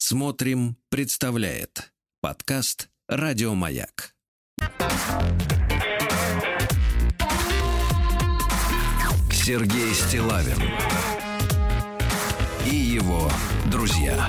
Смотрим, представляет подкаст «Радиомаяк». Сергей Стиллавин и его друзья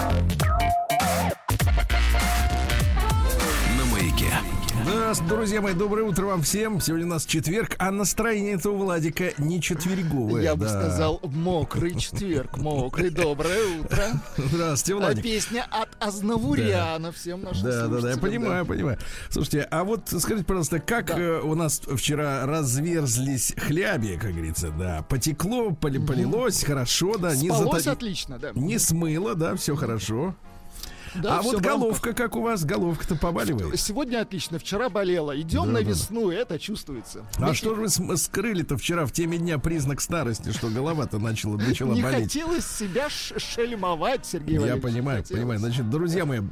на Маяке. Здравствуйте, друзья мои, доброе утро вам всем. Сегодня у нас четверг, а настроение этого Владика не четверговое. Я бы сказал, мокрый четверг, мокрый. Доброе утро. Здравствуйте, Владик. Песня от Азнавуряна всем нашим слушателям. Да, я понимаю. Слушайте, а вот скажите, пожалуйста, как у нас вчера разверзлись хляби, как говорится, да, потекло, полилось, хорошо, да. Спалось отлично, да. Не смыло, да, все хорошо. Да, а вот головка, как у вас? Головка-то побаливает? Сегодня отлично, вчера болела. Идем на весну, это чувствуется. А что же вы скрыли-то вчера в теме дня признак старости, что голова-то начала болеть? Не хотелось себя шельмовать, Сергей Валерьевич. Я понимаю. Значит, друзья мои,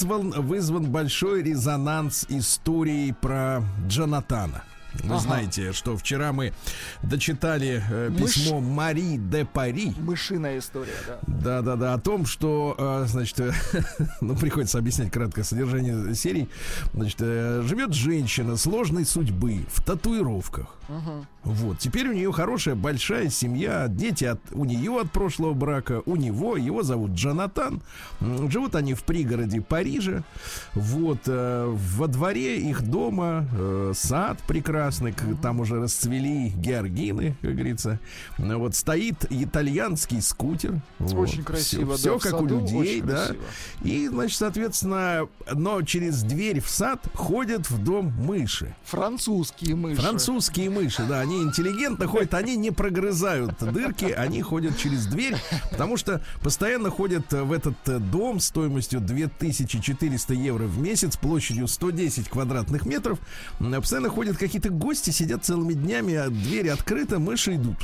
вызван большой резонанс истории про Джонатана. Вы знаете, что вчера мы дочитали письмо Мари де Пари. Мышиная история, да. Да, о том, что, значит, приходится объяснять краткое содержание серии. Значит, живет женщина сложной судьбы в татуировках. Вот, теперь у нее хорошая большая семья, дети у нее от прошлого брака, у него, его зовут Джонатан. Живут они в пригороде Парижа. Вот, во дворе их дома сад прекрасный, там уже расцвели георгины, как говорится. Вот стоит итальянский скутер. Очень красиво, все да, как в саду, у людей, да. Красиво. И, значит, соответственно, но через дверь в сад ходят в дом мыши. Французские мыши, да, они интеллигентно ходят, они не прогрызают дырки, они ходят через дверь, потому что постоянно ходят в этот дом стоимостью 2400 евро в месяц, площадью 110 квадратных метров. Постоянно ходят какие-то гости, сидят целыми днями, а дверь открыта, мыши идут.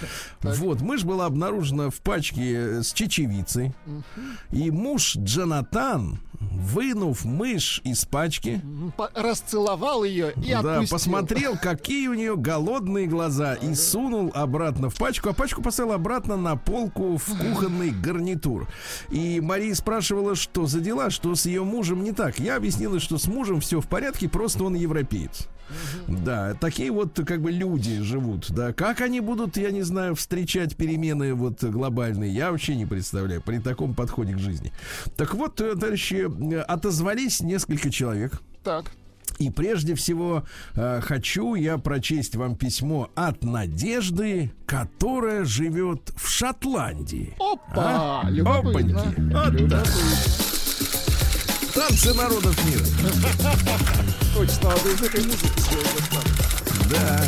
Вот, мышь была обнаружена в пачке с чечевицей. И муж Джонатан, вынув мышь из пачки, расцеловал ее и отпустил. Да, посмотрел, какие у нее голодные глаза, и сунул обратно в пачку, а пачку поставил обратно на полку в кухонный гарнитур. И Мария спрашивала, что за дела, что с ее мужем не так. Я объяснила, что с мужем все в порядке, просто он европеец. Да, такие вот как бы люди живут, да. Как они будут, я не знаю, встречать перемены вот глобальные, я вообще не представляю при таком подходе к жизни. Так вот, товарищи, отозвались несколько человек. Так. И прежде всего хочу я прочесть вам письмо от Надежды, которая живет в Шотландии. Опа! Опаньки. Вот так. Танцы народов мира. Точно, надо из этой музыки сделать. Да.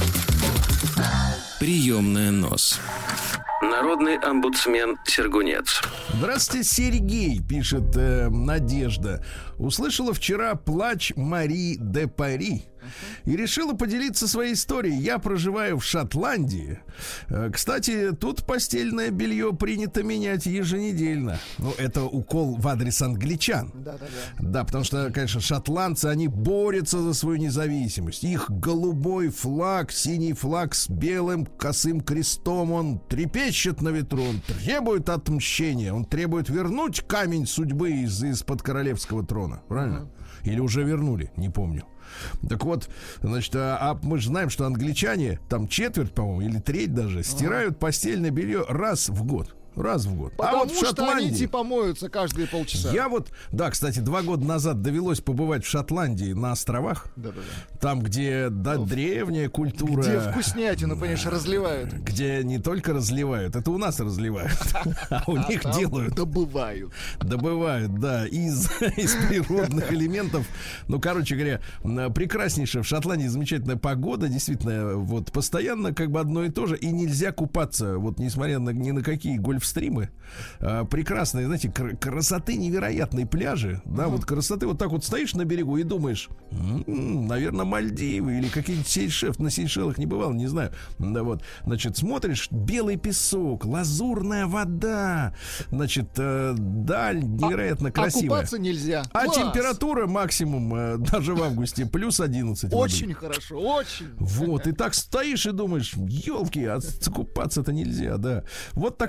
Приемная НОС. Народный омбудсмен Сергунец. Здравствуйте, Сергей, пишет Надежда. Услышала вчера плач Мари де Пари и решила поделиться своей историей. Я проживаю в Шотландии. Кстати, тут постельное белье принято менять еженедельно. Ну, это укол в адрес англичан. Да, потому что, конечно, шотландцы, они борются за свою независимость. Их голубой флаг, синий флаг с белым косым крестом, он трепещет на ветру, он требует отмщения, он требует вернуть камень судьбы из-под королевского трона. Правильно? Или уже вернули, не помню. Так вот, значит, мы же знаем, что англичане, там четверть, по-моему, или треть даже, стирают постельное белье раз в год. Потому вот в что Шотландии, они типа моются каждые полчаса. Я вот, да, кстати, 2 года назад довелось побывать в Шотландии на островах. Да. Там, где древняя культура. Где вкуснятину, понимаешь, разливают. Где не только разливают, это у нас разливают, а у них делают. Добывают, да, из природных элементов. Ну, короче говоря, прекраснейшая в Шотландии замечательная погода. Действительно, вот постоянно как бы одно и то же. И нельзя купаться, вот несмотря ни на какие гольфстримы. Прекрасные, знаете, красоты невероятные пляжи. Да, вот красоты. Вот так вот стоишь на берегу и думаешь, наверное, Мальдивы или какие-нибудь Сейшелы. На Сейшелах не бывал, не знаю. Да, вот, значит, смотришь, белый песок, лазурная вода, значит, даль невероятно красивая. Купаться нельзя. А Класс. температура максимум даже в августе плюс 11. Очень хорошо, очень. Вот, и так стоишь и думаешь, елки, купаться-то нельзя, да. Вот такая Шотландия.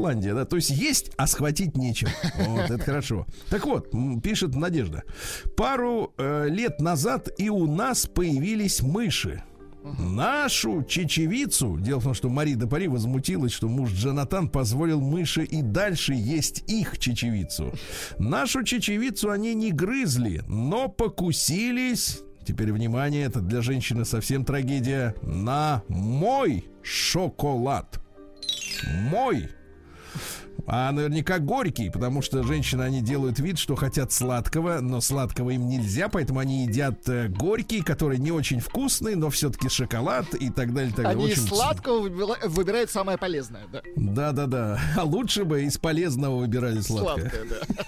Шотландия, да, то есть есть, а схватить нечем. Вот, это хорошо. Так вот, пишет Надежда. Пару лет назад и у нас появились мыши. Нашу чечевицу, дело в том, что Мари де Пари возмутилась, что муж Джонатан позволил мыши и дальше есть их чечевицу. Нашу чечевицу они не грызли, но покусились, теперь внимание, это для женщины совсем трагедия, на мой шоколад. Мой. А наверняка горький, потому что женщины, они делают вид, что хотят сладкого, но сладкого им нельзя, поэтому они едят горький, который не очень вкусный, но все-таки шоколад и так далее. Так далее. Они Очень... из сладкого выбирают самое полезное, да? Да. А лучше бы из полезного выбирали сладкое. Сладкое, да.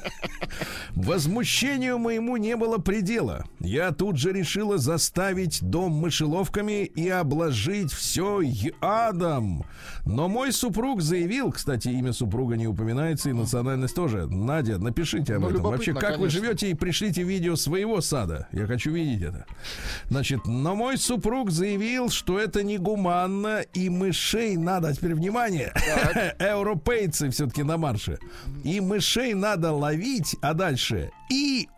Возмущению моему не было предела. Я тут же решила заставить дом мышеловками и обложить все адом. Но мой супруг заявил, кстати, имя супруга не упоминается и национальность тоже. Надя, напишите об этом. Вообще, как конечно. Вы живете, и пришлите видео своего сада. Я хочу видеть это. Значит, но мой супруг заявил, что это негуманно, и мышей надо, теперь внимание, европейцы все-таки на марше, и мышей надо ловить, а дальше и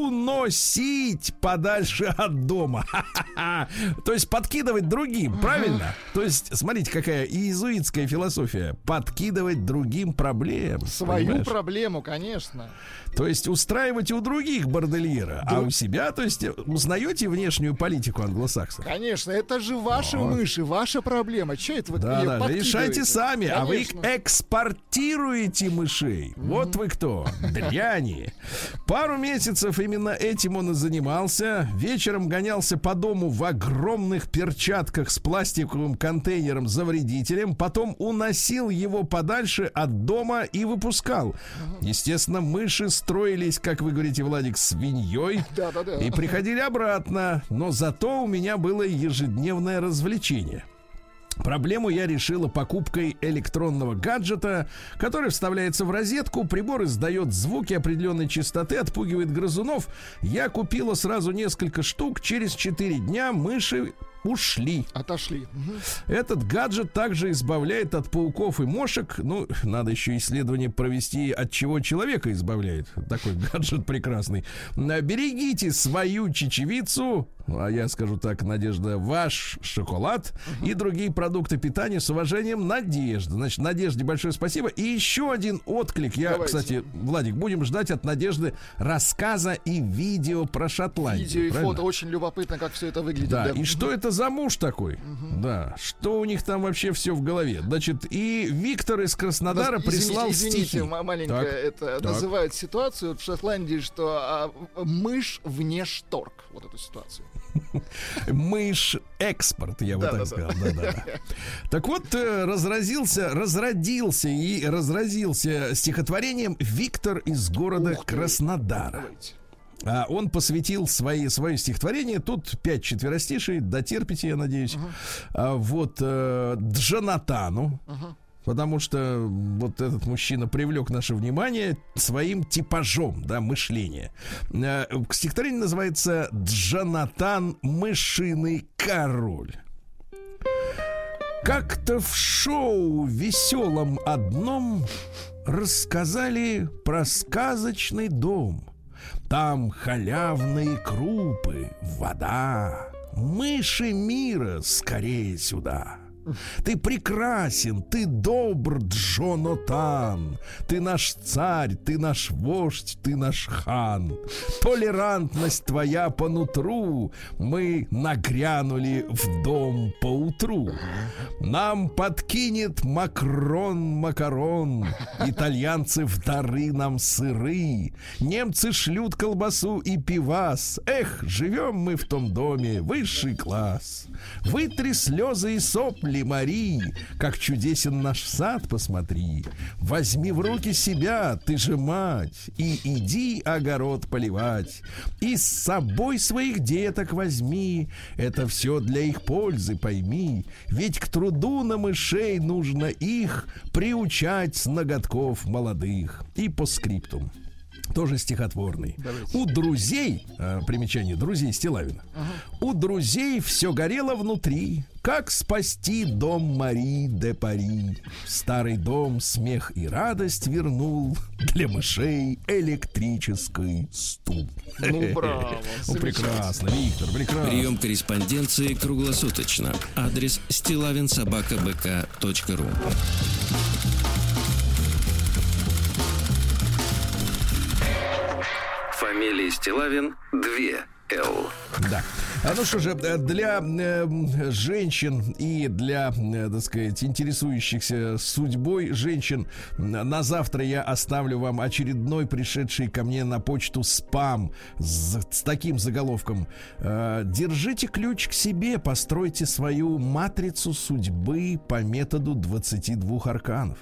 уносить подальше от дома. То есть подкидывать другим, правильно? То есть, смотрите, какая иезуитская философия. Подкидывать другим проблем. Свою понимаешь? Проблему, конечно. То есть устраивать у других бордельера, а у себя, то есть узнаете внешнюю политику англосаксов? Конечно, это же ваши мыши, ваша проблема. Че это вы да, решайте сами, конечно. А вы экспортируете мышей. Вот вы кто, дряни. Пару месяцев именно этим он и занимался. Вечером гонялся по дому в огромных перчатках с пластиковым контейнером за вредителем, потом уносил его подальше от дома и выпускал. Естественно, мыши строились, как вы говорите, Владик, свиньей и приходили обратно. Но зато у меня было ежедневное развлечение. Проблему я решила покупкой электронного гаджета, который вставляется в розетку, прибор издает звуки определенной частоты, отпугивает грызунов. Я купила сразу несколько штук, через 4 дня мыши ушли. Отошли. Этот гаджет также избавляет от пауков и мошек. Ну, надо еще исследование провести, от чего человека избавляет. Такой гаджет прекрасный. Берегите свою чечевицу, а я скажу так, Надежда, ваш шоколад и другие продукты питания. С уважением, Надежда. Значит, Надежде большое спасибо. И еще один отклик. Давайте. Кстати, Владик, будем ждать от Надежды рассказа и видео про Шотландию. Видео и правильно? фото. Очень любопытно, как все это выглядит. Да, и что это за муж такой? Да, что у них там вообще все в голове? Значит, и Виктор из Краснодара прислал извините, стихи. маленько это называют ситуацию в Шотландии, что мышь вне шторк. Вот эту ситуацию. Мышь экспорт, я бы так сказал. Да. Так вот, разразился стихотворением Виктор из города Краснодара. Он посвятил свое стихотворение. Тут 5 четверостишей, дотерпите, я надеюсь. Вот Джонатану. Потому что вот этот мужчина привлек наше внимание своим типажом, да, мышления. Стихотворение называется «Джонатан, мышиный король». Как-то в шоу веселом одном рассказали про сказочный дом. Там халявные крупы, вода, мыши мира скорее сюда. Ты прекрасен, ты добр, Джонатан. Ты наш царь, ты наш вождь, ты наш хан. Толерантность твоя по нутру. Мы нагрянули в дом поутру. Нам подкинет макарон. Итальянцы в дары нам сыры. Немцы шлют колбасу и пивас. Эх, живем мы в том доме, высший класс. Вытри слезы и сопли, Мари, как чудесен наш сад, посмотри. Возьми в руки себя, ты же мать, и иди огород поливать. И с собой своих деток возьми, это все для их пользы, пойми. Ведь к труду на мышей нужно их приучать с ноготков молодых. И по скриптум. тоже стихотворный. Давайте. У друзей, примечание, друзей Стилавина. У друзей все горело внутри. Как спасти дом Мари де Пари? Старый дом смех и радость вернул. Для мышей электрический стул. Ну, браво. Ну, прекрасно, Виктор, прекрасно. Прием корреспонденции круглосуточно. Адрес stilavinsobakabk.ru. Фамилия Стилавин 2 Л. Да. Ну что же, для женщин и для, так сказать, интересующихся судьбой женщин, на завтра я оставлю вам очередной пришедший ко мне на почту спам с таким заголовком: «Держите ключ к себе, постройте свою матрицу судьбы по методу 22 арканов».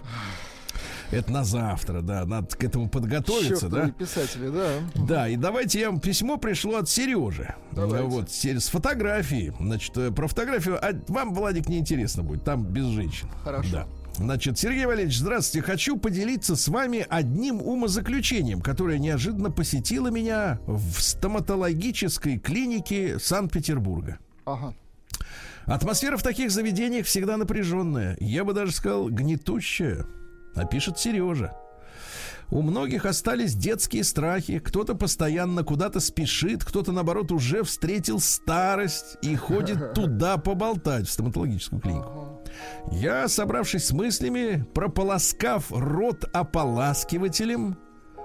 Это на завтра, да, надо к этому подготовиться, да? Писатели, да. Да, и давайте письмо пришло от Сережи. Давайте. Вот, с фотографией. Значит, про фотографию вам, Владик, не интересно будет, там без женщин. Хорошо. Да. Значит, Сергей Валерьевич, здравствуйте. Хочу поделиться с вами одним умозаключением, которое неожиданно посетило меня в стоматологической клинике Санкт-Петербурга. Ага. Атмосфера в таких заведениях всегда напряженная. Я бы даже сказал, гнетущая. А пишет Сережа. У многих остались детские страхи. Кто-то постоянно куда-то спешит, кто-то, наоборот, уже встретил старость и ходит туда поболтать, в стоматологическую клинику. Я, собравшись с мыслями, прополоскав рот ополаскивателем,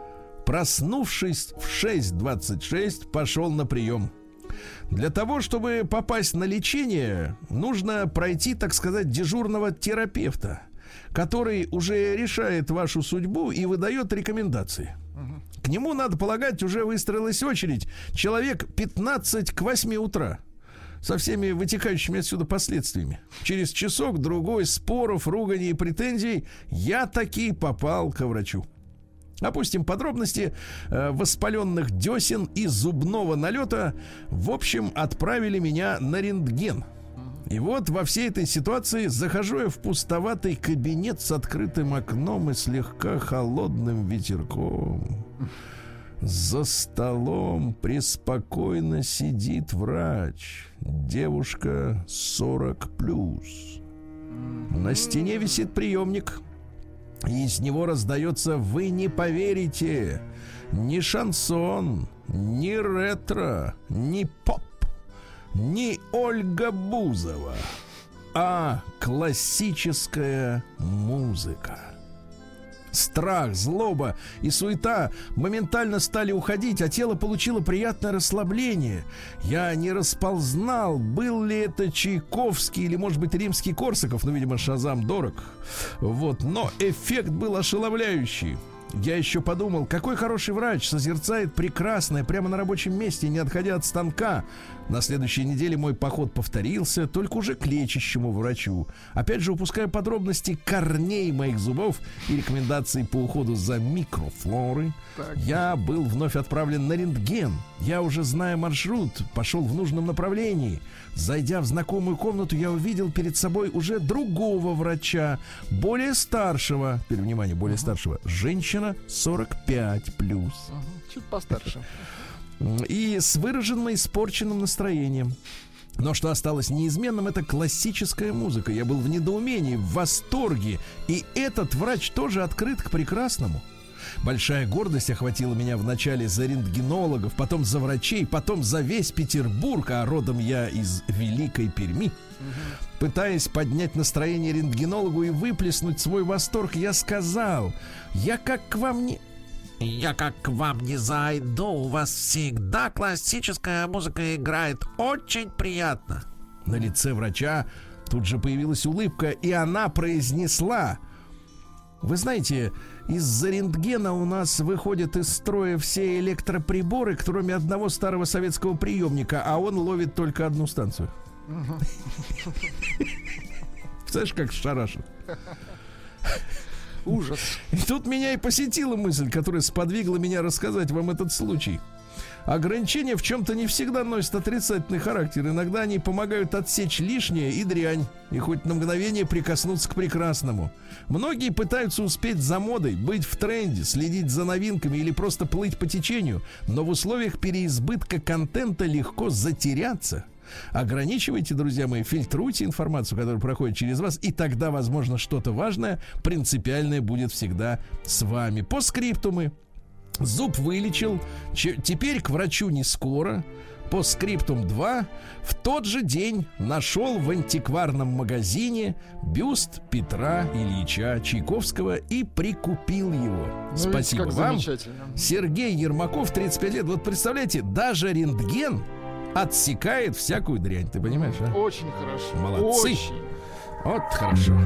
проснувшись в 6:26, пошел на прием. Для того, чтобы попасть на лечение, нужно пройти, так сказать, дежурного терапевта, который уже решает вашу судьбу и выдает рекомендации. К нему, надо полагать, уже выстроилась очередь. Человек 15 к 8 утра. Со всеми вытекающими отсюда последствиями. Через часок-другой споров, руганий и претензий я таки попал ко врачу. Опустим подробности. Воспаленных десен и зубного налета, в общем, отправили меня на рентген. И вот во всей этой ситуации захожу я в пустоватый кабинет с открытым окном и слегка холодным ветерком. За столом преспокойно сидит врач. Девушка 40+. На стене висит приемник, и из него раздается, вы не поверите, ни шансон, ни ретро, ни поп, не Ольга Бузова, а классическая музыка. Страх, злоба и суета моментально стали уходить, а тело получило приятное расслабление. Я не распознал, был ли это Чайковский или, может быть, Римский-Корсаков, но, видимо, Шазам дорог. Вот, но эффект был ошеломляющий. Я еще подумал, какой хороший врач созерцает прекрасное прямо на рабочем месте, не отходя от станка. На следующей неделе мой поход повторился, только уже к лечащему врачу. Опять же, упуская подробности корней моих зубов и рекомендаций по уходу за микрофлорой, я был вновь отправлен на рентген. Я, уже зная маршрут, пошел в нужном направлении. Зайдя в знакомую комнату, я увидел перед собой уже другого врача, более старшего, теперь внимание, более старшего, женщина 45+. Чуть постарше. И с выраженно испорченным настроением. Но что осталось неизменным, это классическая музыка. Я был в недоумении, в восторге. И этот врач тоже открыт к прекрасному. Большая гордость охватила меня вначале за рентгенологов, потом за врачей, потом за весь Петербург, а родом я из Великой Перми. Пытаясь поднять настроение рентгенологу и выплеснуть свой восторг, я сказал: Я как к вам не зайду, у вас всегда классическая музыка играет. Очень приятно. На лице врача тут же появилась улыбка, и она произнесла: вы знаете, из-за рентгена у нас выходят из строя все электроприборы, кроме одного старого советского приемника, а он ловит только одну станцию. Представляешь, как шарашит? Ужас. И тут меня и посетила мысль, которая сподвигла меня рассказать вам этот случай. Ограничения в чем-то не всегда носят отрицательный характер. Иногда они помогают отсечь лишнее и дрянь, и хоть на мгновение прикоснуться к прекрасному. Многие пытаются успеть за модой, быть в тренде, следить за новинками или просто плыть по течению, но в условиях переизбытка контента легко затеряться. Ограничивайте, друзья мои, фильтруйте информацию, которая проходит через вас, и тогда, возможно, что-то важное, принципиальное будет всегда с вами. По скриптумы. Зуб вылечил, теперь к врачу не скоро. По скриптум 2. В тот же день нашел в антикварном магазине бюст Петра Ильича Чайковского и прикупил его. Ну, спасибо вам. Сергей Ермаков, 35 лет. Вот представляете, даже рентген отсекает всякую дрянь. Ты понимаешь, а? Очень хорошо. Молодцы. Очень. Вот хорошо.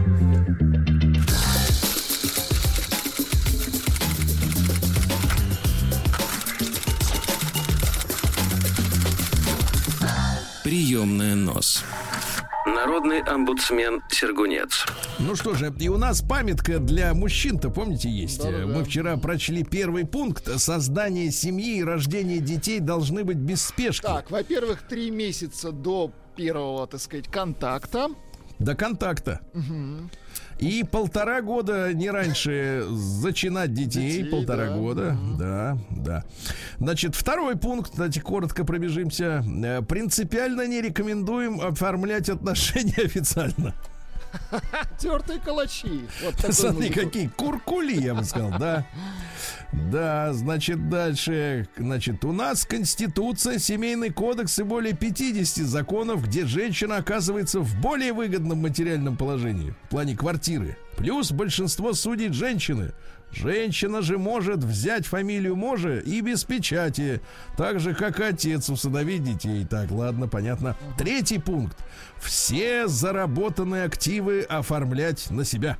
Приемная нос. Народный омбудсмен Сергунец. Ну что же, и у нас памятка для мужчин-то, помните, есть? Да-да-да. Мы вчера прочли первый пункт. Создание семьи и рождение детей должны быть без спешки. Так, во-первых, 3 месяца до первого, так сказать, контакта. До контакта. Угу. И 1,5 года, не раньше, зачинать детей. 1,5 года. Да, да. Значит, второй пункт, давайте коротко пробежимся. Принципиально не рекомендуем оформлять отношения официально. Тертые калачи. Вот смотри, какие куркули, я бы сказал, да. Да, значит, дальше. Значит, у нас Конституция, Семейный кодекс и более 50 законов, где женщина оказывается в более выгодном материальном положении в плане квартиры. Плюс большинство судей женщины. Женщина же может взять фамилию мужа и без печати, так же, как и отец усыновить детей. Так, ладно, понятно. Третий пункт. Все заработанные активы оформлять на себя.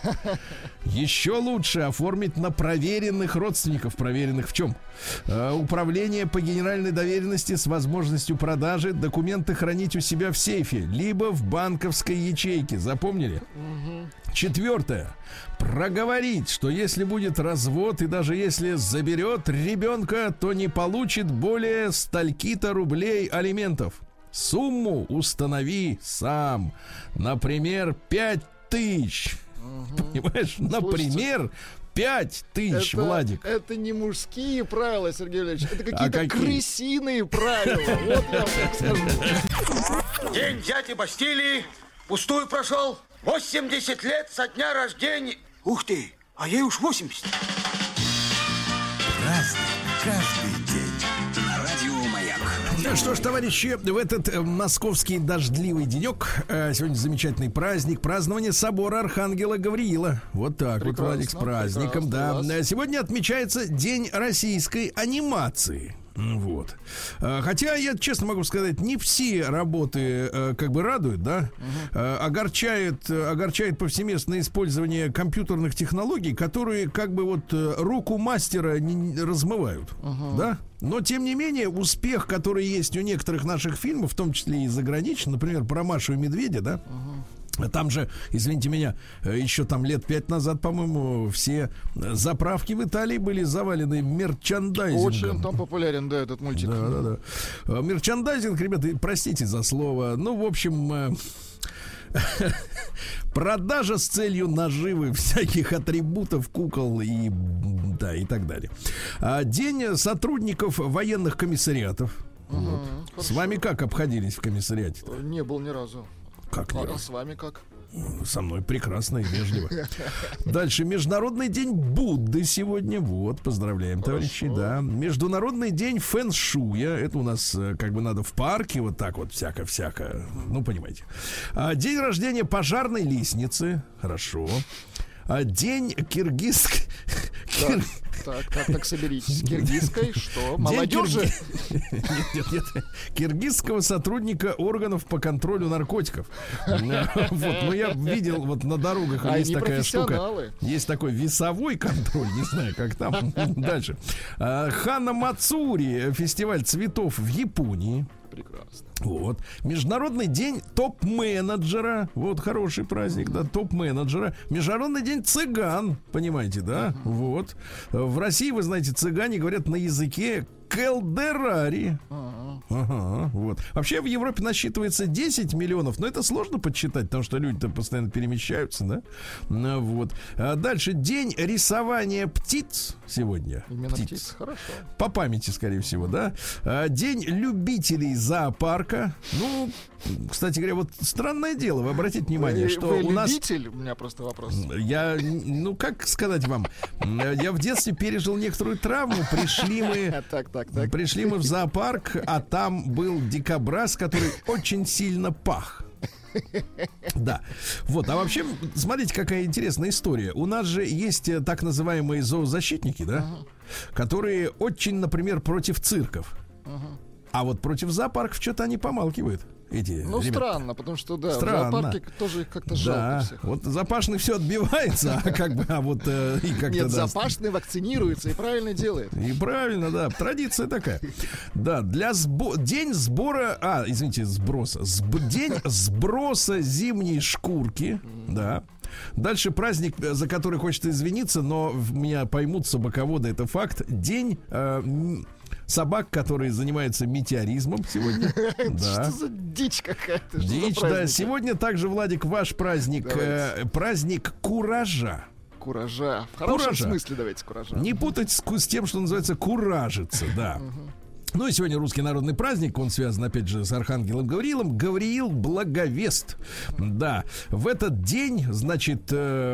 Еще лучше оформить на проверенных родственников. Проверенных в чем? Управление по генеральной доверенности с возможностью продажи. Документы хранить у себя в сейфе, либо в банковской ячейке. Запомнили? Четвертое. Проговорить, что если будет развод и даже если заберет ребенка, то не получит более стольки-то рублей алиментов. Сумму установи сам. Например, 5000. Понимаешь? Например, 5000, Владик. Это не мужские правила, Сергей Валерьевич. Это какие-то крысиные правила. Вот я вам так скажу. День дяди Бастилии пустую прошел. 80 лет со дня рождения. Ух ты, а ей уж 80. Разный, каждый день. На радио Маяк. Ну что ж, товарищи, в этот московский дождливый денек, сегодня замечательный праздник, празднование собора Архангела Гавриила. Вот так. Прекрасно, вот, Владик, с праздником, да. Сегодня отмечается День российской анимации. Вот. Хотя я честно могу сказать, не все работы как бы радуют, да. Огорчает повсеместное использование компьютерных технологий, которые как бы вот руку мастера не размывают, да. Но тем не менее успех, который есть у некоторых наших фильмов, в том числе и заграничных, например, про Машу и Медведя, да. Там же, извините меня, еще там лет 5 назад, по-моему, все заправки в Италии были завалены мерчандайзингом. Очень там популярен, да, этот мультик. Да. Мерчандайзинг, ребята, простите за слово. Ну, в общем, продажа с целью наживы всяких атрибутов, кукол и так далее. День сотрудников военных комиссариатов. Вот. С вами как обходились в комиссариате? Не был ни разу. Как а с вами как? Со мной прекрасно и вежливо. Дальше. Международный день Будды сегодня. Вот, поздравляем, товарищи. Да. Международный день фэн-шуя. Это у нас как бы надо в парке. Вот так вот всяко. Ну, понимаете. День рождения пожарной лестницы. Хорошо. День киргизской... Так, соберитесь. Киргизской, что? Молодежи? Нет. Киргизского сотрудника органов по контролю наркотиков. Вот, ну я видел, вот на дорогах есть такая штука. Есть такой весовой контроль, не знаю, как там. Дальше. Хана Мацури, фестиваль цветов в Японии. Прекрасно. Вот. Международный день топ-менеджера. Вот хороший праздник, да, топ-менеджера. Международный день цыган. Понимаете, да? Вот. В России, вы знаете, цыгане говорят на языке калдерари. Ага, вот. Вообще в Европе насчитывается 10 миллионов, но это сложно подсчитать, потому что люди-то постоянно перемещаются, да? Вот. Дальше день рисования птиц сегодня. Именно птиц, хорошо. По памяти, скорее всего, да? День любителей зоопарка. Ну, кстати говоря, вот странное дело, вы обратите внимание, что вы у нас... любитель? У меня просто вопрос. Я, ну, как сказать вам, я в детстве пережил некоторую травму, пришли мы в зоопарк, а там был дикобраз, который очень сильно пах. Да. Вот. А вообще, смотрите, какая интересная история. У нас же есть так называемые зоозащитники, да, которые очень, например, против цирков. А вот против зоопарков что-то они помалкивают. Ну, странно, потому что, да, странно. в зоопарке тоже как-то жалко всех. Вот Запашный все отбивается, а как бы, и как-то... Нет, Запашный вакцинируется и правильно делает. И правильно, да, традиция такая. Да, день сбора... сброса. День сброса зимней шкурки, да. Дальше праздник, за который хочется извиниться, но меня поймут собаководы, это факт. День... собак, которые занимаются метеоризмом сегодня. Что за дичь какая-то? Дичь, да. Сегодня также, Владик, ваш праздник. Праздник куража. Куража. В хорошем смысле давайте куража. Не путать с тем, что называется куражиться, да. Ну и сегодня русский народный праздник, он связан, опять же, с Архангелом Гавриилом. Гавриил Благовест. Да. В этот день, значит,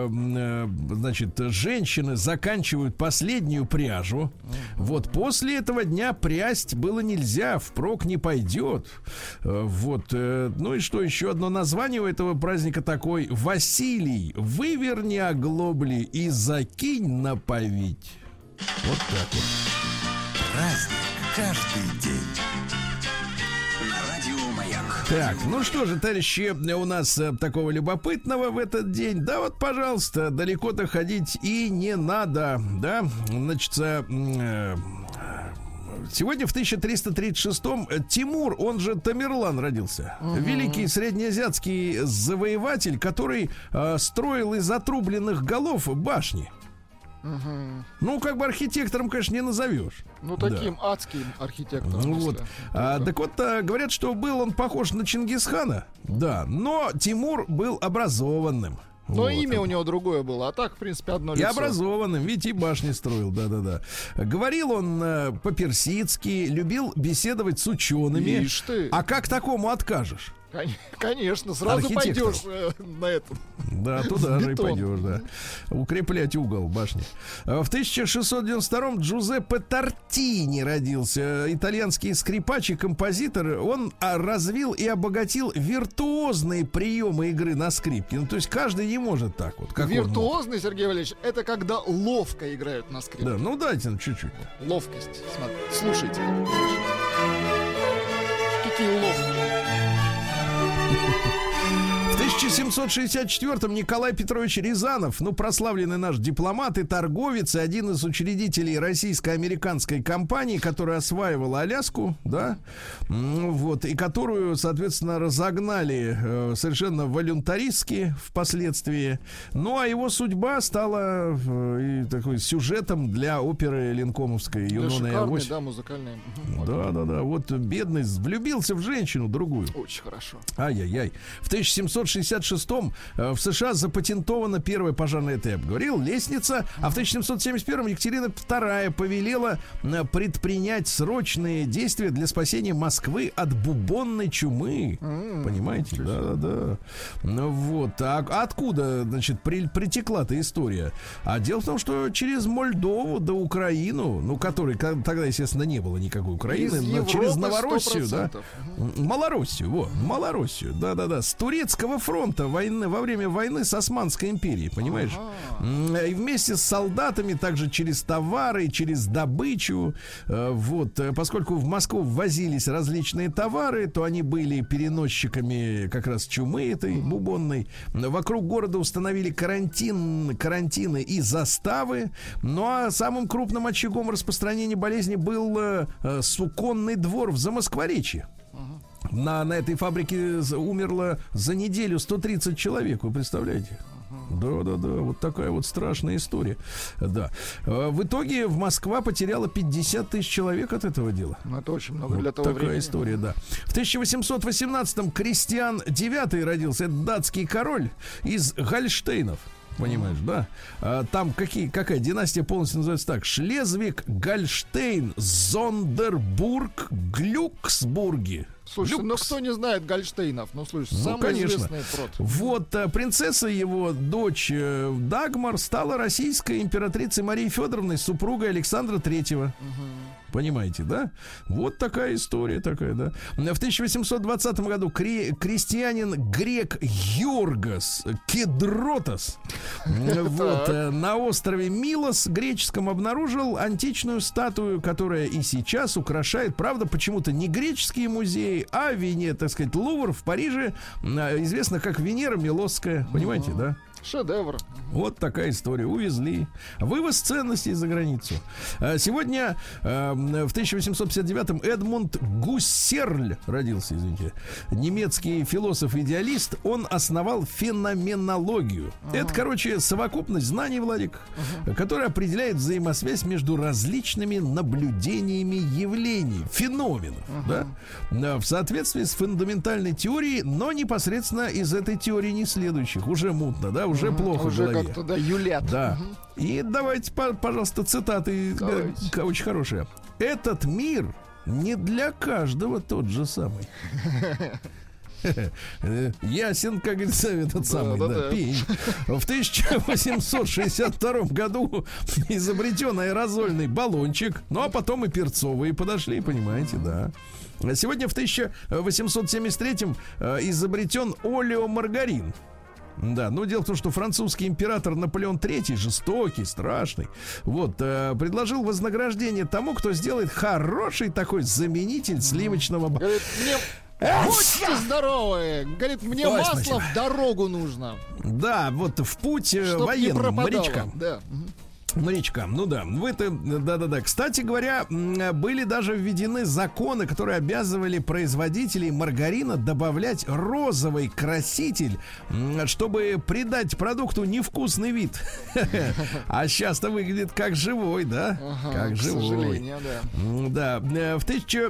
женщины заканчивают последнюю пряжу. Вот. После этого дня прясть было нельзя, впрок не пойдет. Вот. Ну и что, еще одно название у этого праздника такой: Василий, выверни оглобли и закинь на повить. Вот так вот. Праздник каждый день. На радио Маяк. Так, ну что же, товарищи, у нас такого любопытного в этот день. Да вот, пожалуйста, далеко-то ходить и не надо, да. Значит, сегодня в 1336-м Тимур, он же Тамерлан, родился. Великий среднеазиатский завоеватель, который строил из отрубленных голов башни. Ну, как бы архитектором, конечно, не назовешь. Ну, таким адским архитектором. Вот. Так вот, говорят, что был он похож на Чингисхана. Да, но Тимур был образованным. Но имя у него другое было, а так, в принципе, одно лицо. И образованным, видите, и башни строил, да-да-да. Говорил он по-персидски, любил беседовать с учеными. Ишь ты. А как такому откажешь? Конечно, сразу пойдешь на это. Да, туда же и пойдешь, да. Укреплять угол башни. В 1692-м Джузеппе Тортини родился. Итальянский скрипач и композитор. Он развил и обогатил виртуозные приемы игры на скрипке. Ну, то есть каждый не может так вот, как виртуозный, Сергей Валерьевич, это когда ловко играют на скрипке. Да, ну дайте чуть-чуть. Ловкость. Слушайте. Какие ловкие. В 1764-м Николай Петрович Рязанов, ну, прославленный наш дипломат и торговец, и один из учредителей российско-американской компании, которая осваивала Аляску, да, вот, и которую, соответственно, разогнали совершенно волюнтаристски впоследствии. Ну, а его судьба стала такой сюжетом для оперы Ленкомовской «Юнона и Авось». Да, музыкальная. Да. Вот бедный влюбился в женщину другую. Очень хорошо. Ай-яй-яй. В 1766-м в США запатентована первая пожарная, это я говорил, лестница, а в 1771-м Екатерина II повелела предпринять срочные действия для спасения Москвы от бубонной чумы. Понимаете? Да. Ну вот. А откуда, значит, притекла-то история? А дело в том, что через Молдову до Украину, ну, которой тогда, естественно, не было никакой Украины, но через Новороссию, 100%. Да? Малороссию, да. С турецкого фронта во время войны с Османской империей, понимаешь? И вместе с солдатами также через товары, через добычу. Вот, поскольку в Москву ввозились различные товары, то они были переносчиками как раз чумы этой бубонной. Вокруг города установили карантины и заставы. Ну а самым крупным очагом распространения болезни был Суконный двор в Замоскворечье. На этой фабрике умерло за неделю 130 человек, вы представляете? Да, вот такая вот страшная история. Да. В итоге Москва потеряла 50 тысяч человек от этого дела. Ну, это очень много вот для того такая времени. история, да. В 1818-м Кристиан IX родился. Это датский король из Гольштейнов. Понимаешь, да? Там какая династия полностью называется так: Шлезвиг, Гольштейн, Зондербург, Глюксбурги. Слушай, ну кто не знает Гольштейнов? Ну, слушай, самый конечно. известный прод. Вот принцесса его, дочь Дагмар, стала российской императрицей Марией Федоровной, супругой Александра III. Понимаете, да? Вот такая история такая, да. В 1820 году крестьянин грек Йоргос Кедротос на острове Милос греческом обнаружил античную статую, которая и сейчас украшает, правда, почему-то не греческие музеи, а так сказать, Лувр в Париже, известно как Венера Милосская. Понимаете, да? Шедевр. Вот такая история. Увезли. Вывоз ценностей за границу. Сегодня в 1859-м Эдмунд Гуссерль родился, извините. Немецкий философ-идеалист. Он основал феноменологию. Это, короче, совокупность знаний, Владик, которая определяет взаимосвязь между различными наблюдениями явлений, феноменов. Да? В соответствии с фундаментальной теорией, но непосредственно из этой теории не следующих. Уже мутно, да? Уже плохо уже в голове. как-то, да, юлят. Да. И давайте, пожалуйста, цитаты очень хорошие. Этот мир не для каждого тот же самый. Ясен, как говорится, этот самый пень. В 1862 году изобретен аэрозольный баллончик. Ну, а потом и перцовые подошли, понимаете, да. Сегодня в 1873 изобретен олеомаргарин. Да, но дело в том, что французский император Наполеон III, жестокий, страшный, вот, предложил вознаграждение тому, кто сделает хороший такой заменитель сливочного... Говорит, будьте здоровы! Говорит, мне масло в дорогу нужно. Да, вот в путь военным, морячкам. Да. Морячкам, ну да, да. Кстати говоря, были даже введены законы, которые обязывали производителей маргарина добавлять розовый краситель, чтобы придать продукту невкусный вид. А сейчас-то выглядит как живой, да? Как живой. К сожалению, да. Да. В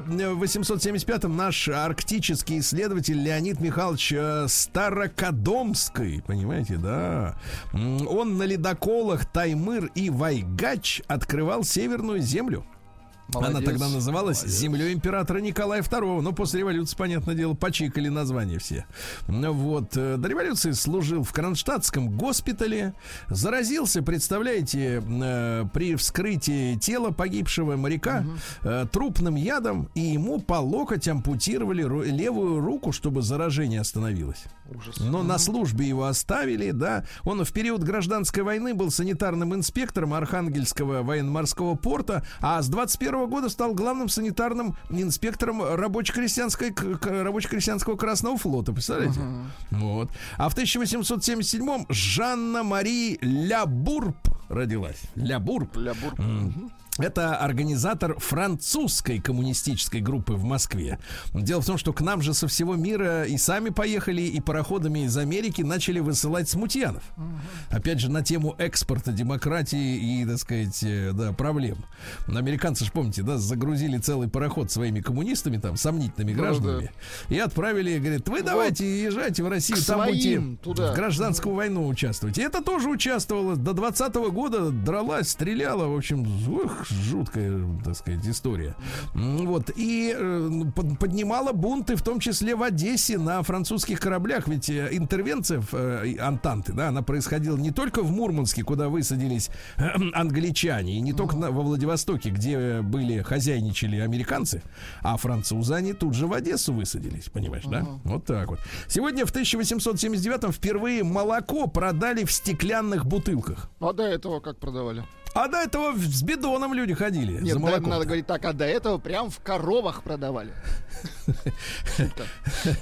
1875-м наш арктический исследователь Леонид Михайлович Старокодомский, понимаете, да? Он на ледоколах Таймыр и Вайгач открывал Северную землю. Молодец. Она тогда называлась землей императора Николая II. Но после революции, понятное дело, почикали названия все. Вот. До революции служил в Кронштадтском госпитале. Заразился, представляете, при вскрытии тела погибшего моряка трупным ядом. И ему по локоть ампутировали левую руку, чтобы заражение остановилось. Ужас. Но на службе его оставили, да. Он в период гражданской войны был санитарным инспектором Архангельского военно-морского порта, а с 21 года стал главным санитарным инспектором рабоче-крестьянского Красного флота, представляете? Вот. А в 1877-м Жанна-Мари Лябурб родилась. Лябурб. Это организатор французской коммунистической группы в Москве. Дело в том, что к нам же со всего мира и сами поехали, и пароходами из Америки начали высылать смутьянов. Опять же, на тему экспорта демократии и, так сказать, да, проблем. Американцы же, помните, да, загрузили целый пароход своими коммунистами, там, сомнительными гражданами, и отправили, говорят, вы давайте езжайте в Россию, там будете в гражданскую войну участвовать. И это тоже участвовало. До 20-го года дралась, стреляла, в общем, жуткая, так сказать, история. Вот. И поднимала бунты, в том числе в Одессе, на французских кораблях. Ведь интервенция Антанты, да, она происходила не только в Мурманске, куда высадились англичане, и не только во Владивостоке, где хозяйничали американцы, а французы, они тут же в Одессу высадились, понимаешь, да? Вот так вот. Сегодня в 1879-м впервые молоко продали в стеклянных бутылках. А до этого как продавали? А до этого с бидоном люди ходили. Нет, надо говорить так, а до этого прям в коровах продавали.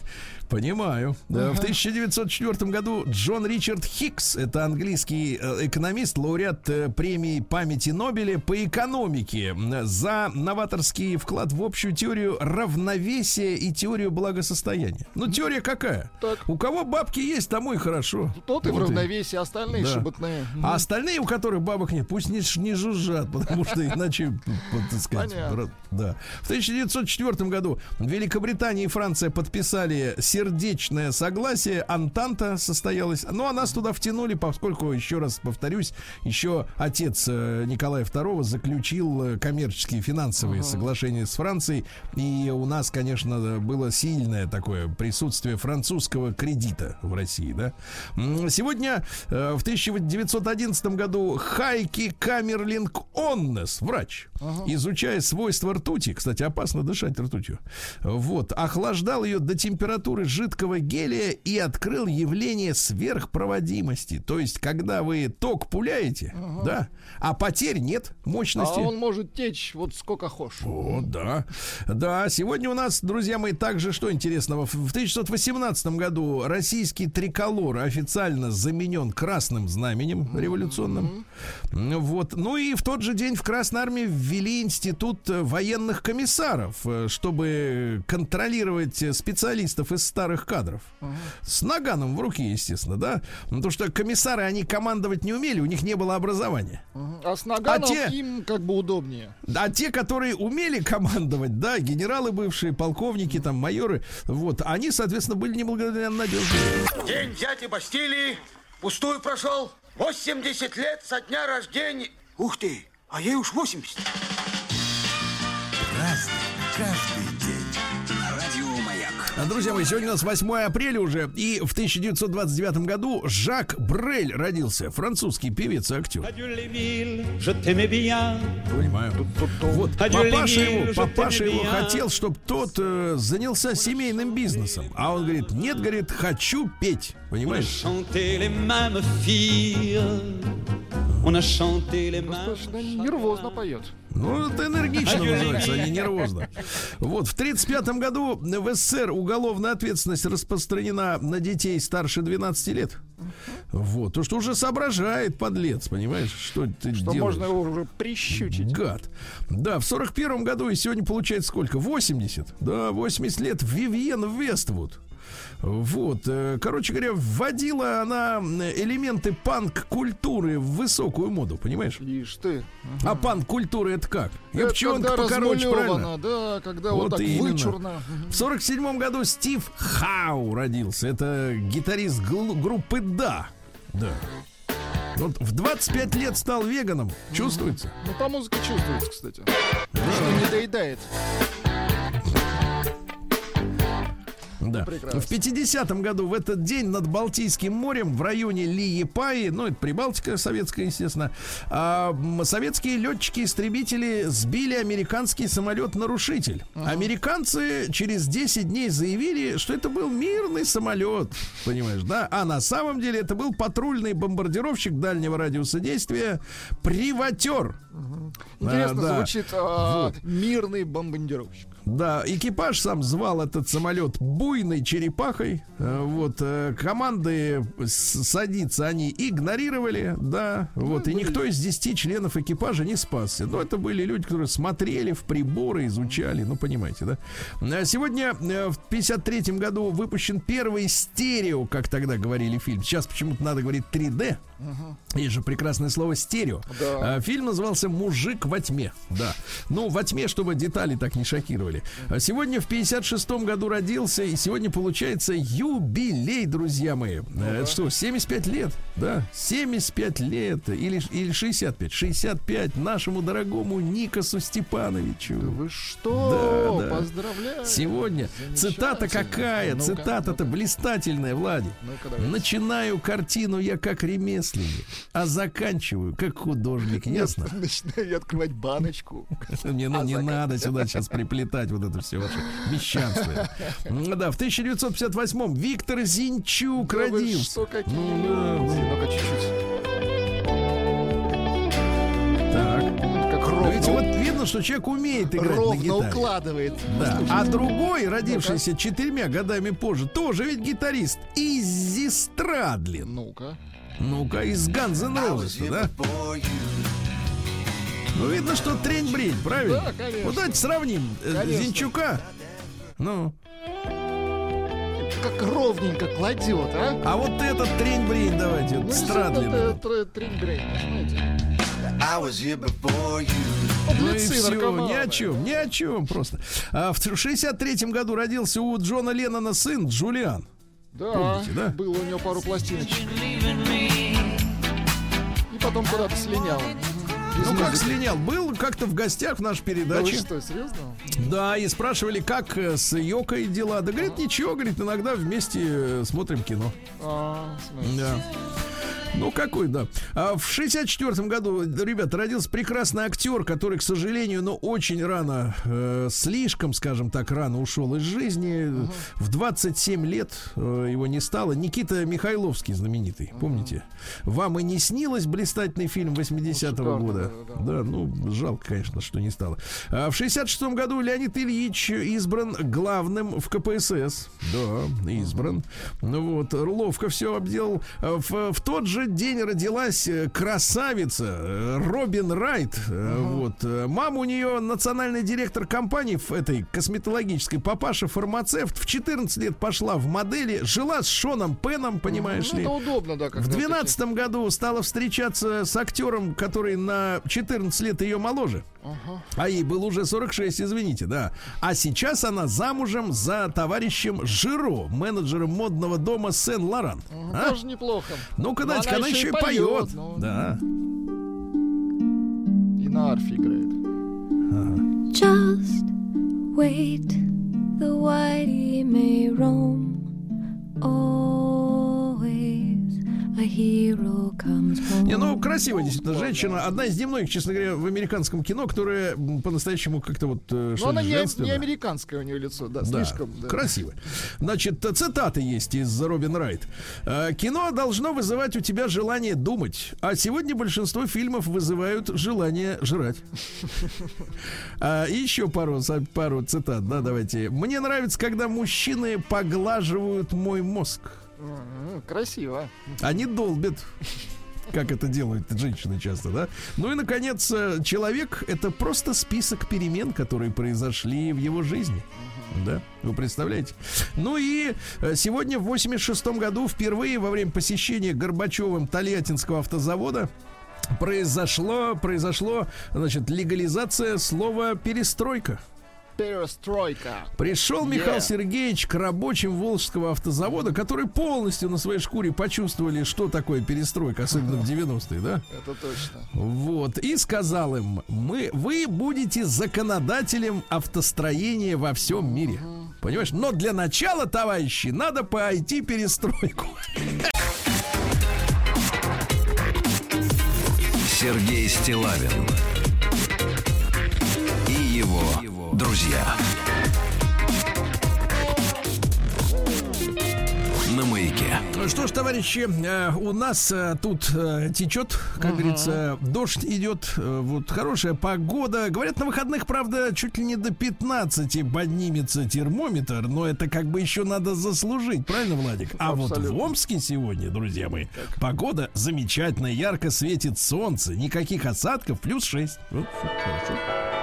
Понимаю. Да, в 1904 году Джон Ричард Хикс, это английский экономист, лауреат премии памяти Нобеля по экономике за новаторский вклад в общую теорию равновесия и теорию благосостояния. Ну, теория какая? Так. У кого бабки есть, тому и хорошо. Тот и в Вот равновесии, остальные Да. шебутные. А остальные, у которых бабок нет, пусть не жужжат, потому что иначе, вот, так сказать, Понятно. да. В 1904 году Великобритания и Франция подписали сердечное согласие, Антанта состоялась. Ну, а нас туда втянули, поскольку, еще раз повторюсь, еще отец Николая II заключил коммерческие финансовые соглашения с Францией, и у нас, конечно, было сильное такое присутствие французского кредита в России, да. Сегодня, в 1911 году, Хайки Камерлинг Оннес, врач, изучая свойства ртути, кстати, опасно дышать ртутью, вот, охлаждал ее до температуры жидкого гелия и открыл явление сверхпроводимости. То есть, когда вы ток пуляете, да, а потерь нет мощности. А он может течь вот сколько хочешь. О, да. Да, сегодня у нас, друзья мои, также что интересного. В 1918 году российский триколор официально заменен красным знаменем революционным. Вот. Ну и в тот же день в Красной Армии ввели институт военных комиссаров, чтобы контролировать специалистов из старых кадров. С наганом в руке, естественно, да. Потому что комиссары, они командовать не умели, у них не было образования. А с наганом те- им как бы удобнее. А те, которые умели командовать, да, генералы бывшие, полковники, там, майоры, вот, они, соответственно, были неблагонадежны. День дяди Бастилии пустую прошел. 80 лет со дня рождения. Ух ты, а ей уж 80. Праздник каждый день. На радио Маяк. Друзья мои, сегодня у нас 8 апреля уже, и в 1929 году Жак Брель родился, французский певец и актер. Понимаю. Вот, папаша его хотел, чтобы тот занялся семейным бизнесом. А он говорит, нет, говорит, хочу петь. Понимаешь? Достаточно нервозно поет. Ну, это энергично называется, а не нервозно. Вот, в 1935 году в СССР уголовная ответственность распространена на детей старше 12 лет. Вот, то, что уже соображает подлец, понимаешь, что ты Что делаешь. можно его уже прищучить. Гад. Да, в 41 году, и сегодня получается сколько? 80. Да, 80 лет Вивьен Вествуд. Вот, короче говоря, вводила она элементы панк-культуры в высокую моду, понимаешь? Ишь ты. А панк-культура это как? Это Юбчонка когда покороче, правильно? размалевано, да, когда вот так именно. вычурно. В 47 году Стив Хау родился. Это гитарист группы «Да». Да. Вот в 25 лет стал веганом. Чувствуется? Ну, по музыке чувствуется, кстати. Что не доедает. Да. Прекрасно. В 50-м году в этот день над Балтийским морем в районе Лиепаи, ну это Прибалтика советская, естественно, советские летчики-истребители сбили американский самолет-нарушитель. Американцы через 10 дней заявили, что это был мирный самолет, понимаешь, да? А на самом деле это был патрульный бомбардировщик дальнего радиуса действия «Приватер». Интересно Да. звучит Вот. мирный бомбардировщик. Да, экипаж сам звал этот самолет буйной черепахой. Вот, команды садиться они игнорировали, да. Вот, и никто из 10 членов экипажа не спасся. Но это были люди, которые смотрели в приборы, изучали, ну, понимаете, да. Сегодня, в 53-м году, выпущен первый стерео, как тогда говорили, фильм. Сейчас почему-то надо говорить 3D. Есть же прекрасное слово стерео. Да. Фильм назывался «Мужик во тьме». Да. Ну, во тьме, чтобы детали так не шокировали. Сегодня в 56-м году родился, и сегодня получается юбилей, друзья мои. Это что, 75 лет? Да, 75 лет. Или 65. 65 нашему дорогому Никосу Степановичу. Вы что? Да, да. Поздравляю. Сегодня цитата какая? Ну-ка, Цитата-то блистательная, Владик. Ну-ка, давайте. Начинаю картину я как ремесленник, а заканчиваю как художник. Ясно? Начинаю я открывать баночку. Не надо сюда сейчас приплетать вот это все ваше мещанство. Да, в 1958-м Виктор Зинчук Да вы родился. что, какие Ну, люди? Ну-ка, чуть-чуть. Так. Как Да ровно. ведь Видите, вот видно, что человек умеет играть ровно на гитаре. укладывает. Да. А другой, родившийся 4 годами позже, тоже ведь гитарист, Иззи Страдлин. Ну-ка, из Guns N' Roses, да? Ну, видно, что трень-брень, правильно? Да, конечно. Вот давайте сравним Зинчука. Ну. Как ровненько кладет, а? А вот этот трень-брень давайте, вот Страдлин. Это трень-брень, знаете. Ну и все, ни о чем просто. В 63-м году родился у Джона Леннона сын Джулиан. Да, помните, да? было у него пару пластиночек. И потом куда-то слинял. Ну как слинял? Был как-то в гостях в нашей передаче. Да вы что, серьезно? Да, и спрашивали, как с Йокой дела. Да, говорит, ничего, говорит, иногда вместе смотрим кино. Да. Ну, какой, да. А в 64-м году, ребята, родился прекрасный актер, который, к сожалению, очень рано, слишком, скажем так, рано ушел из жизни. В 27 лет его не стало. Никита Михайловский знаменитый, помните? «Вам и не снилось» — блистательный фильм 80-го года. Да, ну, жалко, конечно, что не стало. А в 66-м году Леонид Ильич избран главным в КПСС. Да, избран. Ну вот, ловко все обделал. В тот же день родилась красавица Робин Райт. Вот. Мама у нее национальный директор компании этой косметологической, папаша фармацевт. В 14 лет пошла в модели, жила с Шоном Пеном, понимаешь ли. Это удобно, да. В 12 году стала встречаться с актером, который на 14 лет ее моложе. А ей было уже 46, извините, да. А сейчас она замужем за товарищем Жиро, менеджером модного дома Сен-Лоран. Тоже неплохо. Ну-ка, Надечка, она еще и поет. Да. И на арфе играет. Just wait, the whitey may roam. Always a hero comes home. Не, ну, красивая действительно женщина. Одна из немногих, честно говоря, в американском кино, которая по-настоящему как-то вот... Но она не американское у нее лицо, да, слишком. Да, красивая. Значит, цитаты есть из Робин Райт. «Кино должно вызывать у тебя желание думать, а сегодня большинство фильмов вызывают желание жрать». И еще пару цитат, да, давайте. «Мне нравится, когда мужчины поглаживают мой мозг». Красиво. Они долбят, как это делают женщины часто, да? Ну и, наконец, человек — это просто список перемен, которые произошли в его жизни. Да, вы представляете? Ну и сегодня, в 86-м году, впервые во время посещения Горбачевым Тольяттинского автозавода произошло, значит, легализация слова «перестройка». Перестройка. Пришел Михаил Сергеевич к рабочим Волжского автозавода, которые полностью на своей шкуре почувствовали, что такое перестройка, особенно в 90-е, да? Это точно. Вот. И сказал им: вы будете законодателем автостроения во всем мире. Понимаешь? Но для начала, товарищи, надо пойти перестройку. Сергей Стиллавин и его друзья на Маяке. Что ж, товарищи, у нас тут течет, как говорится, дождь идет, вот хорошая погода. Говорят, на выходных, правда, чуть ли не до 15 поднимется термометр, но это как бы еще надо заслужить, правильно, Владик? А абсолютно. Вот в Омске сегодня, друзья мои, погода замечательная, ярко светит солнце, никаких осадков, плюс 6. Вот, хорошо.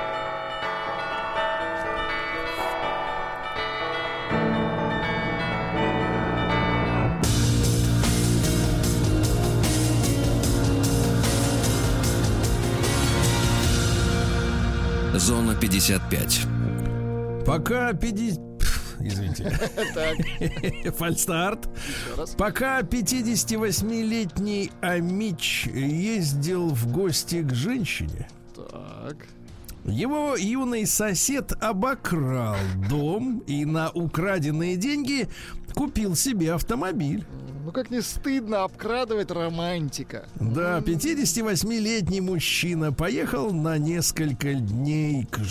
Зона 55. Пока 50... Извините. Фальстарт. Пока 58-летний Амич ездил в гости к женщине, Так. его юный сосед обокрал дом и на украденные деньги купил себе автомобиль. Ну как не стыдно обкрадывать романтика. Да, 58-летний мужчина поехал на несколько дней к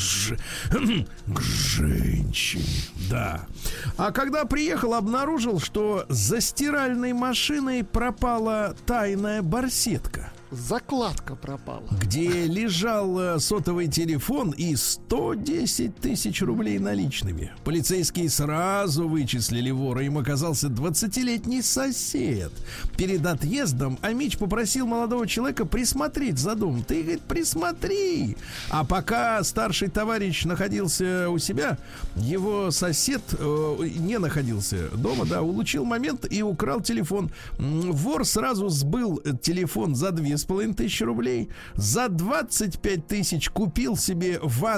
женщине. Да. А когда приехал, обнаружил, что за стиральной машиной пропала тайная барсетка. Закладка пропала. Где лежал сотовый телефон и 110 тысяч рублей наличными. Полицейские сразу вычислили вора. Им оказался 20-летний сосед. Перед отъездом Амич попросил молодого человека присмотреть за домом. Ты, говорит, присмотри. А пока старший товарищ находился у себя, его сосед не находился дома, да, улучил момент и украл телефон. Вор сразу сбыл телефон за 2500 рублей. За 25 тысяч купил себе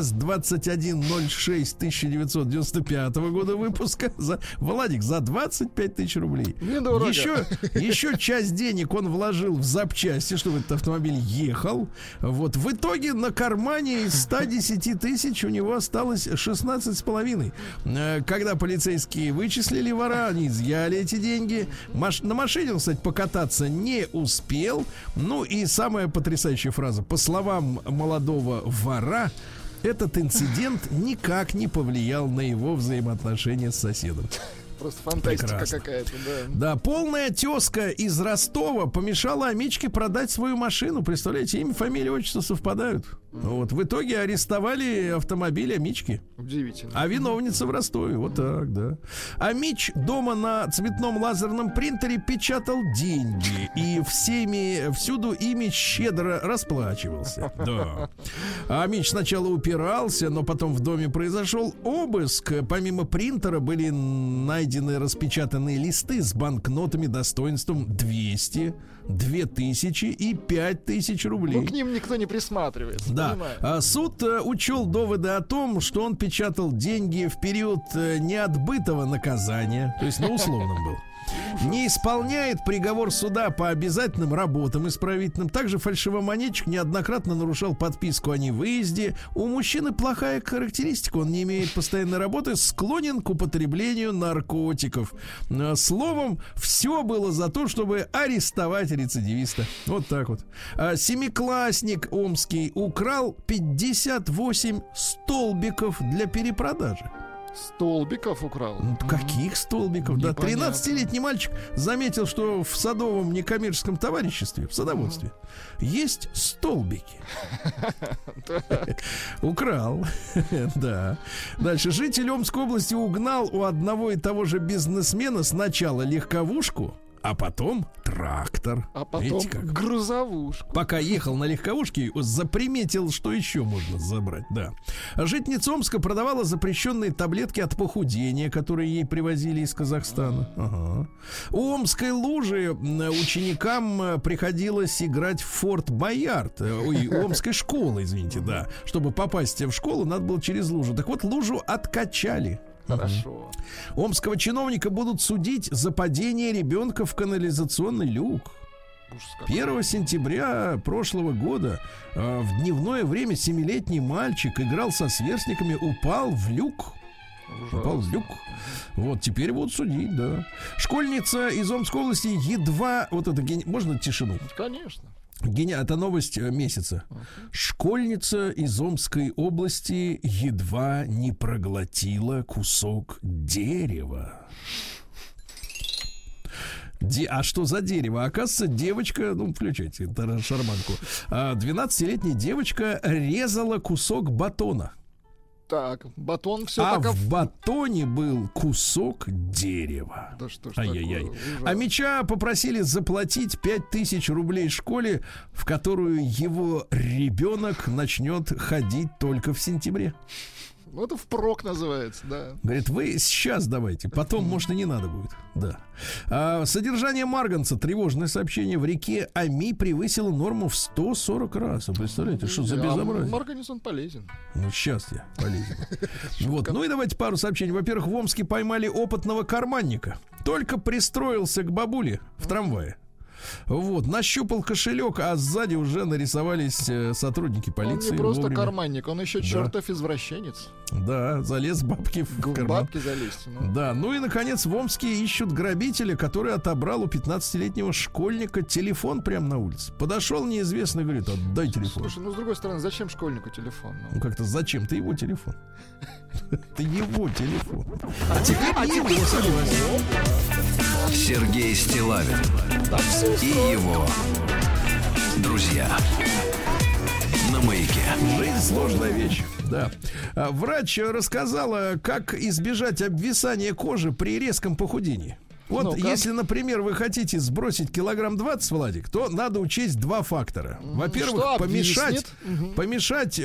ВАЗ-2106 1995 года выпуска. Владик, за 25 тысяч рублей. Еще часть денег он вложил в запчасти, чтобы этот автомобиль ехал. Вот. В итоге на кармане из 110 тысяч у него осталось 16,5. Когда полицейские вычислили вора, они изъяли эти деньги. На машине он, кстати, покататься не успел. Ну и самая потрясающая фраза. По словам молодого вора, этот инцидент никак не повлиял на его взаимоотношения с соседом. Просто фантастика. Прекрасно. Какая-то, да. Да, полная тезка из Ростова помешала Амичке продать свою машину. Представляете, имя, фамилия, отчество совпадают. Вот. В итоге арестовали автомобиль Амички. Удивительно. А виновница в Ростове. Вот так, да. Амич дома на цветном лазерном принтере печатал деньги. И всюду ими щедро расплачивался. Да. Амич сначала упирался, но потом в доме произошел обыск. Помимо принтера были найдены распечатанные листы с банкнотами достоинством 200, 2000 и 5000 рублей. Ну, к ним никто не присматривается. Да. Суд учел доводы о том, что он печатал деньги в период неотбытого наказания, то есть на условном был. Не исполняет приговор суда по обязательным работам исправительным. Также фальшивомонетчик неоднократно нарушал подписку о невыезде. У мужчины плохая характеристика. Он не имеет постоянной работы, склонен к употреблению наркотиков. Словом, все было за то, чтобы арестовать рецидивиста. Вот так вот. Семиклассник омский украл 58 столбиков для перепродажи. Столбиков украл? Каких столбиков? Да, Непонятно. 13-летний мальчик заметил, что в садовом некоммерческом товариществе, в садоводстве, есть столбики. Украл. Да. Дальше. Житель Омской области угнал у одного и того же бизнесмена сначала легковушку, а потом трактор. А потом грузовушку. Пока ехал на легковушке, заприметил, что еще можно забрать. Да. Житница Омска продавала запрещенные таблетки от похудения, которые ей привозили из Казахстана. Ага. У Омской лужи ученикам приходилось играть в Форт Боярд. Ой, у Омской школы, извините, да. Чтобы попасть в школу, надо было через лужу. Так вот, лужу откачали. Хорошо. Омского чиновника будут судить за падение ребенка в канализационный люк. 1 сентября прошлого года в дневное время 7-летний мальчик играл со сверстниками, упал в люк. Упал в люк. Вот, теперь будут судить, да. Школьница из Омской области едва... Вот это... Можно тишину? Конечно. Это новость месяца. Школьница из Омской области едва не проглотила кусок дерева. А что за дерево? Оказывается, девочка, включайте шарманку. 12-летняя девочка резала кусок батона. Так, батон все пока... в батоне был кусок дерева. Да что ж Ай-яй-яй. такое, А Мича попросили заплатить 5000 рублей школе, в которую его ребенок начнет ходить только в сентябре. Ну, это впрок называется, да. Говорит, вы сейчас давайте, потом, может, и не надо будет. Да. Содержание марганца, тревожное сообщение, в реке Ами превысило норму в 140 раз. Вы представляете, что за безобразие? Марганец, он полезен. Ну, сейчас я полезен. Вот. Ну и давайте пару сообщений. Во-первых, в Омске поймали опытного карманника. Только пристроился к бабуле в трамвае. Вот, нащупал кошелек, а сзади уже нарисовались сотрудники полиции. Он не просто вовремя. Карманник, он еще чертов извращенец. Да, залез бабки в карман. Бабки залезть. Ну. Да, ну и, наконец, в Омске ищут грабителя, который отобрал у 15-летнего школьника телефон прямо на улице. Подошел неизвестный, говорит, отдай телефон. Слушай, ну, с другой стороны, зачем школьнику телефон? Ну, как-то зачем? Ты его телефон. Это его телефон. А теперь его, согласен. Сергей Стиллавин и его Друзья на маяке. Жизнь сложная вещь. Да. Врач рассказала, как избежать обвисания кожи при резком похудении. Вот Ну-ка. если, например, вы хотите сбросить килограмм 20, Владик, то надо учесть два фактора. Во-первых, Что помешать, обвиснет?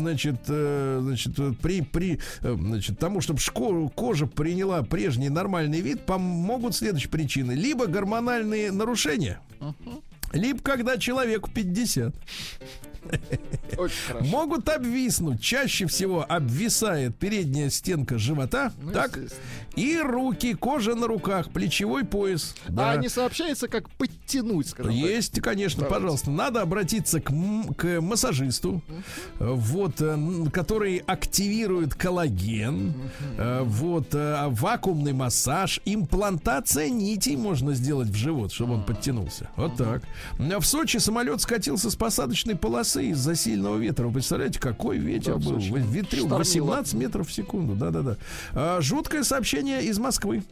при тому, чтобы кожа приняла прежний нормальный вид, помогут следующие причины. Либо гормональные нарушения, либо когда человеку 50. Очень хорошо. Могут обвиснуть. Чаще всего обвисает передняя стенка живота, так, естественно. и руки, кожа на руках, плечевой пояс. Да. А не сообщается, как подтянуть, скажем так. Есть, конечно, Давайте. пожалуйста. Надо обратиться к массажисту, который активирует коллаген, вакуумный массаж, имплантация нитей можно сделать в живот, чтобы он подтянулся. Вот так. В Сочи самолет скатился с посадочной полосы из-за сильного ветра. Вы представляете, какой ветер был? Ветрил 18 метров в секунду. Да-да-да. Жуткое сообщение из Москвы.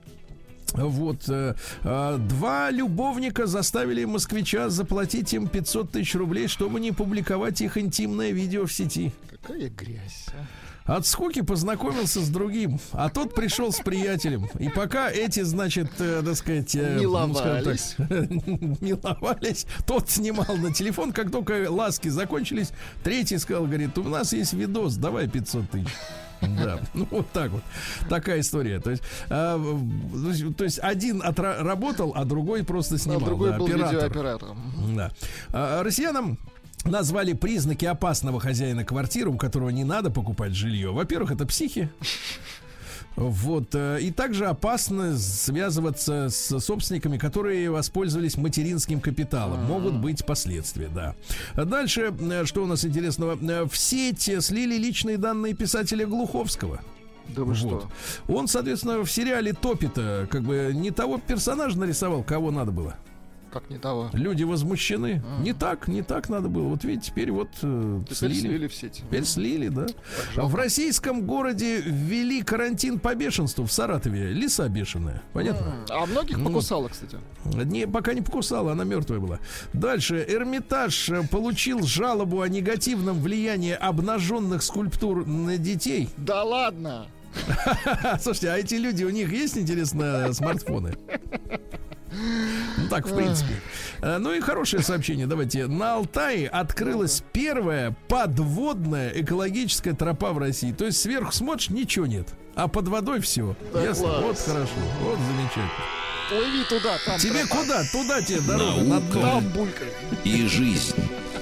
Два любовника заставили москвича заплатить им 500 тысяч рублей, чтобы не публиковать их интимное видео в сети. Какая грязь, а? От скуки познакомился с другим, а тот пришел с приятелем. И пока эти, значит, Миловались. миловались, тот снимал на телефон, как только ласки закончились, третий сказал, говорит, у нас есть видос, давай 500 тысяч. Да, ну вот так вот. Такая история. То есть один работал, а другой просто снимал. А другой да, был оператор. видеооператором. Да. Россиянам назвали признаки опасного хозяина квартиры, у которого не надо покупать жилье. Во-первых, это психи. И также опасно связываться с собственниками, которые воспользовались материнским капиталом. Могут быть последствия, да. Дальше, что у нас интересного? В сеть слили личные данные писателя Глуховского. Да вы что? Он, соответственно, в сериале «Топито» как бы не того персонажа нарисовал, кого надо было. Как не того. Люди возмущены. Не так надо было. Вот видите, теперь Слили в сеть. Теперь слили, да. В российском городе ввели карантин по бешенству. В Саратове лиса бешеная. Понятно? А многих покусала, кстати. Пока не покусала, она мертвая была. Дальше. Эрмитаж получил жалобу о негативном влиянии обнаженных скульптур на детей. Да ладно! Слушайте, а эти люди, у них есть, интересно, смартфоны? Ну так, в принципе. Ну и хорошее сообщение. Давайте. На Алтае открылась первая подводная экологическая тропа в России. То есть сверху смотришь, ничего нет. А под водой все. Да, ясно? класс. Вот хорошо. Вот замечательно. Плыви туда, там Тебе тропа. куда? Туда тебе дорога. На дно. Там булькай. И жизнь.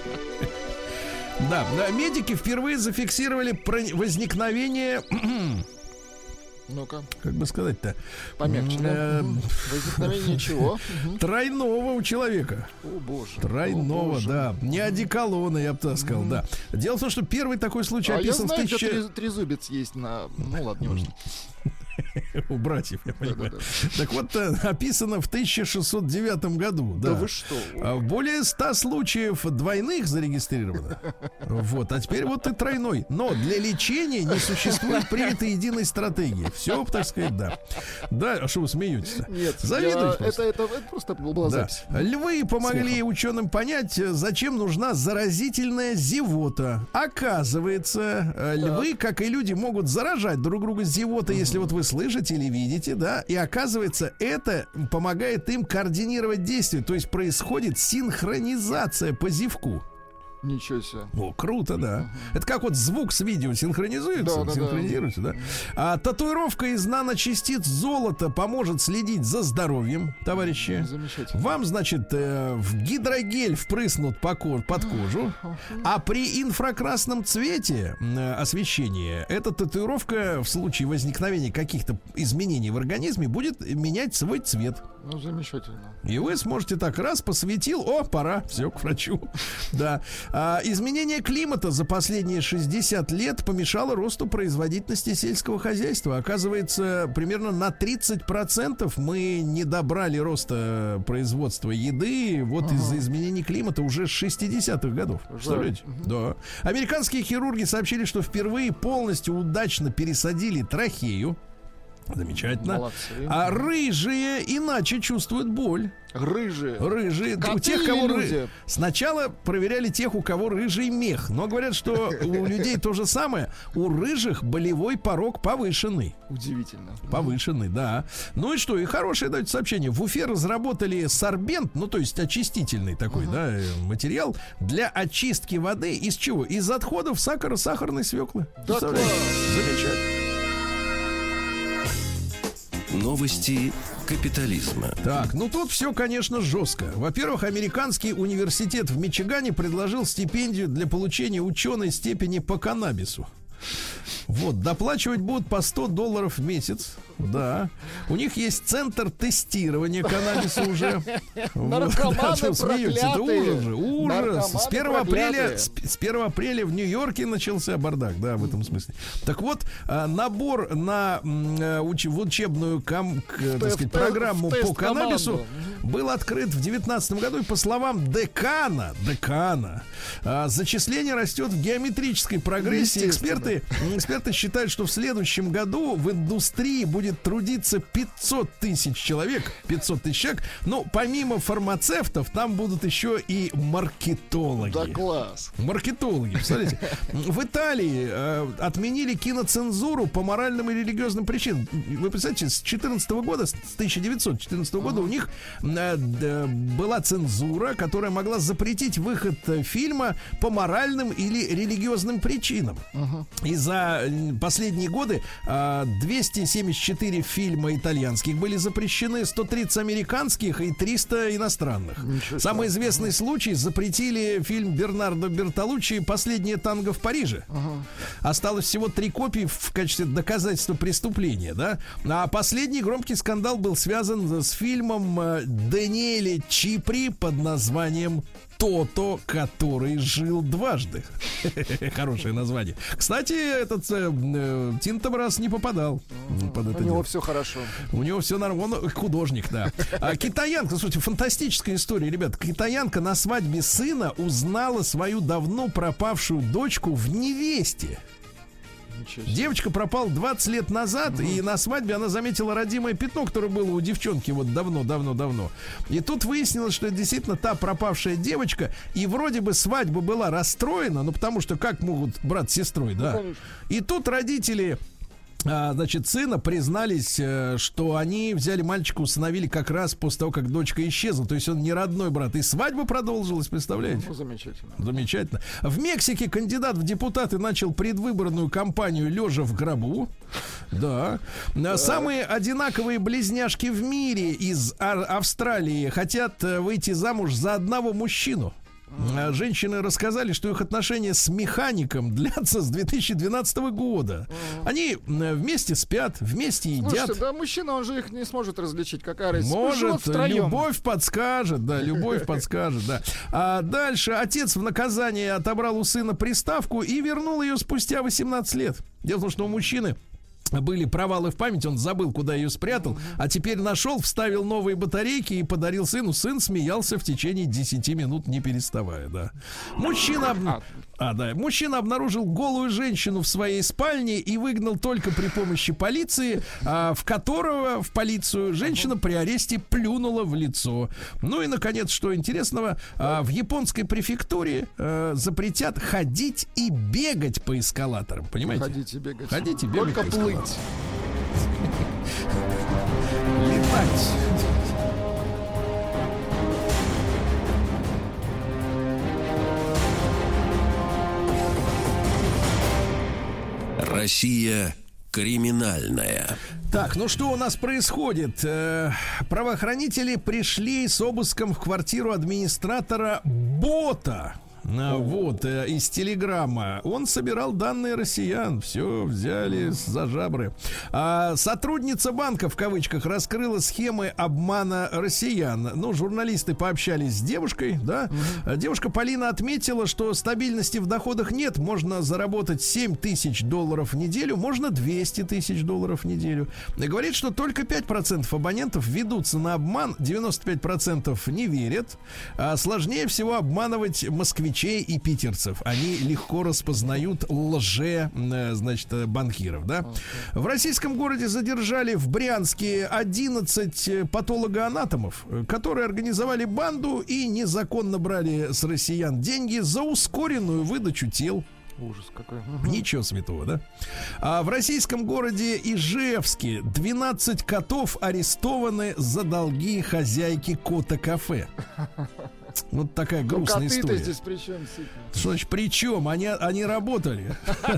Да, медики впервые зафиксировали возникновение, Ну-ка, как бы сказать-то, помягче. Да? Возникновение чего? тройного у человека. О, боже. Тройного, О, боже. да. Не одеколона, я бы так сказал, да. Дело в том, что первый такой случай А я описан знаю, в где трезубец есть на... Ну ладно, не важно. у братьев, я понимаю. Да-да-да. Так вот, описано в 1609 году. Да вы что? Более 100 случаев двойных зарегистрировано. А теперь вот и тройной. Но для лечения не существует принятой единой стратегии. Все, так сказать, да. Да, а что вы смеетесь-то? Нет, Завидуете просто? это просто была Да. запись. Львы помогли ученым понять, зачем нужна заразительная зевота. Оказывается, львы, как и люди, могут заражать друг друга зевотой, если вот вы слышите или видите, да. И оказывается, это помогает им координировать действия. То есть происходит синхронизация по зевку. Ничего себе. О, круто, да. Это как вот звук с видео синхронизуется, Да. синхронизируется, да. А татуировка из наночастиц золота поможет следить за здоровьем, товарищи. Замечательно. Вам, значит, в гидрогель впрыснут под кожу, а при инфракрасном цвете освещения эта татуировка в случае возникновения каких-то изменений в организме будет менять свой цвет. Ну, замечательно. И вы сможете так раз посветил, пора, все, к врачу. Да. Изменение климата за последние 60 лет помешало росту производительности сельского хозяйства. Оказывается, примерно на 30% мы не добрали роста производства еды вот из-за изменений климата уже с 60-х годов. Представляете? Да. Американские хирурги сообщили, что впервые полностью удачно пересадили трахею. Замечательно. Молодцы. А рыжие иначе чувствуют боль. Рыжие. Коты у тех, кого сначала проверяли тех, у кого рыжий мех. Но говорят, что у людей то же самое. У рыжих болевой порог повышенный. Удивительно. Повышенный, да. Ну и что? И хорошее дают сообщение. В Уфе разработали сорбент, ну то есть очистительный такой, да, материал для очистки воды. Из чего? Из отходов сахарной свеклы. Да класс. Замечательно. Новости капитализма. Так, ну тут все, конечно, жестко. Во-первых, американский университет в Мичигане предложил стипендию для получения ученой степени по каннабису. Вот, доплачивать будут по $100 в месяц. Да. У них есть центр тестирования каннабиса уже. Наркоманы проклятые. Это ужас же. Ужас. С 1 апреля в Нью-Йорке начался бардак, да, в этом смысле. Так вот, набор на учебную программу по каннабису был открыт в 2019 году. И по словам декана, зачисление растет в геометрической прогрессии. Эксперты считают, что в следующем году в индустрии будет трудиться 500 тысяч человек. Но помимо фармацевтов, там будут еще и маркетологи. Да класс. Маркетологи, представляете? В Италии отменили киноцензуру по моральным и религиозным причинам. Вы представляете, с 1914 года у них была цензура, которая могла запретить выход фильма по моральным или религиозным причинам. И за последние годы 274 фильма итальянских были запрещены, 130 американских и 300 иностранных. Самый известный случай: запретили фильм Бернардо Бертолуччи «Последнее танго в Париже». Осталось всего 3 копии в качестве доказательства преступления, да? А последний громкий скандал был связан с фильмом Даниэля Чипри под названием «Тото, который жил дважды». Хорошее название. Кстати, этот Тинтобрас не попадал под это. У него все хорошо. У него все нормально. Он художник, да. Китаянка, слушайте, фантастическая история, ребят. Китаянка на свадьбе сына узнала свою давно пропавшую дочку в невесте. Девочка пропала 20 лет назад, и на свадьбе она заметила родимое пятно, которое было у девчонки вот давно. И тут выяснилось, что это действительно та пропавшая девочка, и вроде бы свадьба была расстроена, ну потому что как могут брат с сестрой, да? И тут родители, значит, сына признались, что они взяли мальчика, усыновили как раз после того, как дочка исчезла. То есть он не родной брат. И свадьба продолжилась, представляете? Ну, замечательно. Замечательно. В Мексике кандидат в депутаты начал предвыборную кампанию лежа в гробу. Да. Самые одинаковые близняшки в мире из Австралии хотят выйти замуж за одного мужчину. Женщины рассказали, что их отношения с механиком длятся с 2012 года. Они вместе спят, вместе едят. Слушайте, да, мужчина, он же их не сможет различить. Какая разница? Может, любовь подскажет, да, любовь подскажет, да. А дальше отец в наказание отобрал у сына приставку и вернул ее спустя 18 лет. Дело в том, что у мужчины были провалы в памяти, он забыл, куда ее спрятал, а теперь нашел, вставил новые батарейки и подарил сыну. Сын смеялся в течение 10 минут, не переставая, да. Мужчина обнаружил голую женщину в своей спальне и выгнал только при помощи полиции, в полицию женщина при аресте плюнула в лицо. Ну и, наконец, что интересного, в японской префектуре запретят ходить и бегать по эскалаторам, понимаете? Ходить и бегать. Ходить и бегать. Только плыть. Летать. Россия криминальная. Так, ну что у нас происходит? Правоохранители пришли с обыском в квартиру администратора бота. Вот, из Телеграма. Он собирал данные россиян. Все взяли за жабры. Сотрудница банка, в кавычках, раскрыла схемы обмана россиян. Ну, журналисты пообщались с девушкой, да. Девушка Полина отметила, что стабильности в доходах нет. Можно заработать $7 тысяч в неделю, можно $200 тысяч в неделю. И говорит, что только 5% абонентов ведутся на обман, 95% не верят. Сложнее всего обманывать москвичей москвичей и питерцев. Они легко распознают банкиров, да? В российском городе задержали в Брянске 11 патологоанатомов, которые организовали банду и незаконно брали с россиян деньги за ускоренную выдачу тел. Ужас какой. Ничего святого, да? А в российском городе Ижевске 12 котов арестованы за долги хозяйки кота-кафе. Вот такая грустная история. Коты-то здесь при чем? Что значит при чем? Они работали.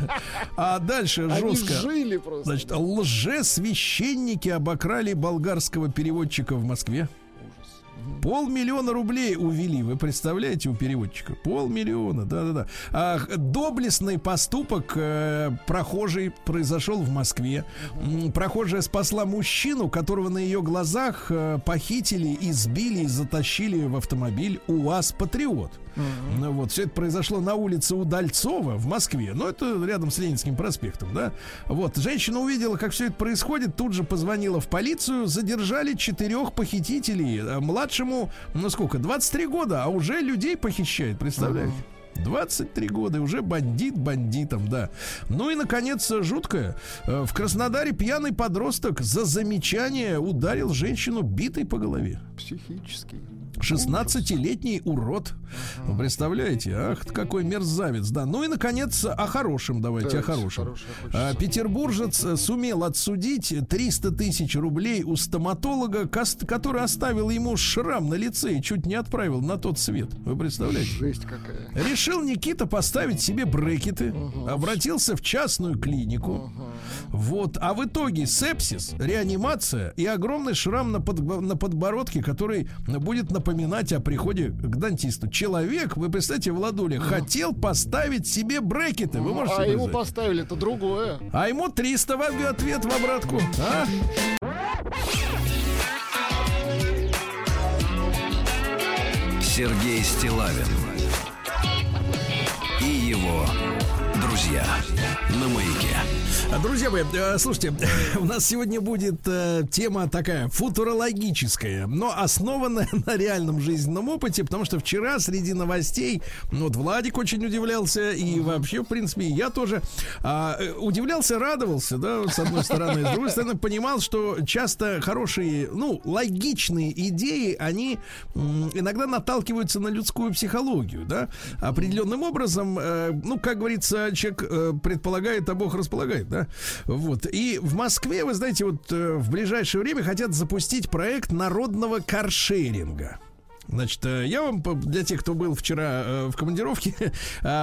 А дальше жестко. Они жили просто. Значит, лжесвященники обокрали болгарского переводчика в Москве. 500 000 рублей увели, вы представляете, у переводчика? 500 000, да-да-да. Доблестный поступок прохожей произошел в Москве. Прохожая спасла мужчину, которого на ее глазах похитили, избили и затащили в автомобиль УАЗ «Патриот». Вот, все это произошло на улице Удальцова в Москве. Но это рядом с Ленинским проспектом, да. Вот, женщина увидела, как все это происходит, тут же позвонила в полицию. Задержали 4 похитителей. Младшему, 23 года, а уже людей похищает, представляете? 23 года, и уже бандит бандитом, да. Ну и, наконец, жуткое. В Краснодаре пьяный подросток за замечание ударил женщину битой по голове. Психический. 16-летний урод. Вы представляете? Ах, какой мерзавец, да. Ну и, наконец, о хорошем давайте, о хорошем. Петербуржец сумел отсудить 300 000 рублей у стоматолога, который оставил ему шрам на лице и чуть не отправил на тот свет. Вы представляете? Жесть какая. Решил Никита поставить себе брекеты, обратился в частную клинику. Вот, а в итоге сепсис, реанимация и огромный шрам на подбородке, который будет напоминать о приходе к дантисту. Человек, вы представляете, Владуля, хотел поставить себе брекеты. Вы можете представить? Ему поставили-то другое. А ему 300 в ответ в обратку. А? Сергей Стиллавин и его друзья на Маяке. Друзья мои, слушайте, у нас сегодня будет тема такая футурологическая, но основанная на реальном жизненном опыте, потому что вчера среди новостей, вот Владик очень удивлялся, и вообще, в принципе, я тоже удивлялся, радовался, да, с одной стороны, с другой стороны, понимал, что часто хорошие, логичные идеи, они иногда наталкиваются на людскую психологию, да, определенным образом, как говорится, человек предполагает, а Бог располагает, да. Вот. И в Москве, вы знаете, вот в ближайшее время хотят запустить проект народного каршеринга. Значит, я вам, для тех, кто был вчера в командировке,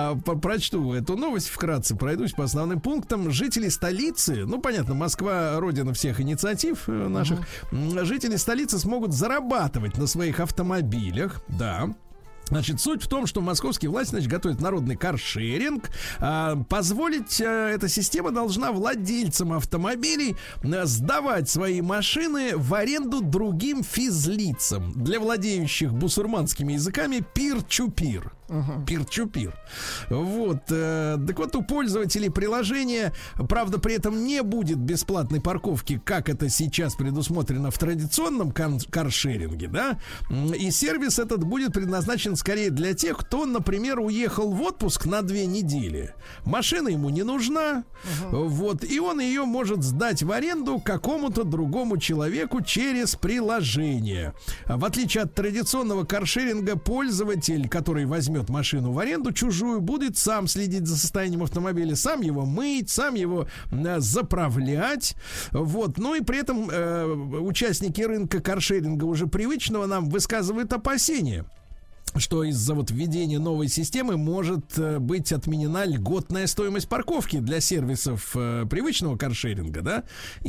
прочту эту новость вкратце, пройдусь по основным пунктам. Жители столицы, понятно, Москва — родина всех инициатив наших, жители столицы смогут зарабатывать на своих автомобилях, да. Значит, суть в том, что московские власти, готовят народный каршеринг. Позволить эта система должна владельцам автомобилей сдавать свои машины в аренду другим физлицам, для владеющих бусурманскими языками пир-чу-пир. Пир-чу-пир. Вот. Так вот, у пользователей приложения, правда, при этом не будет бесплатной парковки, как это сейчас предусмотрено в традиционном каршеринге, да. И сервис этот будет предназначен скорее для тех, кто, например, уехал в отпуск на 2 недели. Машина ему не нужна, вот, и он ее может сдать в аренду какому-то другому человеку через приложение. В отличие от традиционного каршеринга, пользователь, который возьмет машину в аренду чужую, будет сам следить за состоянием автомобиля, сам его мыть, сам его заправлять. Вот. Ну и при этом участники рынка каршеринга уже привычного нам высказывают опасения, что из-за введения новой системы может быть отменена льготная стоимость парковки для сервисов привычного каршеринга, да,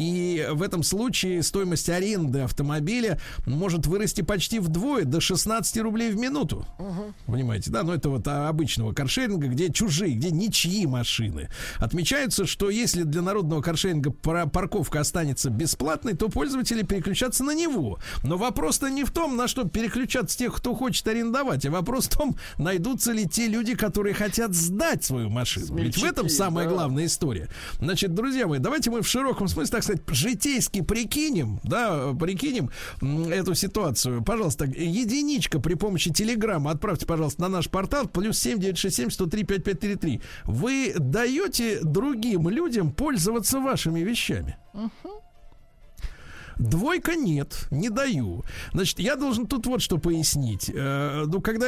и в этом случае стоимость аренды автомобиля может вырасти почти вдвое, до 16 рублей в минуту. Понимаете, да, но это обычного каршеринга, где чужие, где ничьи машины. Отмечается, что если для народного каршеринга парковка останется бесплатной, то пользователи переключатся на него. Но вопрос-то не в том, на что переключаться тех, кто хочет арендовать продавать. А вопрос в том, найдутся ли те люди, которые хотят сдать свою машину. Ведь в этом самая главная история. Значит, друзья мои, давайте мы в широком смысле, так сказать, житейски прикинем эту ситуацию. Пожалуйста, единичка при помощи телеграмма отправьте, пожалуйста, на наш портал +7 967 103 5533. Вы даете другим людям пользоваться вашими вещами? Двойка нет, не даю. Значит, я должен тут вот что пояснить. Ну, когда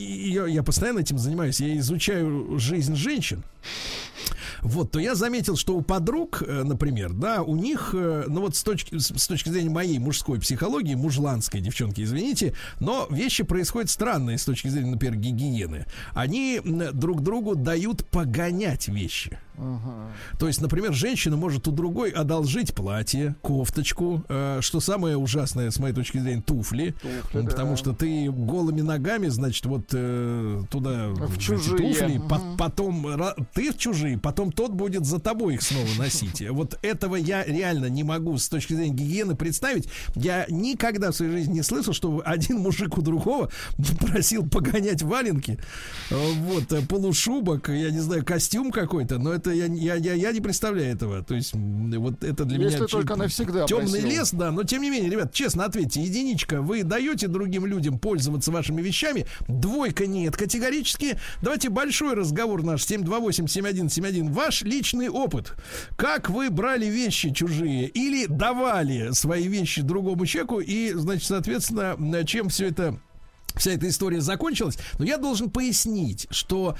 я постоянно этим занимаюсь, я изучаю жизнь женщин. Вот, то я заметил, что у подруг, например, да, у них, ну вот с точки зрения моей мужской психологии, мужланской, девчонки, извините, но вещи происходят странные с точки зрения, например, гигиены. Они друг другу дают погонять вещи. То есть, например, женщина может у другой одолжить платье, кофточку, что самое ужасное, с моей точки зрения, туфли, потому что ты голыми ногами, значит, вот туда в чужие туфли, потом ты в чужие, потом тот будет за тобой их снова носить. Вот этого я реально не могу с точки зрения гигиены представить. Я никогда в своей жизни не слышал, что один мужик у другого просил погонять валенки, вот, полушубок, я не знаю, костюм какой-то, но это я не представляю этого. То есть вот это для меня только навсегда темный лес, да. Но тем не менее, ребят, честно ответьте, единичка, вы даете другим людям пользоваться вашими вещами? Двойка нет, категорически. Давайте большой разговор наш 728-7171. Ваш личный опыт. Как вы брали вещи чужие или давали свои вещи другому человеку? И, значит, соответственно, чем вся эта история закончилась. Но я должен пояснить, что,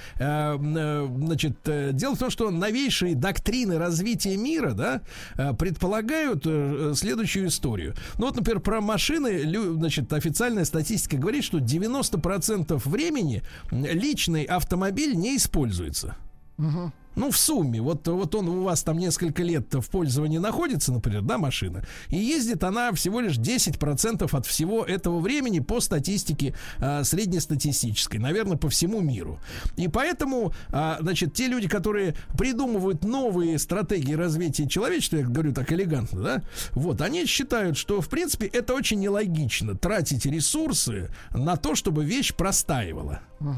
значит, дело в том, что новейшие доктрины развития мира, да, предполагают следующую историю. Ну вот, например, про машины, значит, официальная статистика говорит, что 90% времени личный автомобиль не используется. Ну, в сумме, вот он у вас там несколько лет в пользовании находится, например, да, машина, и ездит она всего лишь 10% от всего этого времени по статистике среднестатистической, наверное, по всему миру. И поэтому, значит, те люди, которые придумывают новые стратегии развития человечества, я говорю так элегантно, да, вот, они считают, что, в принципе, это очень нелогично тратить ресурсы на то, чтобы вещь простаивала.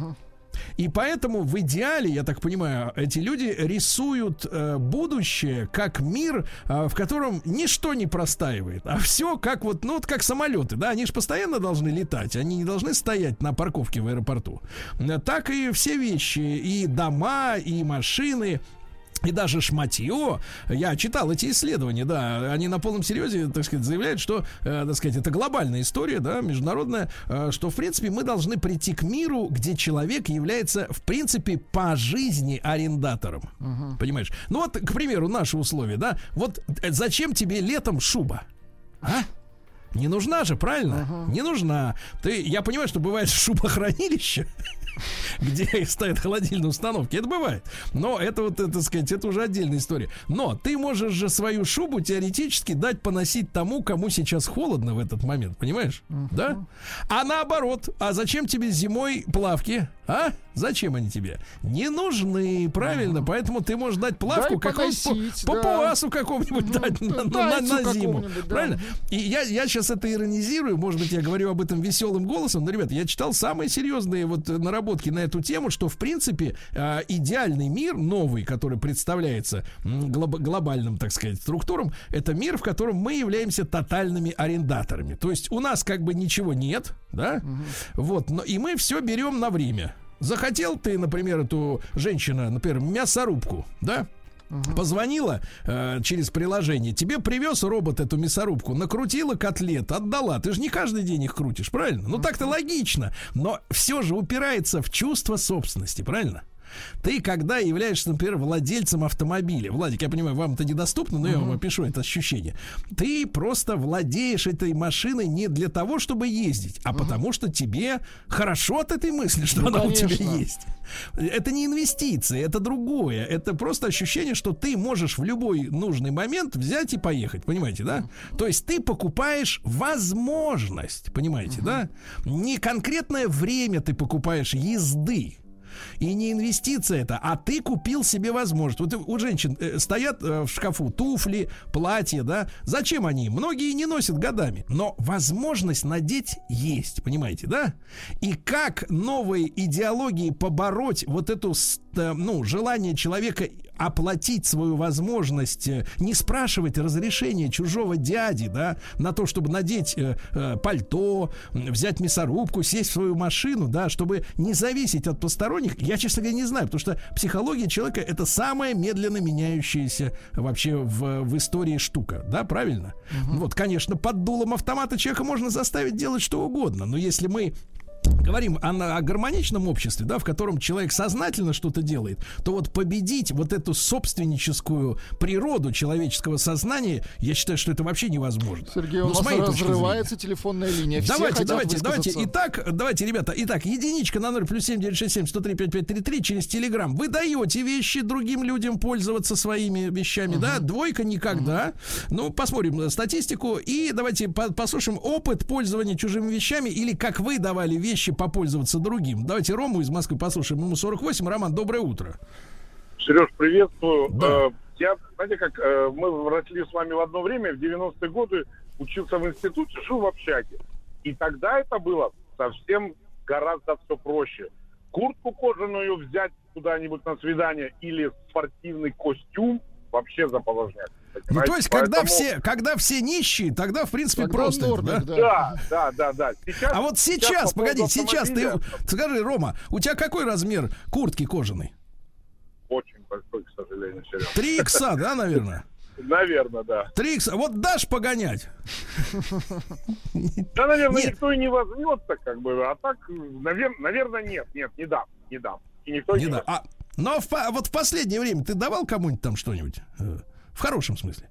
И поэтому в идеале, я так понимаю, эти люди рисуют будущее как мир, в котором ничто не простаивает, а все как вот, ну вот как самолеты, да, они же постоянно должны летать, они не должны стоять на парковке в аэропорту. Так и все вещи, и дома, и машины, и даже шматье, я читал эти исследования, да, они на полном серьезе, так сказать, заявляют, что, так сказать, это глобальная история, да, международная, что, в принципе, мы должны прийти к миру, где человек является, в принципе, по жизни арендатором. Понимаешь? Ну вот, к примеру, наши условия, да, вот зачем тебе летом шуба? А? Не нужна же, правильно? Не нужна. Я понимаю, что бывает шубохранилище, где ставят холодильные установки. Это бывает. Но это вот, так сказать, это уже отдельная история. Но ты можешь же свою шубу теоретически дать поносить тому, кому сейчас холодно в этот момент. Понимаешь? Да? А наоборот, а зачем тебе зимой плавки? А? Зачем они тебе? Не нужны, правильно. Поэтому ты можешь дать плавку какому-нибудь папуасу какому-нибудь дать на зиму. Правильно? И я сейчас это иронизирую. Может быть, я говорю об этом веселым голосом. Но, ребят, я читал самые серьезные вот наработки на эту тему, что, в принципе, идеальный мир, новый, который представляется глобальным, так сказать, структурам, это мир, в котором мы являемся тотальными арендаторами. То есть у нас как бы ничего нет, да? Вот, но и мы все берем на время. Захотел ты, например, эту женщину, например, мясорубку, да? Позвонила через приложение, тебе привез робот эту мясорубку, накрутила котлет, отдала. Ты же не каждый день их крутишь, правильно? Ну так-то логично, но все же упирается в чувство собственности, правильно? Ты, когда являешься, например, владельцем автомобиля, Владик, я понимаю, вам это недоступно, но я вам опишу это ощущение. Ты просто владеешь этой машиной не для того, чтобы ездить, а потому что тебе хорошо от этой мысли, что она конечно. У тебя есть. Это не инвестиции, это другое. Это просто ощущение, что ты можешь в любой нужный момент взять и поехать, понимаете, да? То есть ты покупаешь возможность, понимаете, да? Не конкретное время ты покупаешь езды, И не инвестиция это, а ты купил себе возможность. Вот у женщин стоят в шкафу туфли, платья, да. Зачем они? Многие не носят годами. Но возможность надеть есть, понимаете, да? И как новые идеологии побороть вот эту, желание человека оплатить свою возможность, не спрашивать разрешения чужого дяди, да, на то, чтобы надеть пальто, взять мясорубку, сесть в свою машину, да, чтобы не зависеть от посторонних, я, честно говоря, не знаю, потому что психология человека — это самая медленно меняющаяся вообще в истории штука, да, правильно? Вот, конечно, под дулом автомата человека можно заставить делать что угодно, но если мы говорим о гармоничном обществе, да, в котором человек сознательно что-то делает, то вот победить вот эту собственническую природу человеческого сознания, я считаю, что это вообще невозможно. Сергей, у нас разрывается телефонная линия. Давайте. Давайте, ребята. Итак, единичка на 0 +7 967 103 5533 через Телеграм. Вы даете вещи другим людям пользоваться своими вещами, да? Двойка никогда. Ну, посмотрим статистику и давайте послушаем опыт пользования чужими вещами или как вы давали вещи попользоваться другим. Давайте Рому из Москвы послушаем. Ему 48. Роман, доброе утро. Сереж, приветствую. Да. Знаете, как мы росли с вами в одно время, в 90-е годы учился в институте, жил в общаге. И тогда это было совсем гораздо все проще. Куртку кожаную взять куда-нибудь на свидание или спортивный костюм вообще заположнять. Ну, то есть, когда все нищие, тогда, в принципе, тогда просто. Норме, да? Да. Сейчас, а вот сейчас, погоди, сейчас ты скажи, Рома, у тебя какой размер куртки кожаной? Очень большой, к сожалению, Серега. 3 икса, да, наверное? Наверное, да. 3 икса. Вот дашь погонять? Да, наверное, никто и не возьмется, как бы. А так, наверное, нет, не дам. И никто не даст. Но вот в последнее время ты давал кому-нибудь там что-нибудь? В хорошем смысле.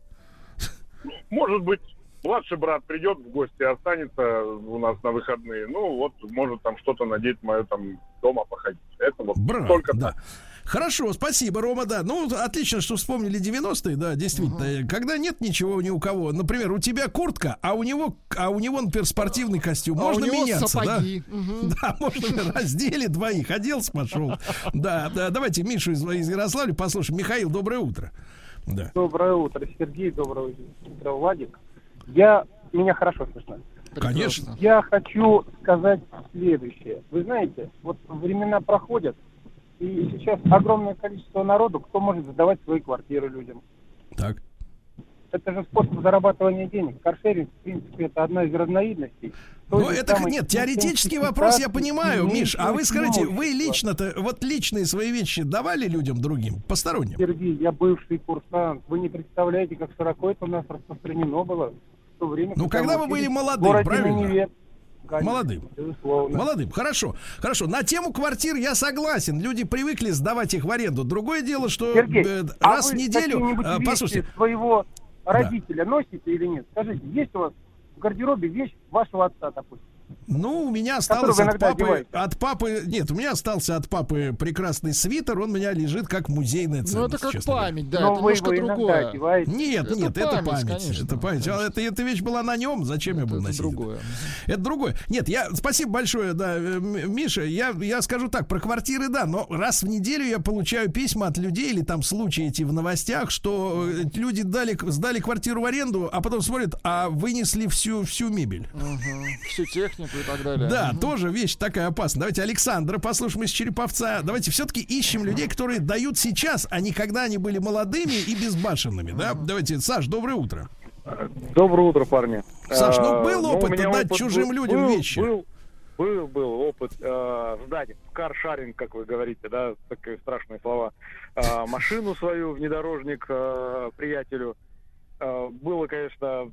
Может быть, младший брат придет в гости, останется у нас на выходные. Ну, вот, может там что-то надеть, мое там дома походить. Это вот только да. так. Хорошо, спасибо, Рома, да. Ну, отлично, что вспомнили 90-е, да, действительно. Когда нет ничего ни у кого. Например, у тебя куртка, а у него, например, спортивный костюм. Можно меняться, сапоги. Да? Да, можно раздели двоих. Оделся, пошел. Да, давайте Мишу из Ярославля послушаем. Михаил, доброе утро. Да. Доброе утро, Сергей, доброе утро, Владик. Меня хорошо слышно. Конечно. Я хочу сказать следующее. Вы знаете, вот времена проходят, и сейчас огромное количество народу, кто может сдавать свои квартиры людям. Так. Это же способ зарабатывания денег. Каршеринг, в принципе, это одна из разновидностей. Ну, это нет, теоретический вопрос я понимаю, Миш, а вы скажите, вы лично-то, вот личные свои вещи давали людям другим, посторонним? Сергей, я бывший курсант. Вы не представляете, как широко это у нас распространено было в то время. Ну, когда вы были молодым, правильно? Молодым. Хорошо. На тему квартир я согласен. Люди привыкли сдавать их в аренду. Другое дело, что Сергей, раз в неделю... Послушайте, своего родителя носите или нет? Скажите, есть у вас в гардеробе вещь вашего отца, допустим? Ну, у меня осталось от папы... Нет, у меня остался от папы прекрасный свитер. Он у меня лежит как музейная ценность. Ну, это как память, да, но это немножко другое. Нет, это память. Это память. Эта вещь была на нем, зачем я буду носить? Это другое. Нет, спасибо большое, да, Миша. Я скажу так, про квартиры, да, но раз в неделю я получаю письма от людей, или там случаи эти в новостях, что люди сдали квартиру в аренду, а потом смотрят, а вынесли всю мебель. Всю технику и так далее. Да, тоже вещь такая опасная. Давайте Александра послушаем из Череповца. Давайте все-таки ищем людей, которые дают сейчас, а не когда они были молодыми и безбашенными. Да? Давайте, Саш, доброе утро. Доброе утро, парни. Саш, был опыт дать чужим людям вещи? Был опыт сдать каршаринг, как вы говорите, да, такие страшные слова. Машину свою, внедорожник приятелю. Было, конечно...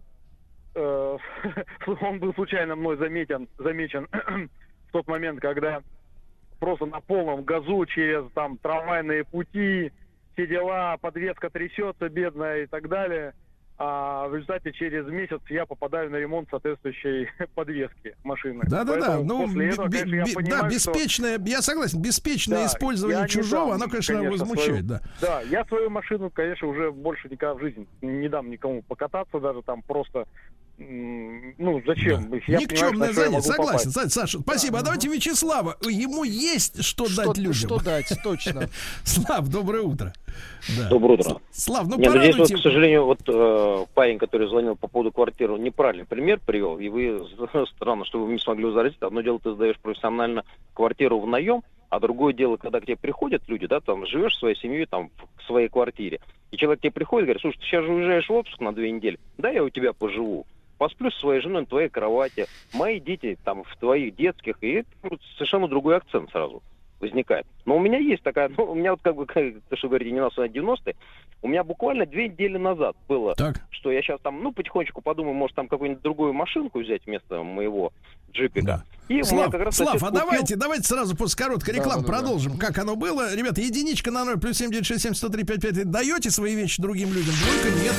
Он был случайно мной замечен в тот момент, когда просто на полном газу через там трамвайные пути, все дела, подвеска трясется бедная и так далее. А в результате через месяц я попадаю на ремонт соответствующей подвески машины. Да. Ну, беспечное, я согласен, беспечное использование чужого, оно, конечно, возмущает. Да, я свою машину, конечно, уже больше никогда в жизни не дам никому покататься, даже там просто ну, зачем? Да. Я Никчемное понимаю, что я занятие, могу согласен. попасть. Саша, спасибо. А давайте Вячеслава. Ему есть что дать людям. Что дать, точно. Слав, доброе утро. Да. Доброе утро. Слав, ну Нет, здесь порадуйте. вот, к сожалению, вот парень, который звонил по поводу квартиры, неправильный пример привел, и вы, странно, что вы не смогли возразить. Одно дело, ты сдаешь профессионально квартиру в наем, а другое дело, когда к тебе приходят люди, да, там, живешь своей семьей, там, в своей квартире, и человек к тебе приходит и говорит: слушай, ты сейчас же уезжаешь в отпуск на 2 недели, да, я у тебя поживу, посплю со своей женой на твоей кровати, мои дети там в твоих детских, и совершенно другой акцент сразу возникает. Но у меня есть такая, ну, у меня вот как бы, то, что говорите, не на 90-е, у меня буквально 2 недели назад было, что я сейчас там, ну, потихонечку подумаю, может, там какую-нибудь другую машинку взять вместо моего джипика. Да. И Слав, как раз Слав, а купил... давайте сразу после короткой рекламы продолжим, как оно было. Ребята, единичка на 0 плюс 7967 103 55. Даете свои вещи другим людям? Только нет.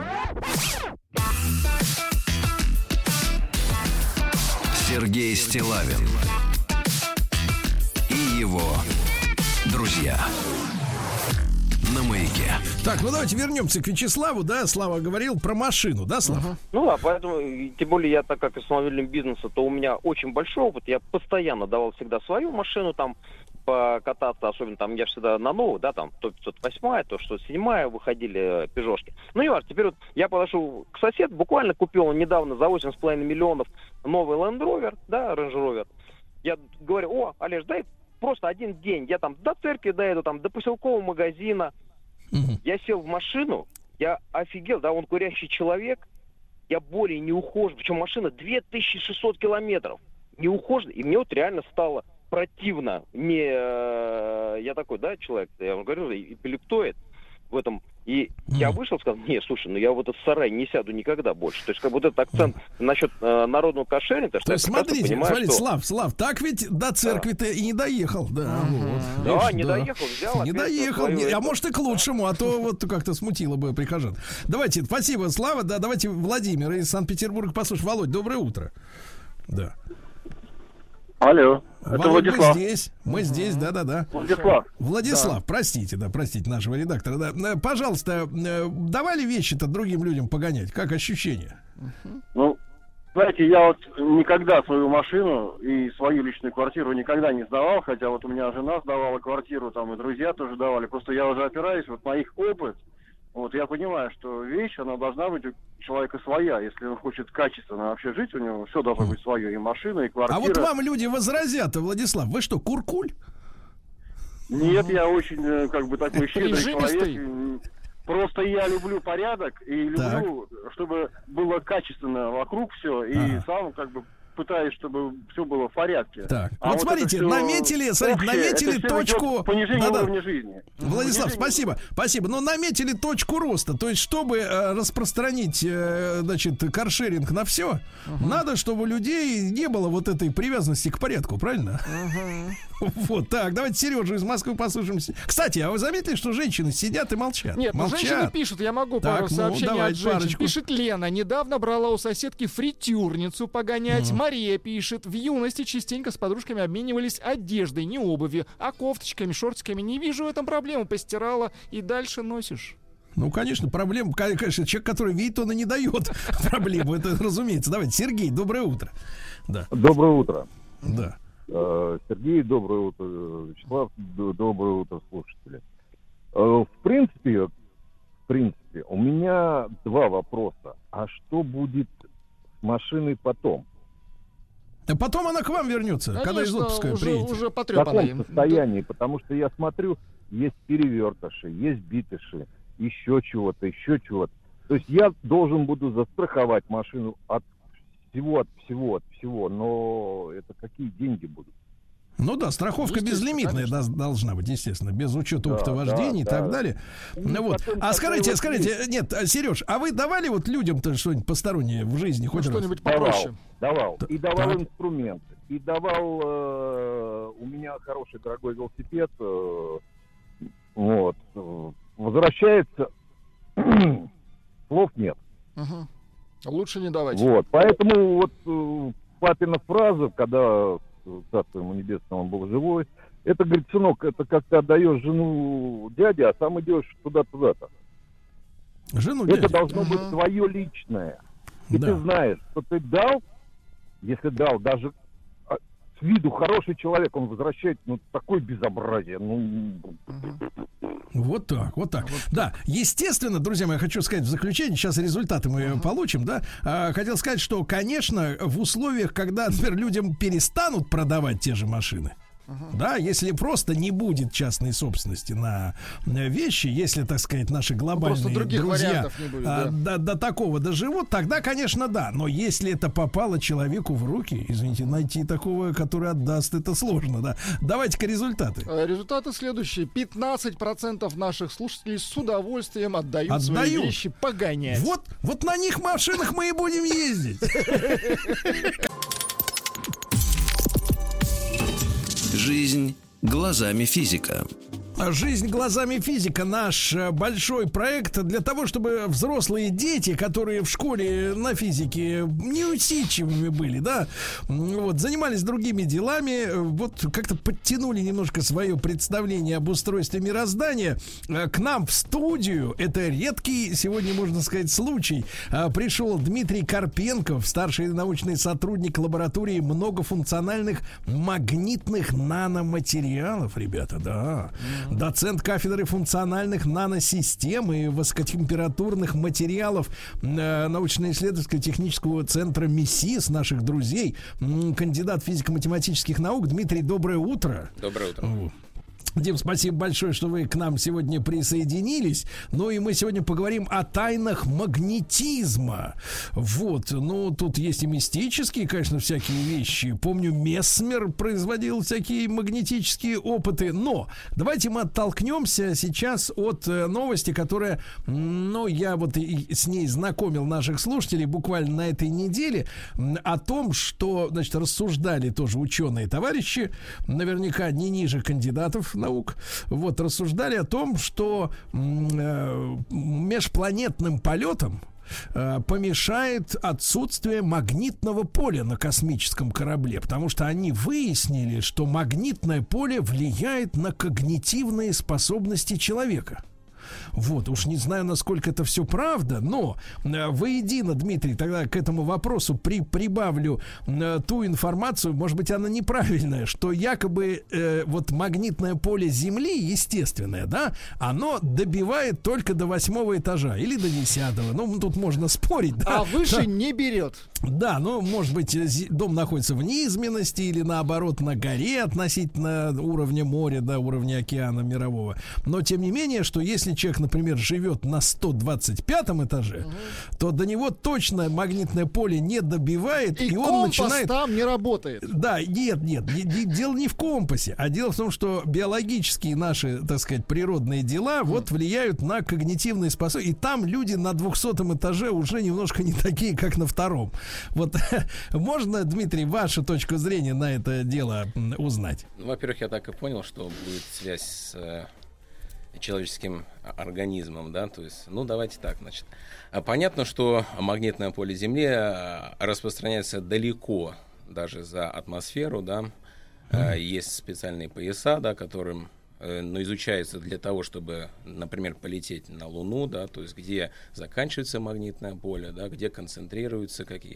Сергей Стиллавин и его друзья на Маяке. Так, ну давайте вернемся к Вячеславу, да, Слава говорил про машину, да, Слава? Ну да, поэтому, тем более я, так как автомобильным бизнесом, то у меня очень большой опыт, я постоянно давал всегда свою машину там покататься, особенно там я всегда на новую, да, там, то 508, то 607 выходили пежошки. Ну и важно, теперь вот я подошел к соседу, буквально купил недавно за 8,5 миллионов новый Land Rover, да, Range Rover. Я говорю: о, Олеж, дай просто один день, я там до церкви доеду, там, до поселкового магазина. Я сел в машину, я офигел, да, он курящий человек, я более не ухожу, причем машина 2600 километров, не ухожу, и мне вот реально стало противно, я такой, да, человек, я вам говорю, эпилептоид в этом, и я вышел и сказал: не, слушай, ну я в этот сарай не сяду никогда больше. То есть, как вот этот акцент насчет народного кошеринга, что то есть, я смотрите, понимаю, что... Слав, так ведь до церкви-то и не доехал, да. Вот. Да, Видишь, не доехал, взял. Не доехал, а может и к лучшему, а то вот как-то смутило бы прихожан. Давайте, спасибо, Слава, да, давайте Владимир из Санкт-Петербурга послушаем. Володь, доброе утро. Да. Алло, Володь, это Владислав. Мы здесь, да. Владислав, да. Простите нашего редактора. Да. Пожалуйста, давали вещи-то другим людям погонять? Как ощущение? Ну, знаете, я вот никогда свою машину и свою личную квартиру никогда не сдавал, хотя вот у меня жена сдавала квартиру, там и друзья тоже давали. Просто я уже опираюсь вот на их опыт. Вот я понимаю, что вещь, она должна быть у человека своя. Если он хочет качественно вообще жить, у него все должно быть свое. И машина, и квартира. А вот вам люди возразят, Владислав, вы что, куркуль? Нет, я очень, как бы, такой щедрый человек. Просто я люблю порядок и люблю, чтобы было качественно вокруг все. И сам, как бы, пытаюсь, чтобы все было в порядке. Так, вот смотрите, наметили точку понижения уровня жизни. Владислав, спасибо. Но наметили точку роста. То есть, чтобы распространить, значит, каршеринг на все, надо, чтобы у людей не было вот этой привязанности к порядку, правильно? Вот так, давайте Сережу из Москвы послушаем. Кстати, а вы заметили, что женщины сидят и молчат? Нет, молчат. Женщины пишут, я могу пару сообщений от женщин. Пишет Лена: недавно брала у соседки фритюрницу погонять. Мария пишет: в юности частенько с подружками обменивались одеждой, не обувью, а кофточками, шортиками. Не вижу в этом проблемы, постирала и дальше носишь. Ну, конечно, проблем, конечно, человек, который видит, он и не дает проблему, это разумеется. Давайте, Сергей, доброе утро. Да. Доброе утро. Да. Сергей, доброе утро. Вячеслав, доброе утро, слушатели. В принципе, у меня 2 вопроса. А что будет с машиной потом? А потом она к вам вернется, конечно, когда из отпуска приедете. Уже в каком потрепанная. состоянии? Потому что я смотрю, есть перевертыши, есть битыши, еще чего-то. То есть я должен буду застраховать машину от всего, но это какие деньги будут? Ну да, страховка безлимитная должна быть, естественно, без учета опыта вождения и так далее. Ну, вот. А скажите, нет, Сереж, а вы давали вот людям-то что-нибудь постороннее в жизни хоть что-нибудь попроще? Давал. И давал инструменты. И давал, у меня хороший дорогой велосипед, вот, возвращается, слов нет. Лучше не давать. Вот, поэтому вот папина фраза, когда, царство ему небесное, он был живой, это, говорит: сынок, это как ты отдаешь жену дяде, а сам идешь туда-то. Жену это дяде. должно быть твое личное. И ты знаешь, что ты дал, если дал, даже с виду хороший человек, он возвращает, такое безобразие. Вот так. Да, естественно, друзья мои, хочу сказать в заключение, сейчас результаты мы получим, да. Хотел сказать, что, конечно, в условиях, когда, например, людям перестанут продавать те же машины, да, если просто не будет частной собственности на вещи, если, так сказать, наши глобальные друзья не будет, до такого доживут, тогда, конечно, да. Но если это попало человеку в руки, извините, найти такого, который отдаст, это сложно, да. Давайте-ка результаты. Результаты следующие. 15% наших слушателей с удовольствием отдают свои вещи погонять. Вот на них машинах мы и будем ездить. Жизнь глазами физика. «Жизнь глазами физика» — наш большой проект для того, чтобы взрослые дети, которые в школе на физике неусидчивыми были, да, вот, занимались другими делами, вот как-то подтянули немножко свое представление об устройстве мироздания. К нам в студию, это редкий сегодня, можно сказать, случай, пришел Дмитрий Карпенков, старший научный сотрудник лаборатории многофункциональных магнитных наноматериалов, ребята, да. Доцент кафедры функциональных наносистем и высокотемпературных материалов научно-исследовательского технического центра МИСИС, наших друзей, кандидат физико-математических наук. Дмитрий, доброе утро. Доброе утро. Дим, спасибо большое, что вы к нам сегодня присоединились. Ну и мы сегодня поговорим о тайнах магнетизма. Вот, тут есть и мистические, конечно, всякие вещи. Помню, Месмер производил всякие магнетические опыты. Но давайте мы оттолкнемся сейчас от новости, которая, я вот и с ней знакомил наших слушателей буквально на этой неделе, о том, что, значит, рассуждали тоже ученые-товарищи, наверняка не ниже кандидатов наук, вот, рассуждали о том, что межпланетным полетам помешает отсутствие магнитного поля на космическом корабле, потому что они выяснили, что магнитное поле влияет на когнитивные способности человека. Вот, уж не знаю, насколько это все правда, но воедино, Дмитрий, тогда к этому вопросу прибавлю ту информацию, может быть, она неправильная, что якобы вот магнитное поле Земли, естественное, да, оно добивает только до 8-го этажа или до 10-го. Тут можно спорить, да. А выше не берет. Да, может быть, дом находится в низменности или, наоборот, на горе относительно уровня моря, да, уровня океана мирового. Но, тем не менее, что если человек, например, живет на 125-м этаже, то до него точно магнитное поле не добивает, и он начинает... там не работает. Да, нет, дело не в компасе, а дело в том, что биологические наши, так сказать, природные дела вот влияют на когнитивные способности, и там люди на 200-м этаже уже немножко не такие, как на 2-м. Вот можно, Дмитрий, вашу точку зрения на это дело узнать? Во-первых, я так и понял, что будет связь с человеческим организмом, да, то есть, давайте так, значит. Понятно, что магнитное поле Земли распространяется далеко, даже за атмосферу, да, есть специальные пояса, да, которым изучаются для того, чтобы, например, полететь на Луну, да, то есть где заканчивается магнитное поле, да, где концентрируются какие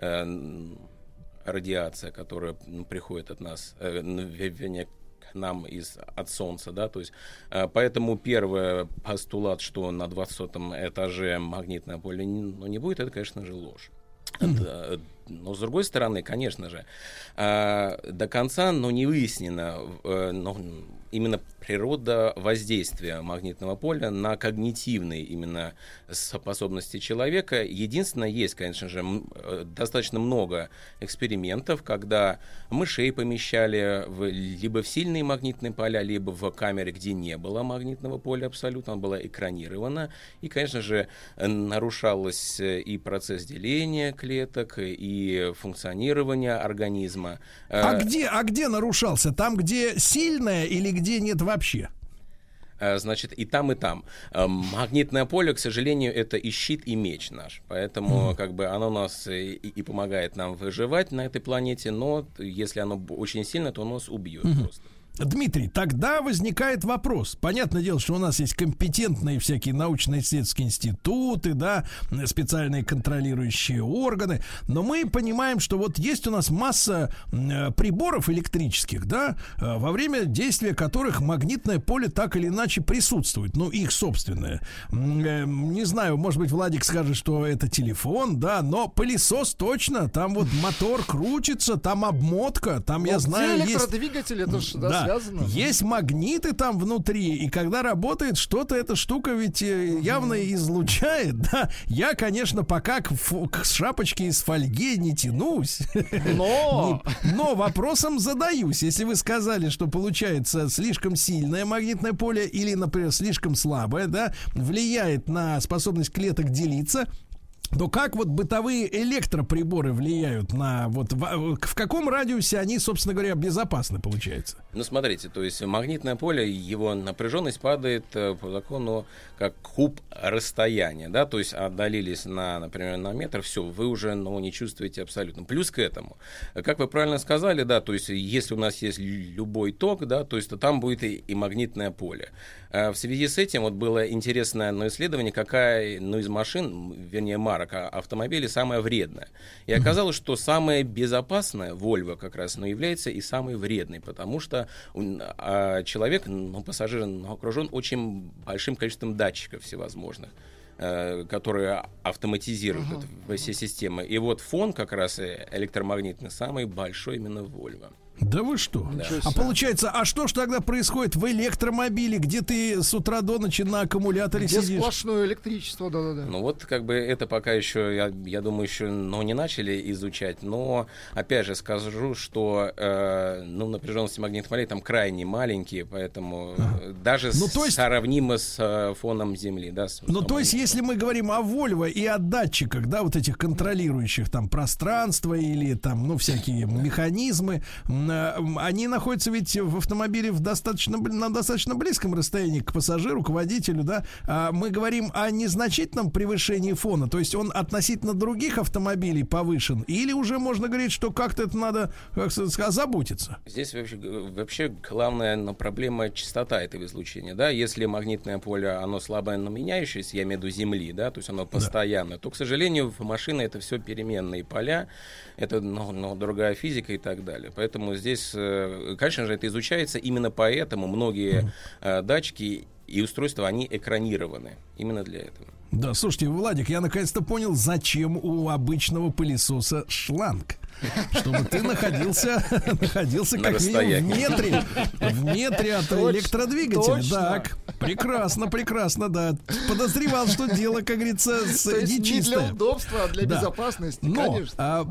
радиация, которая приходит от нас, к нам от Солнца, да, то есть поэтому первый постулат, что на 20-м этаже магнитное поле не будет, это, конечно же, ложь. Но, с другой стороны, конечно же, до конца, не выяснено, именно природа воздействия магнитного поля на когнитивные именно способности человека. Единственное, есть, конечно же, достаточно много экспериментов, когда мышей помещали либо в сильные магнитные поля, либо в камере, где не было магнитного поля абсолютно, оно было экранировано, и, конечно же, нарушалось и процесс деления клеток, и функционирование организма. А где нарушался? Там, где сильное или где нет вообще? Значит, и там, и там. Магнитное поле, к сожалению, это и щит, и меч наш. Поэтому, оно нас и помогает нам выживать на этой планете, но если оно очень сильно, то оно нас убьет просто. Дмитрий, тогда возникает вопрос. Понятное дело, что у нас есть компетентные всякие научно-исследовательские институты, да, специальные контролирующие органы, но мы понимаем, что вот есть у нас масса приборов электрических, да, во время действия которых магнитное поле так или иначе присутствует, ну, их собственное. Не знаю, может быть, Владик скажет, что это телефон, да, но пылесос точно, там вот мотор крутится, там обмотка, там, я знаю, есть... электродвигатель, это же, да, связано. Есть магниты там внутри, и когда работает что-то, эта штука ведь явно излучает, да. Я, конечно, пока к шапочке из фольги не тянусь, но вопросом задаюсь. Если вы сказали, что получается слишком сильное магнитное поле или, например, слишком слабое, да, влияет на способность клеток делиться, то как вот бытовые электроприборы влияют на вот в каком радиусе они, собственно говоря, безопасны, получается? Ну, смотрите, то есть магнитное поле, его напряженность падает по закону как куб расстояния, да, то есть отдалились например, на метр, все, вы уже, не чувствуете абсолютно. Плюс к этому, как вы правильно сказали, да, то есть если у нас есть любой ток, да, то есть то там будет и магнитное поле. В связи с этим вот было интересное исследование, какая из машин, вернее марок автомобилей, самая вредная. И оказалось, что самая безопасная Volvo как раз, является и самой вредной, потому что человек, пассажир, окружен очень большим количеством датчиков всевозможных, которые автоматизируют все системы. И вот фон как раз электромагнитный самый большой именно в Volvo. Да вы что? Да. А получается, а что ж тогда происходит в электромобиле, где ты с утра до ночи на аккумуляторе где сидишь? Сплошное электричество, да-да-да. Ну вот как бы это пока еще, я думаю, еще не начали изучать, но опять же скажу, что напряженности магнитных полей там крайне маленькие, поэтому даже сравнимо с фоном Земли. Да, то есть, если мы говорим о Volvo и о датчиках, да, вот этих контролирующих там пространство или там, всякие механизмы, они находятся ведь в автомобиле на достаточно близком расстоянии к пассажиру, к водителю, да. Мы говорим о незначительном превышении фона, то есть он относительно других автомобилей повышен, или уже можно говорить, что как-то это надо, как сказать, озаботиться? Здесь вообще главная проблема частота этого излучения, да. Если магнитное поле, оно слабо меняющееся, я имею в виду Земли, да, то есть оно постоянно, то, к сожалению, в машине это все переменные поля, это другая физика и так далее. Поэтому здесь, конечно же, это изучается, именно поэтому многие датчики и устройства, они экранированы именно для этого. Да, слушайте, Владик, я наконец-то понял, зачем у обычного пылесоса шланг. Чтобы ты находился как минимум в метре от электродвигателя. Точно. Так, прекрасно, да. Подозревал, что дело, как говорится, нечистое. Не для удобства, а для безопасности, конечно.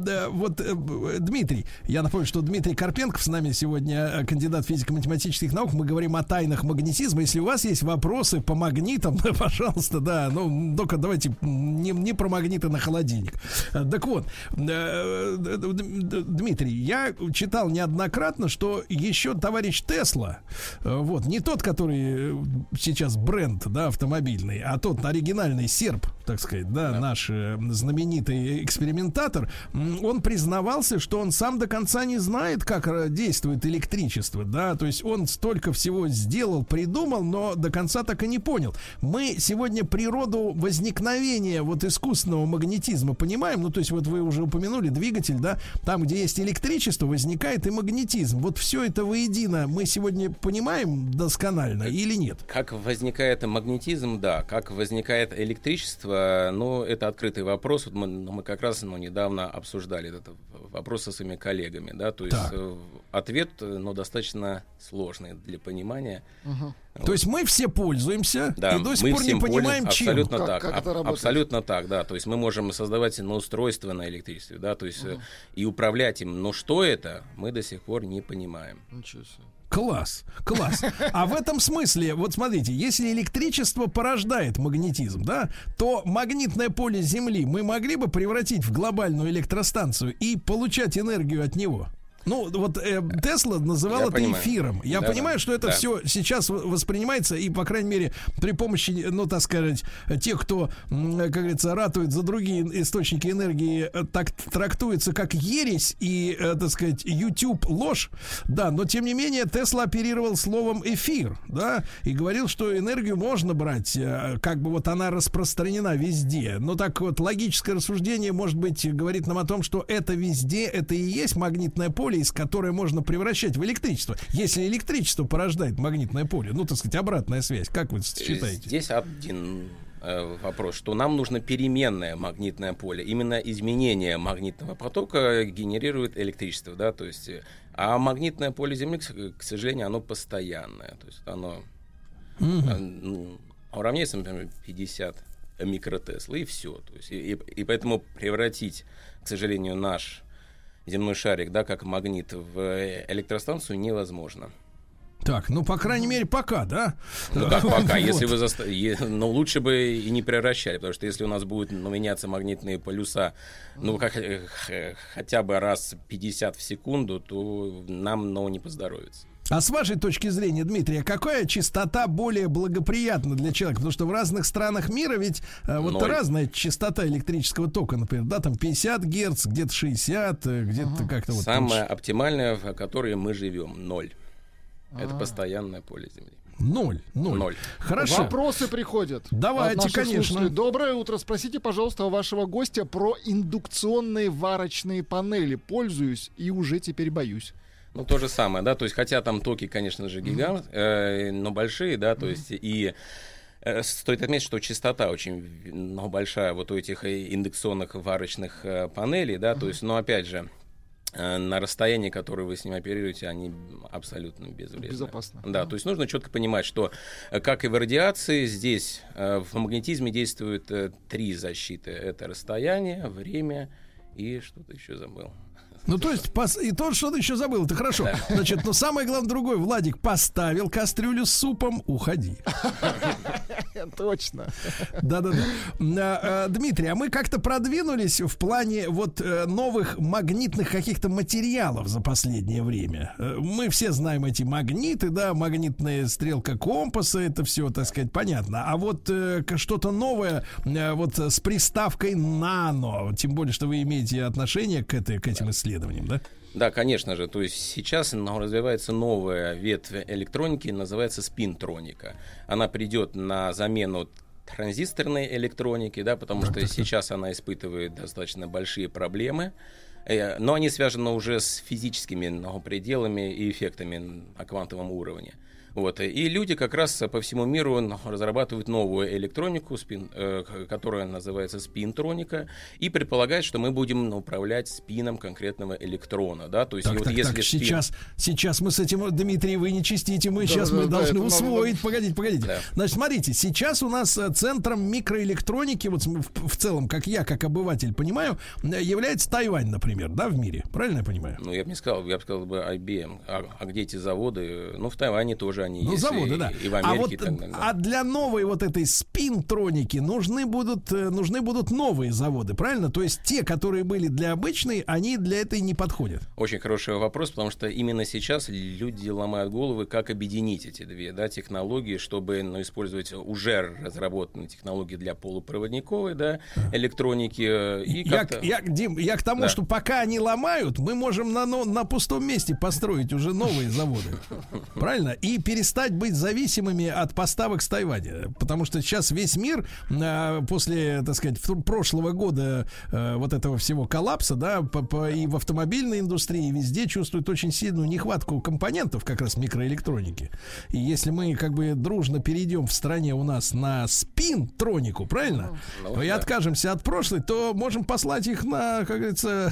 Дмитрий, я напомню, что Дмитрий Карпенков с нами сегодня, кандидат физико-математических наук. Мы говорим о тайнах магнетизма. Если у вас есть вопросы по магнитам, пожалуйста, да, только давайте не про магниты на холодильник. Так вот, Дмитрий, я читал неоднократно, что еще товарищ Тесла, не тот, который сейчас бренд, да, автомобильный, а тот оригинальный серб, так сказать, да, наш знаменитый экспериментатор, он признавался, что он сам до конца не знает, как действует электричество, да, то есть он столько всего сделал, придумал, но до конца так и не понял. Мы сегодня природу возникновения искусственного магнетизма понимаем, то есть вы уже упомянули двигатель, да, там, где есть электричество, возникает и магнетизм. Вот все это воедино мы сегодня понимаем досконально или нет? Как возникает магнетизм, да. Как возникает электричество, это открытый вопрос. Вот мы как раз недавно обсуждали этот вопрос со своими коллегами, да. То есть ответ, достаточно сложный для понимания. То есть мы все пользуемся, да, и до сих пор не понимаем, чем. Абсолютно так. Абсолютно так, да. То есть мы можем создавать устройство на электричестве, да, то есть и управлять им. Но что это, мы до сих пор не понимаем. Ничего себе. Класс. А в этом смысле, вот смотрите, если электричество порождает магнетизм, да, то магнитное поле Земли мы могли бы превратить в глобальную электростанцию и получать энергию от него. Ну, вот Тесла называла это эфиром. Я понимаю, что это все сейчас воспринимается, и, по крайней мере, при помощи, ну, так сказать, тех, кто, как говорится, ратует за другие источники энергии, так трактуется как ересь и, так сказать, YouTube ложь. Да, но, тем не менее, Тесла оперировал словом эфир, да, и говорил, что энергию можно брать, как бы вот она распространена везде. Но так вот, логическое рассуждение, может быть, говорит нам о том, что это везде, это и есть магнитное поле, из которого можно превращать в электричество. Если электричество порождает магнитное поле, ну, так сказать, обратная связь, как вы считаете? Здесь один вопрос, что нам нужно переменное магнитное поле. Именно изменение магнитного потока генерирует электричество, да, то есть, а магнитное поле Земли, к сожалению, оно постоянное, то есть оно уравняется, например, 50 микротесла, и все. То есть, и поэтому превратить, к сожалению, наш земной шарик, да, как магнит, в электростанцию невозможно. Так, ну, по крайней мере, пока, да? Ну, как пока, если вы но лучше бы и не превращали, потому что если у нас будут меняться магнитные полюса, ну, хотя бы раз 50 в секунду, то нам, не поздоровится. А с вашей точки зрения, Дмитрий, какая частота более благоприятна для человека? Потому что в разных странах мира ведь вот разная частота электрического тока, например, да, там 50 Гц, где-то 60, где-то как-то вот. Самое оптимальное, в которой мы живем, 0. Это постоянное поле Земли. 0. Хорошо. Вопросы приходят. Давайте, конечно. Доброе утро. Спросите, пожалуйста, у вашего гостя про индукционные варочные панели. Пользуюсь и уже теперь боюсь. Ну, то же самое, да, то есть, хотя там токи, конечно же, гигант, но большие, да, то есть, и стоит отметить, что частота очень большая вот у этих индукционных варочных панелей, да, то есть, но опять же, на расстоянии, которое вы с ним оперируете, они абсолютно безвредны. Безопасно. Да, то есть нужно четко понимать, что, как и в радиации, здесь в магнетизме действуют 3 защиты. Это расстояние, время и что-то еще забыл. Ну, то есть, и то, что ты еще забыл, это хорошо. Да. Значит, но самое главное другое. Владик поставил кастрюлю с супом, уходи. Точно. Да-да-да. Дмитрий, а мы как-то продвинулись в плане вот новых магнитных каких-то материалов за последнее время. Мы все знаем эти магниты, да, магнитная стрелка компаса, это все, так сказать, понятно. А вот что-то новое, вот с приставкой нано, тем более, что вы имеете отношение к этим исследованиям. Да? Да, конечно же. То есть сейчас развивается новая ветвь электроники, называется спинтроника. Она придет на замену транзисторной электроники, да, потому что сейчас она испытывает достаточно большие проблемы. Но они связаны уже с физическими пределами и эффектами на квантовом уровне. Вот. И люди как раз по всему миру разрабатывают новую электронику, которая называется спинтроника, и предполагает, что мы будем управлять спином конкретного электрона. Да? То есть, если сейчас мы с этим, Дмитрий, вы не чистите, мы должны усвоить. Погодите. Да. Значит, смотрите, сейчас у нас центром микроэлектроники, вот в целом, как я, как обыватель понимаю, является Тайвань, например, да, в мире. Правильно я понимаю? Ну, я бы сказал бы IBM. А где эти заводы? Ну, в Тайване тоже они есть. Заводы, да. И в Америке. А для новой вот этой спинтроники нужны будут новые заводы, правильно? То есть те, которые были для обычной, они для этой не подходят. Очень хороший вопрос, потому что именно сейчас люди ломают головы, как объединить эти две технологии, чтобы использовать уже разработанные технологии для полупроводниковой электроники. Дим, я к тому, что пока они ломают, мы можем на пустом месте построить уже новые заводы. Правильно? И перестать быть зависимыми от поставок с Тайваня. Потому что сейчас весь мир после, так сказать, прошлого года вот этого всего коллапса, да, и в автомобильной индустрии везде чувствует очень сильную нехватку компонентов как раз микроэлектроники. И если мы как бы дружно перейдем в стране у нас на спинтронику, правильно? И откажемся от прошлой, то можем послать их на, как говорится,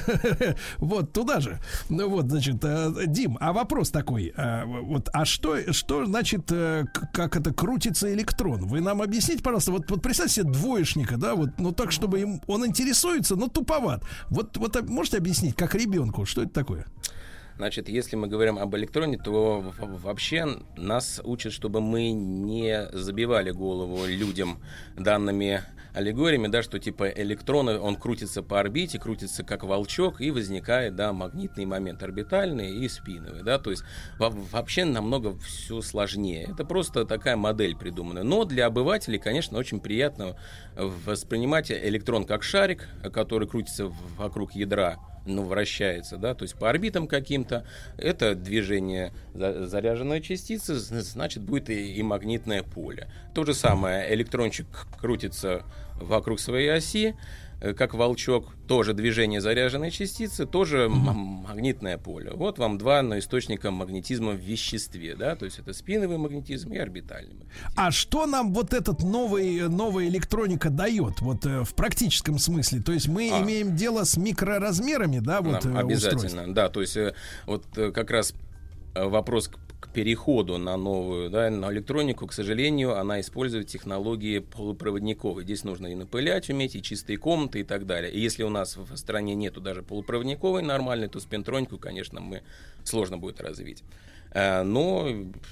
вот туда же. Ну вот, значит, Дим, а вопрос такой. Вот, а что значит, как это крутится электрон? Вы нам объясните, пожалуйста, вот представьте себе двоечника, да, вот, ну так, чтобы он интересуется, но туповат. Вот можете объяснить, как ребенку, что это такое? Значит, если мы говорим об электроне, то вообще нас учат, чтобы мы не забивали голову людям данными аллегориями, да, что типа электрон, он крутится по орбите, крутится как волчок, и возникает, да, магнитный момент орбитальный и спиновый, да, то есть вообще намного все сложнее. Это просто такая модель придумана. Но для обывателей, конечно, очень приятно воспринимать электрон как шарик, который крутится вокруг ядра, ну, вращается, да, то есть по орбитам каким-то. Это движение заряженной частицы, значит, будет и магнитное поле. То же самое, электрончик крутится вокруг своей оси, как волчок, тоже движение заряженной частицы, тоже магнитное поле. Вот вам два источника магнетизма в веществе, да, то есть это спиновый магнетизм и орбитальный магнетизм. А что нам вот этот новая электроника дает, вот в практическом смысле? То есть мы имеем дело с микроразмерами, да, вот обязательно, устройств? Да, то есть вот как раз вопрос к переходу на новую, да, на электронику, к сожалению, она использует технологии полупроводниковые. Здесь нужно и напылять уметь, и чистые комнаты, и так далее. И если у нас в стране нету даже полупроводниковой нормальной, то спинтронику, конечно, сложно будет развить. Но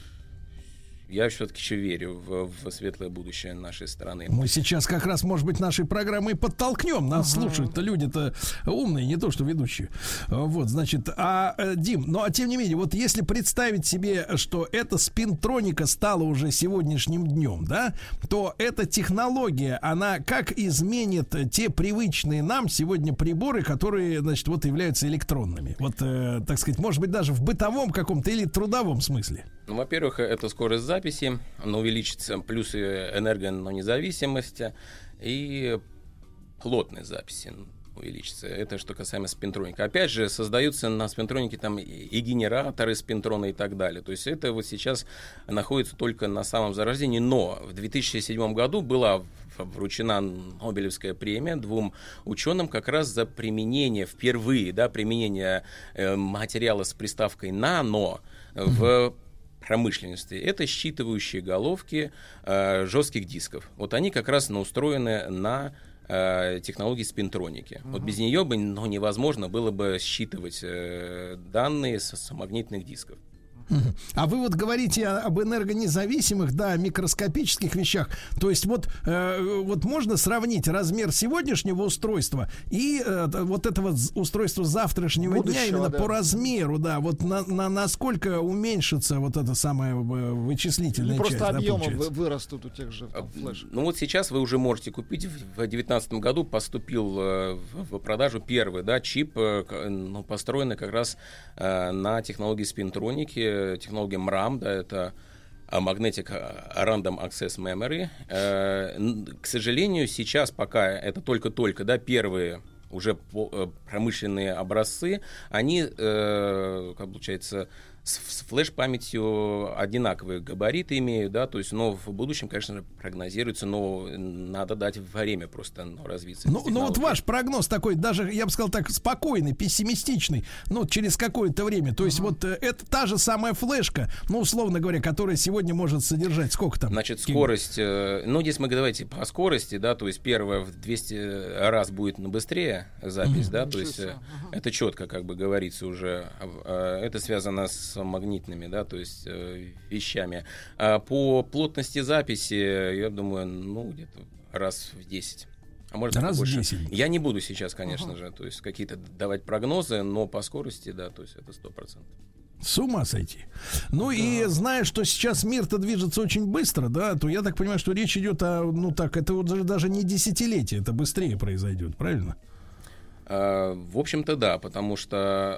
я все-таки еще верю в светлое будущее нашей страны. Мы сейчас как раз, может быть, нашей программой подтолкнем. Нас слушают-то люди-то умные, не то что ведущие. Вот, значит, Дим, ну а тем не менее, вот если представить себе, что эта спинтроника стала уже сегодняшним днем, да, то эта технология, она как изменит те привычные нам сегодня приборы, которые, значит, вот являются электронными? Вот, так сказать, может быть, даже в бытовом каком-то или трудовом смысле? Ну, во-первых, это скорость записи, она увеличится, плюс энергонезависимости и плотность записи увеличится. Это что касаемо спинтроника. Опять же, создаются на спинтронике там и генераторы спинтрона и так далее. То есть это вот сейчас находится только на самом зарождении. Но в 2007 году была вручена Нобелевская премия двум ученым как раз за применение, впервые, да, применение материала с приставкой «нано» в промышленности. Это считывающие головки жестких дисков. Вот они как раз устроены на технологии спинтроники. Вот без нее бы невозможно было бы считывать данные с магнитных дисков. А вы вот говорите об энергонезависимых, да, микроскопических вещах. То есть вот можно сравнить размер сегодняшнего устройства и вот этого устройства завтрашнего дня именно по размеру, да, вот насколько уменьшится вот эта самая вычислительная часть. Просто объемы вырастут у тех же флеш. Ну вот сейчас вы уже можете купить. В 2019 году поступил в продажу первый, да, чип, построенный как раз на технологии спинтроники, технология MRAM, да, это Magnetic Random Access Memory. К сожалению, сейчас пока это только-только, да, первые уже промышленные образцы, они, как получается, с флеш-памятью одинаковые габариты имеют, да, то есть, но в будущем, конечно же, прогнозируется, но надо дать время просто развиться. Ну вот ваш прогноз такой, даже, я бы сказал так, спокойный, пессимистичный, через какое-то время, то есть вот это та же самая флешка, условно говоря, которая сегодня может содержать сколько там? Значит, скорость, здесь мы давайте по скорости, да, то есть первое в 200 раз будет быстрее запись, да, то есть это четко, как бы говорится уже, это связано с магнитными, да, то есть вещами. А по плотности записи, я думаю, где-то раз в 10. А может раз больше. В 10. Я не буду сейчас, конечно же, то есть какие-то давать прогнозы, но по скорости, да, то есть это 100%. С ума сойти. И зная, что сейчас мир-то движется очень быстро, да, то я так понимаю, что речь идет о, это вот даже не десятилетие, это быстрее произойдет, правильно? В общем-то, да, потому что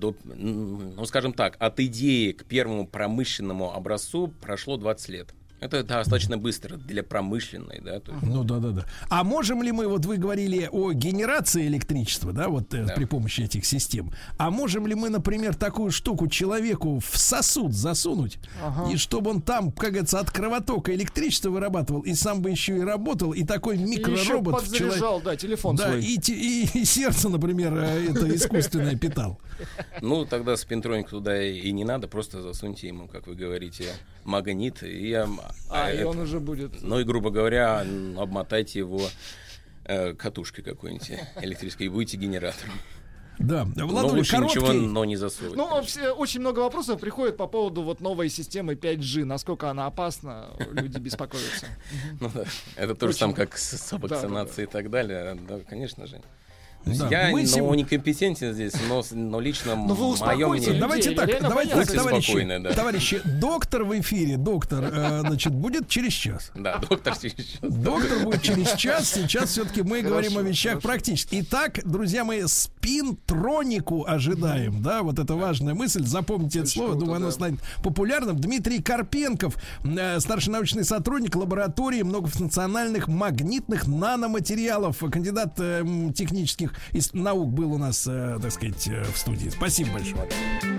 скажем так, от идеи к первому промышленному образцу прошло 20 лет. Это достаточно быстро для промышленной, да. То есть... Да. А можем ли мы, вот вы говорили о генерации электричества, да, при помощи этих систем. А можем ли мы, например, такую штуку человеку в сосуд засунуть, и чтобы он там, как говорится, от кровотока электричество вырабатывал, и сам бы еще и работал, и такой микроробот в человек... да, телефон свой. И сердце, например, это искусственное питал. Тогда спинтроник туда и не надо, просто засуньте ему, как вы говорите, магнит, и он уже будет. И, грубо говоря, обмотайте его катушкой какой-нибудь электрической и будете генератором. Да, Владимир, лучше ничего, но не засовывать. Ну, очень много вопросов приходит по поводу вот новой системы 5G. Насколько она опасна, люди беспокоятся. Ну да, это то же самое, как с вакцинацией и так далее. Да, конечно же. Я некомпетентен здесь, но лично мое мнение... Давайте так, товарищи, доктор в эфире, значит, будет через час. Да, доктор через час. Доктор будет через час, сейчас все-таки мы говорим о вещах практически. Итак, друзья мои, спинтронику ожидаем, да, вот это важная мысль, запомните это слово, думаю, оно станет популярным. Дмитрий Карпенков, старший научный сотрудник лаборатории многофункциональных магнитных наноматериалов, кандидат технических из наук был у нас, так сказать, в студии. Спасибо большое.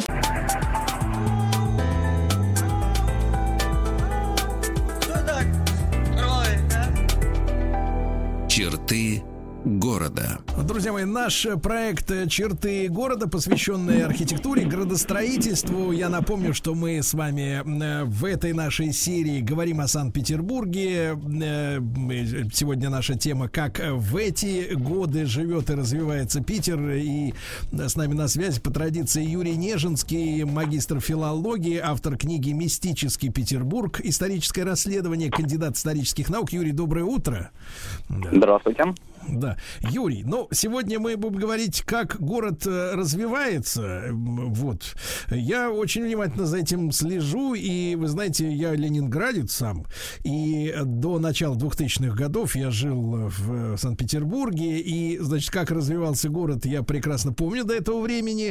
Черты города. Друзья мои, наш проект «Черты города», посвященный архитектуре, градостроительству. Я напомню, что мы с вами в этой нашей серии говорим о Санкт-Петербурге. Сегодня наша тема «Как в эти годы живет и развивается Питер». И с нами на связи по традиции Юрий Нежинский, магистр филологии, автор книги «Мистический Петербург. Историческое расследование», кандидат исторических наук. Юрий, доброе утро. Здравствуйте. Да. Юрий, сегодня мы будем говорить, как город развивается. Вот. Я очень внимательно за этим слежу, и, вы знаете, я ленинградец сам, и до начала 2000-х годов я жил в Санкт-Петербурге, и, значит, как развивался город, я прекрасно помню до этого времени.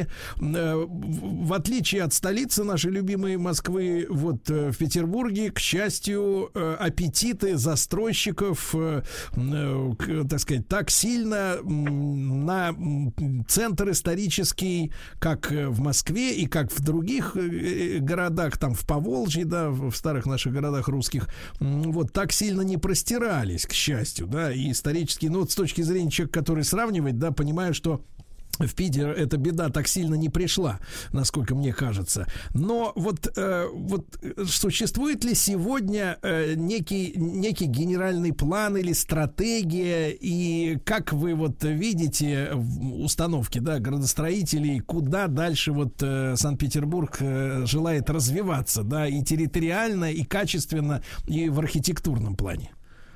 В отличие от столицы нашей любимой Москвы, вот в Петербурге, к счастью, аппетиты застройщиков, так сказать, так сильно на центр исторический, как в Москве и как в других городах, там в Поволжье, да, в старых наших городах русских, вот так сильно не простирались, к счастью, да, и исторически, вот с точки зрения человека, который сравнивает, да, понимаю, что в Питер эта беда так сильно не пришла, насколько мне кажется. Но вот существует ли сегодня некий генеральный план или стратегия, и как вы вот видите установки, да, градостроителей, куда дальше вот Санкт-Петербург желает развиваться, да, и территориально, и качественно, и в архитектурном плане?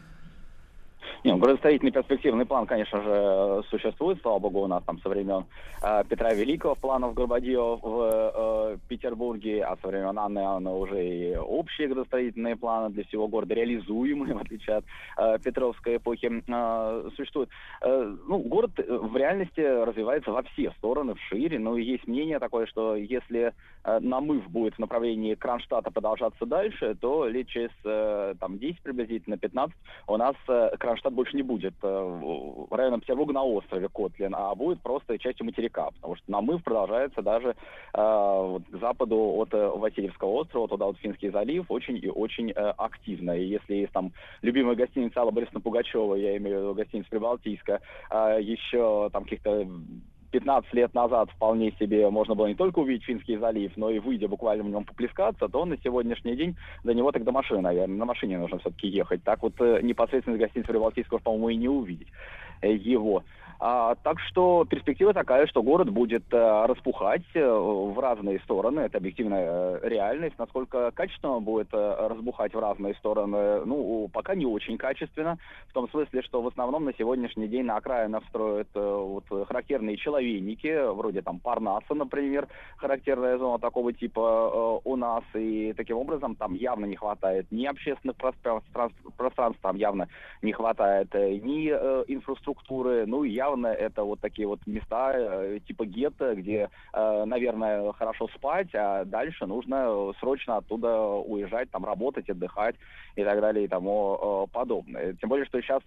Градостроительный перспективный план, конечно же, существует, слава богу, у нас там со времен Петра Великого планов Горбадьева в Петербурге, а со времен Анны уже и общие градостроительные планы для всего города, реализуемые, в отличие от Петровской эпохи, существуют. Город в реальности развивается во все стороны, вшире, но есть мнение такое, что если намыв будет в направлении Кронштадта продолжаться дальше, то лет через 10, приблизительно 15, у нас Кронштадт больше не будет районом Петербурга на острове Котлин, а будет просто частью материка, потому что намыв продолжается даже к западу от Васильевского острова, туда вот Финский залив, очень и очень активно. И если есть там любимая гостиница Аллы Борисовны Пугачевой, я имею в виду гостиница Прибалтийская, еще там каких-то 15 лет назад вполне себе можно было не только увидеть Финский залив, но и, выйдя буквально в нем поплескаться, то на сегодняшний день до него так до машины, наверное. На машине нужно все-таки ехать. Так вот непосредственно из гостиницы Прибалтийского, по-моему, и не увидеть его. Так что перспектива такая, что город будет распухать в разные стороны. Это объективная реальность. Насколько качественно он будет разбухать в разные стороны, пока не очень качественно. В том смысле, что в основном на сегодняшний день на окраинах строят характерные человейники, вроде там Парнаса, например, характерная зона такого типа у нас. И таким образом там явно не хватает ни общественных пространств, там явно не хватает ни инфраструктуры, явно это вот такие вот места типа гетто, где, наверное, хорошо спать, а дальше нужно срочно оттуда уезжать, там работать, отдыхать и так далее и тому подобное. Тем более, что сейчас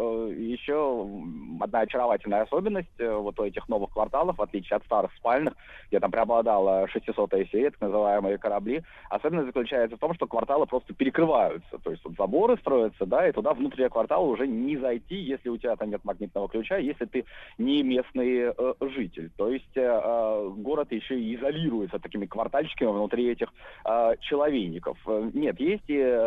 еще одна очаровательная особенность вот этих новых кварталов, в отличие от старых спальных, где там преобладала 600-я серия, так называемые корабли, особенность заключается в том, что кварталы просто перекрываются. То есть вот заборы строятся, да, и туда внутрь квартала уже не зайти, если у тебя там нет магнитного ключа, если ты не местный житель. То есть город еще и изолируется такими квартальчиками внутри этих человейников. Нет, есть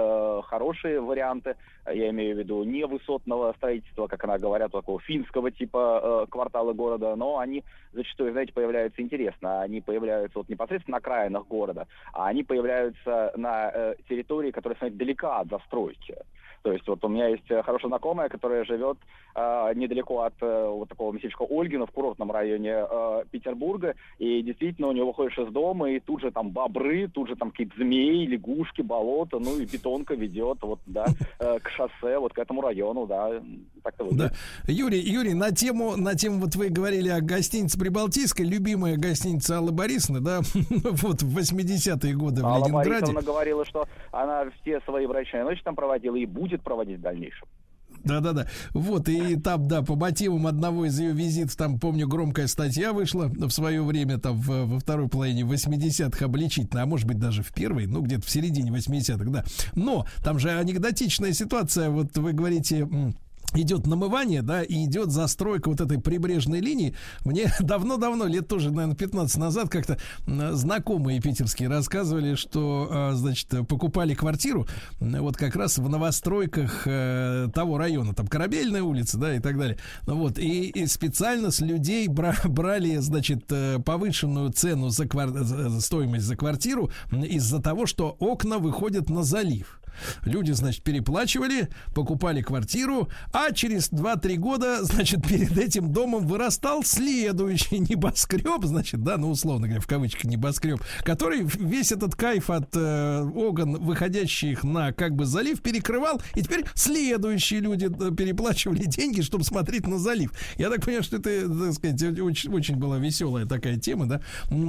и хорошие варианты, я имею в виду не высотного строительства, как она говорят, такого финского типа квартала города, но они зачастую, знаете, появляются интересно. Они появляются вот непосредственно на окраинах города, а они появляются на территории, которая, смотрите, далека от застройки. То есть вот у меня есть хорошая знакомая, которая живет недалеко от вот такого местечка Ольгино в курортном районе Петербурга, и действительно у нее выходишь из дома, и тут же там бобры, тут же там какие-то змеи, лягушки, болото, ну и бетонка ведет вот, да, к шоссе, вот к этому району, да, так-то выглядит. Да. Юрий, на тему, вот вы говорили о гостинице Прибалтийской, любимая гостиница Аллы Борисовны, да, вот в 80-е годы в Алла Ленинграде. Алла Борисовна говорила, что она все свои врачебные ночи там проводила и будет проводить в дальнейшем. Да. Вот, и там, да, по мотивам одного из ее визитов, там, помню, громкая статья вышла в свое время, там, во второй половине 80-х обличительно, а может быть, даже в первой, ну, где-то в середине 80-х, да. Но там же анекдотичная ситуация, вот вы говорите... Идет намывание, да, и идет застройка вот этой прибрежной линии. Мне давно-давно, лет тоже, наверное, 15 назад, как-то знакомые питерские рассказывали, что, значит, покупали квартиру вот как раз в новостройках того района, там Корабельная улица, да, и так далее. Вот, и специально с людей брали, значит, повышенную цену за стоимость за квартиру из-за того, что окна выходят на залив. Люди, значит, переплачивали, покупали квартиру, а через 2-3 года, значит, перед этим домом вырастал следующий небоскреб, значит, да, ну, условно говоря, в кавычках небоскреб, который весь этот кайф от окон, выходящих на, как бы, залив, перекрывал, и теперь следующие люди переплачивали деньги, чтобы смотреть на залив. Я так понимаю, что это, так сказать, очень была веселая такая тема, да.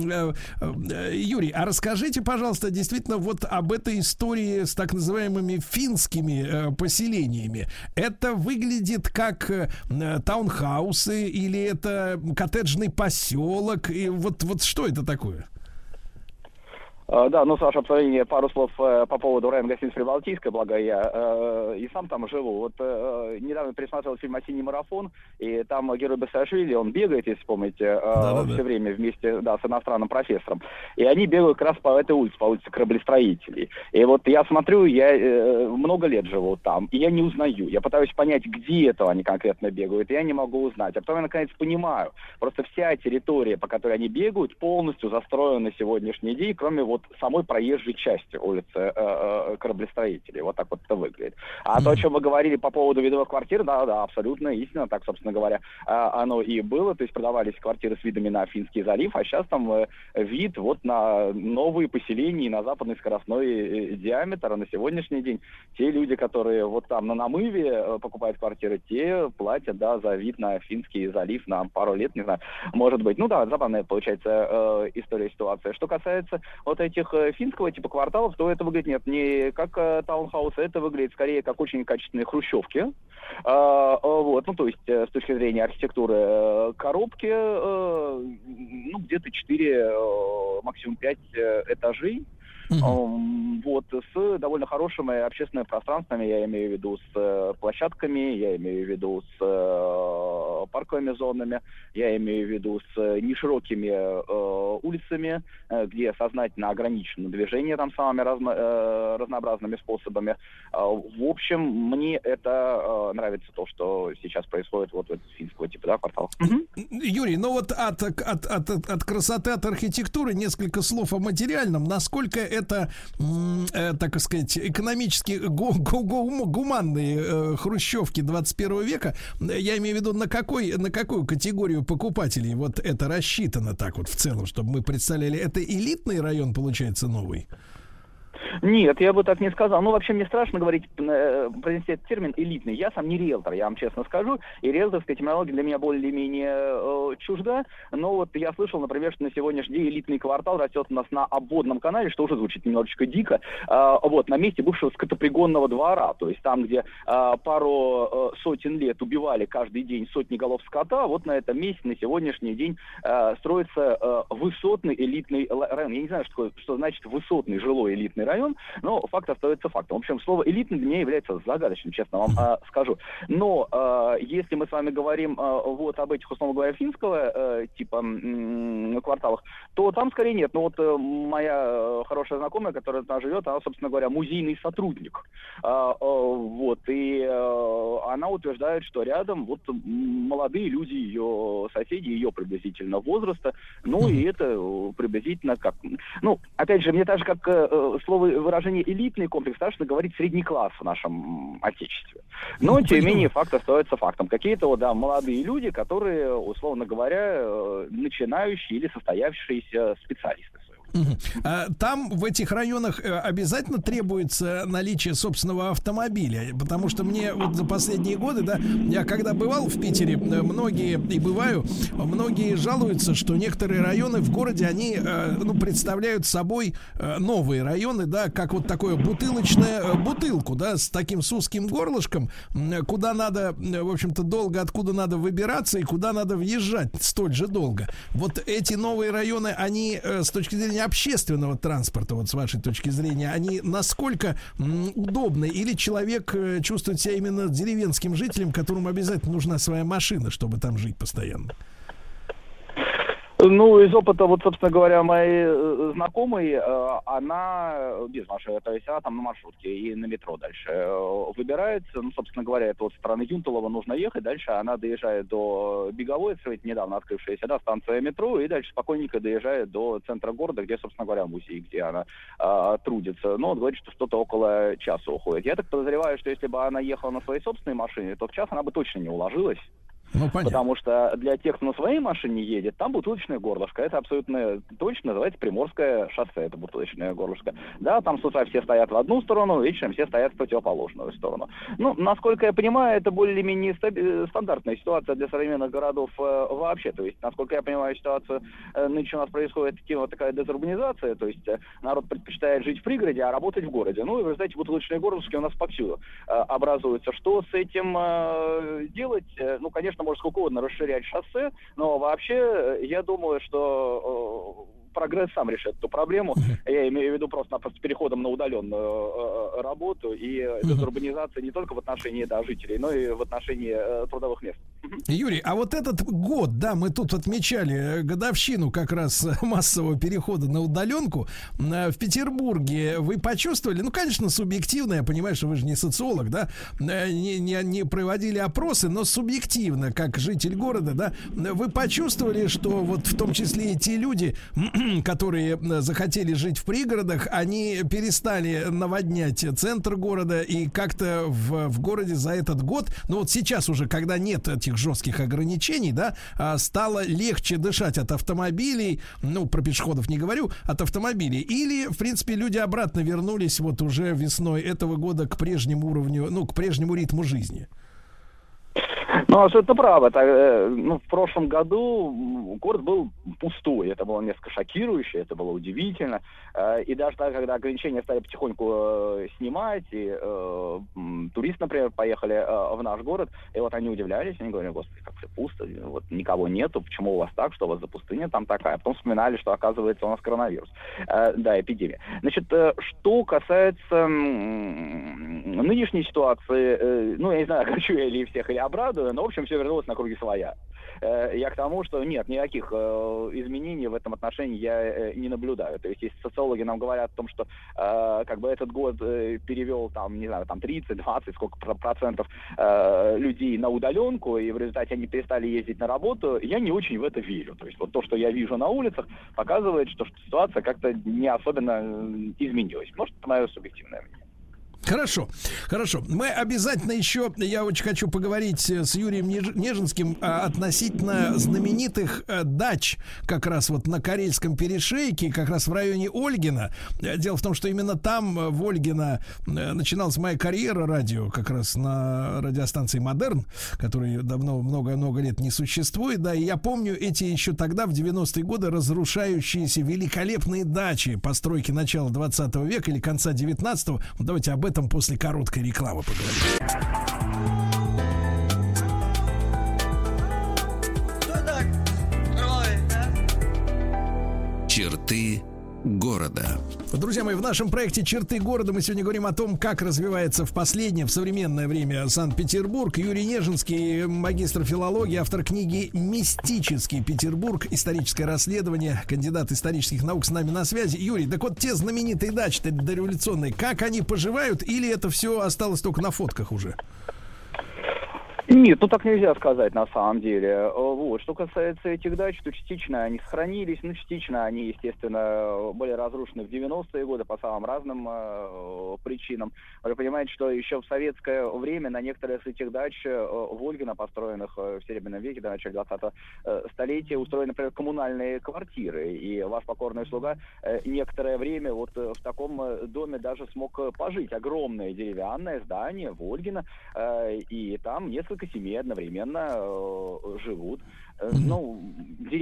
Юрий, а расскажите, пожалуйста, действительно, вот об этой истории с так называемыми финскими поселениями. Это выглядит как таунхаусы или это коттеджный поселок? И вот что это такое? Да, ну, Саша, пару слов по поводу района гостиницы Прибалтийская, благо я и сам там живу. Вот недавно пересмотрел фильм «Осенний марафон», и там герой Басилашвили, он бегает, если помните, все время вместе, да, с иностранным профессором. И они бегают как раз по этой улице, по улице Кораблестроителей. И вот я смотрю, я много лет живу там, и я не узнаю. Я пытаюсь понять, где это они конкретно бегают, и я не могу узнать. А потом я, наконец, понимаю. Просто вся территория, по которой они бегают, полностью застроена на сегодняшний день, кроме вот самой проезжей части улицы Кораблестроителей. Вот так вот это выглядит. А то, о чем вы говорили по поводу видовых квартир, да, абсолютно истинно, так, собственно говоря, оно и было. То есть продавались квартиры с видами на Финский залив, а сейчас там вид вот на новые поселения на западный скоростной диаметр. А на сегодняшний день те люди, которые вот там на намыве покупают квартиры, те платят, да, за вид на Финский залив на пару лет, не знаю, может быть. Ну да, забавная получается история, ситуация. Что касается вот этих финского типа кварталов, то это выглядит не как таунхаус, это выглядит скорее как очень качественные хрущевки. Вот, ну то есть с точки зрения архитектуры коробки, ну где-то 4, максимум 5 этажей. Вот, с довольно хорошими общественными пространствами, я имею в виду с площадками, я имею в виду с парковыми зонами, я имею в виду с неширокими улицами, где сознательно ограничено движение там самыми разнообразными способами. В общем, мне это нравится то, что сейчас происходит вот в этом финского типа, да, квартала. Юрий, ну вот от красоты, от архитектуры несколько слов о материальном. Насколько это, так сказать, экономически гуманные хрущевки 21 века, я имею в виду, на какую категорию покупателей вот это рассчитано так вот в целом, чтобы мы представляли, это элитный район, получается, новый? Нет, я бы так не сказал. Ну, вообще, мне страшно говорить, произнести этот термин элитный. Я сам не риэлтор, я вам честно скажу. И риэлторская терминология для меня более-менее чужда. Но вот я слышал, например, что на сегодняшний день элитный квартал растет у нас на обводном канале, что уже звучит немножечко дико. Вот, на месте бывшего скотопригонного двора. То есть там, где пару сотен лет убивали каждый день сотни голов скота, вот на этом месте на сегодняшний день строится высотный элитный район. Я не знаю, что значит высотный жилой элитный район. район, но факт остается фактом. В общем, слово элитный для меня является загадочным, честно вам скажу. Но если мы с вами говорим вот об этих, условно говоря, финского типа кварталах, то там скорее нет. Но вот моя хорошая знакомая, которая там живет, она, собственно говоря, музейный сотрудник. Вот, и она утверждает, что рядом вот молодые люди, ее соседи, ее приблизительно возраста, ну и это приблизительно как... Ну, опять же, мне так же, как слово выражение элитный комплекс, страшно говорить средний класс в нашем отечестве. Но, тем не менее, факт остается фактом. Какие-то, вот, да, молодые люди, которые, условно говоря, начинающие или состоявшиеся специалисты. Там в этих районах обязательно требуется наличие собственного автомобиля, потому что мне вот за последние годы, да, я когда бывал в Питере, многие жалуются, что некоторые районы в городе, они, ну, представляют собой новые районы, да, как вот такое бутылку, да, с таким с узким горлышком, куда надо, в общем-то, долго, откуда надо выбираться и куда надо въезжать столь же долго. Вот эти новые районы, они с точки зрения общественного транспорта, вот с вашей точки зрения, они насколько удобны? Или человек чувствует себя именно деревенским жителем, которому обязательно нужна своя машина, чтобы там жить постоянно? Ну, из опыта, вот, собственно говоря, моей знакомой, она без машины, то есть она там на маршрутке и на метро дальше выбирается. Ну, собственно говоря, это вот со стороны Юнтулова нужно ехать, дальше она доезжает до Беговой, это недавно открывшаяся, да, станция метро, и дальше спокойненько доезжает до центра города, где, собственно говоря, музей, где она трудится. Но он говорит, что что-то около часа уходит. Я так подозреваю, что если бы она ехала на своей собственной машине, то в час она бы точно не уложилась. Ну, потому что для тех, кто на своей машине едет, там бутылочное горлышко. Это абсолютно точно называется Приморское шоссе, это бутылочное горлышко. Да, там с утра все стоят в одну сторону, вечером все стоят в противоположную сторону. Ну, насколько я понимаю, это более-менее стандартная ситуация для современных городов вообще. То есть, насколько я понимаю, ситуация нынче у нас происходит вот такая дезурбанизация, то есть народ предпочитает жить в пригороде, а работать в городе. Ну, и в результате бутылочные горлышки у нас повсюду образуются. Что с этим делать? Ну, конечно, может сколько угодно расширять шоссе, но вообще я думаю, что прогресс сам решит эту проблему. Я имею в виду просто переходом на удаленную работу и дезурбанизация не только в отношении, да, жителей, но и в отношении трудовых мест. Юрий, а вот этот год, да, мы тут отмечали годовщину как раз массового перехода на удаленку. В Петербурге вы почувствовали, ну, конечно, субъективно, я понимаю, что вы же не социолог, да, не проводили опросы, но субъективно, как житель города, да, вы почувствовали, что вот в том числе и те люди, которые захотели жить в пригородах, они перестали наводнять центр города, и как-то в городе за этот год, ну вот сейчас уже, когда нет этих жестких ограничений, да, стало легче дышать от автомобилей, ну, про пешеходов не говорю, от автомобилей, или, в принципе, люди обратно вернулись вот уже весной этого года к прежнему уровню, ну, к прежнему ритму жизни? Ну, абсолютно правы. В прошлом году город был пустой. Это было несколько шокирующе, это было удивительно. И даже тогда, когда ограничения стали потихоньку снимать, и туристы, например, поехали в наш город, и вот они удивлялись, они говорили: господи, как все пусто, вот никого нету, почему у вас так, что у вас за пустыня там такая? Потом вспоминали, что, оказывается, у нас коронавирус. Да, эпидемия. Значит, что касается нынешней ситуации, ну, я не знаю, хочу я ли всех или обрадую, но, в общем, все вернулось на круги своя. Я к тому, что нет, никаких изменений в этом отношении я не наблюдаю. То есть, если социологи нам говорят о том, что как бы этот год перевел там, не знаю, там 30, 20, сколько процентов людей на удаленку, и в результате они перестали ездить на работу, я не очень в это верю. То есть, вот то, что я вижу на улицах, показывает, что ситуация как-то не особенно изменилась. Может, это мое субъективное мнение. Хорошо, хорошо. Мы обязательно еще, я очень хочу поговорить с Юрием Нежинским относительно знаменитых дач как раз вот на Карельском перешейке, как раз в районе Ольгина. Дело в том, что именно там, в Ольгино, начиналась моя карьера радио, как раз на радиостанции «Модерн», которая давно, много лет не существует, да, и я помню эти еще тогда, в 90-е годы, разрушающиеся великолепные дачи постройки начала 20 века или конца 19-го. Давайте об этом после короткой рекламы поговорим. Черты города. Друзья мои, в нашем проекте «Черты города» мы сегодня говорим о том, как развивается в современное время Санкт-Петербург. Юрий Нежинский, магистр филологии, автор книги «Мистический Петербург. Историческое расследование», кандидат исторических наук, с нами на связи. Юрий, так вот, те знаменитые дачи-то дореволюционные, как они поживают, или это все осталось только на фотках уже? Нет, ну так нельзя сказать на самом деле. Вот. Что касается этих дач, то частично они сохранились, но частично они, естественно, были разрушены в 90-е годы по самым разным причинам. Вы понимаете, что еще в советское время на некоторые из этих дач в Ольгино, построенных в Серебряном веке до начала 20-го столетия, устроены, например, коммунальные квартиры. И ваш покорный слуга некоторое время вот в таком доме даже смог пожить. Огромное деревянное здание в Ольгино, и там несколько семей одновременно живут. Ну,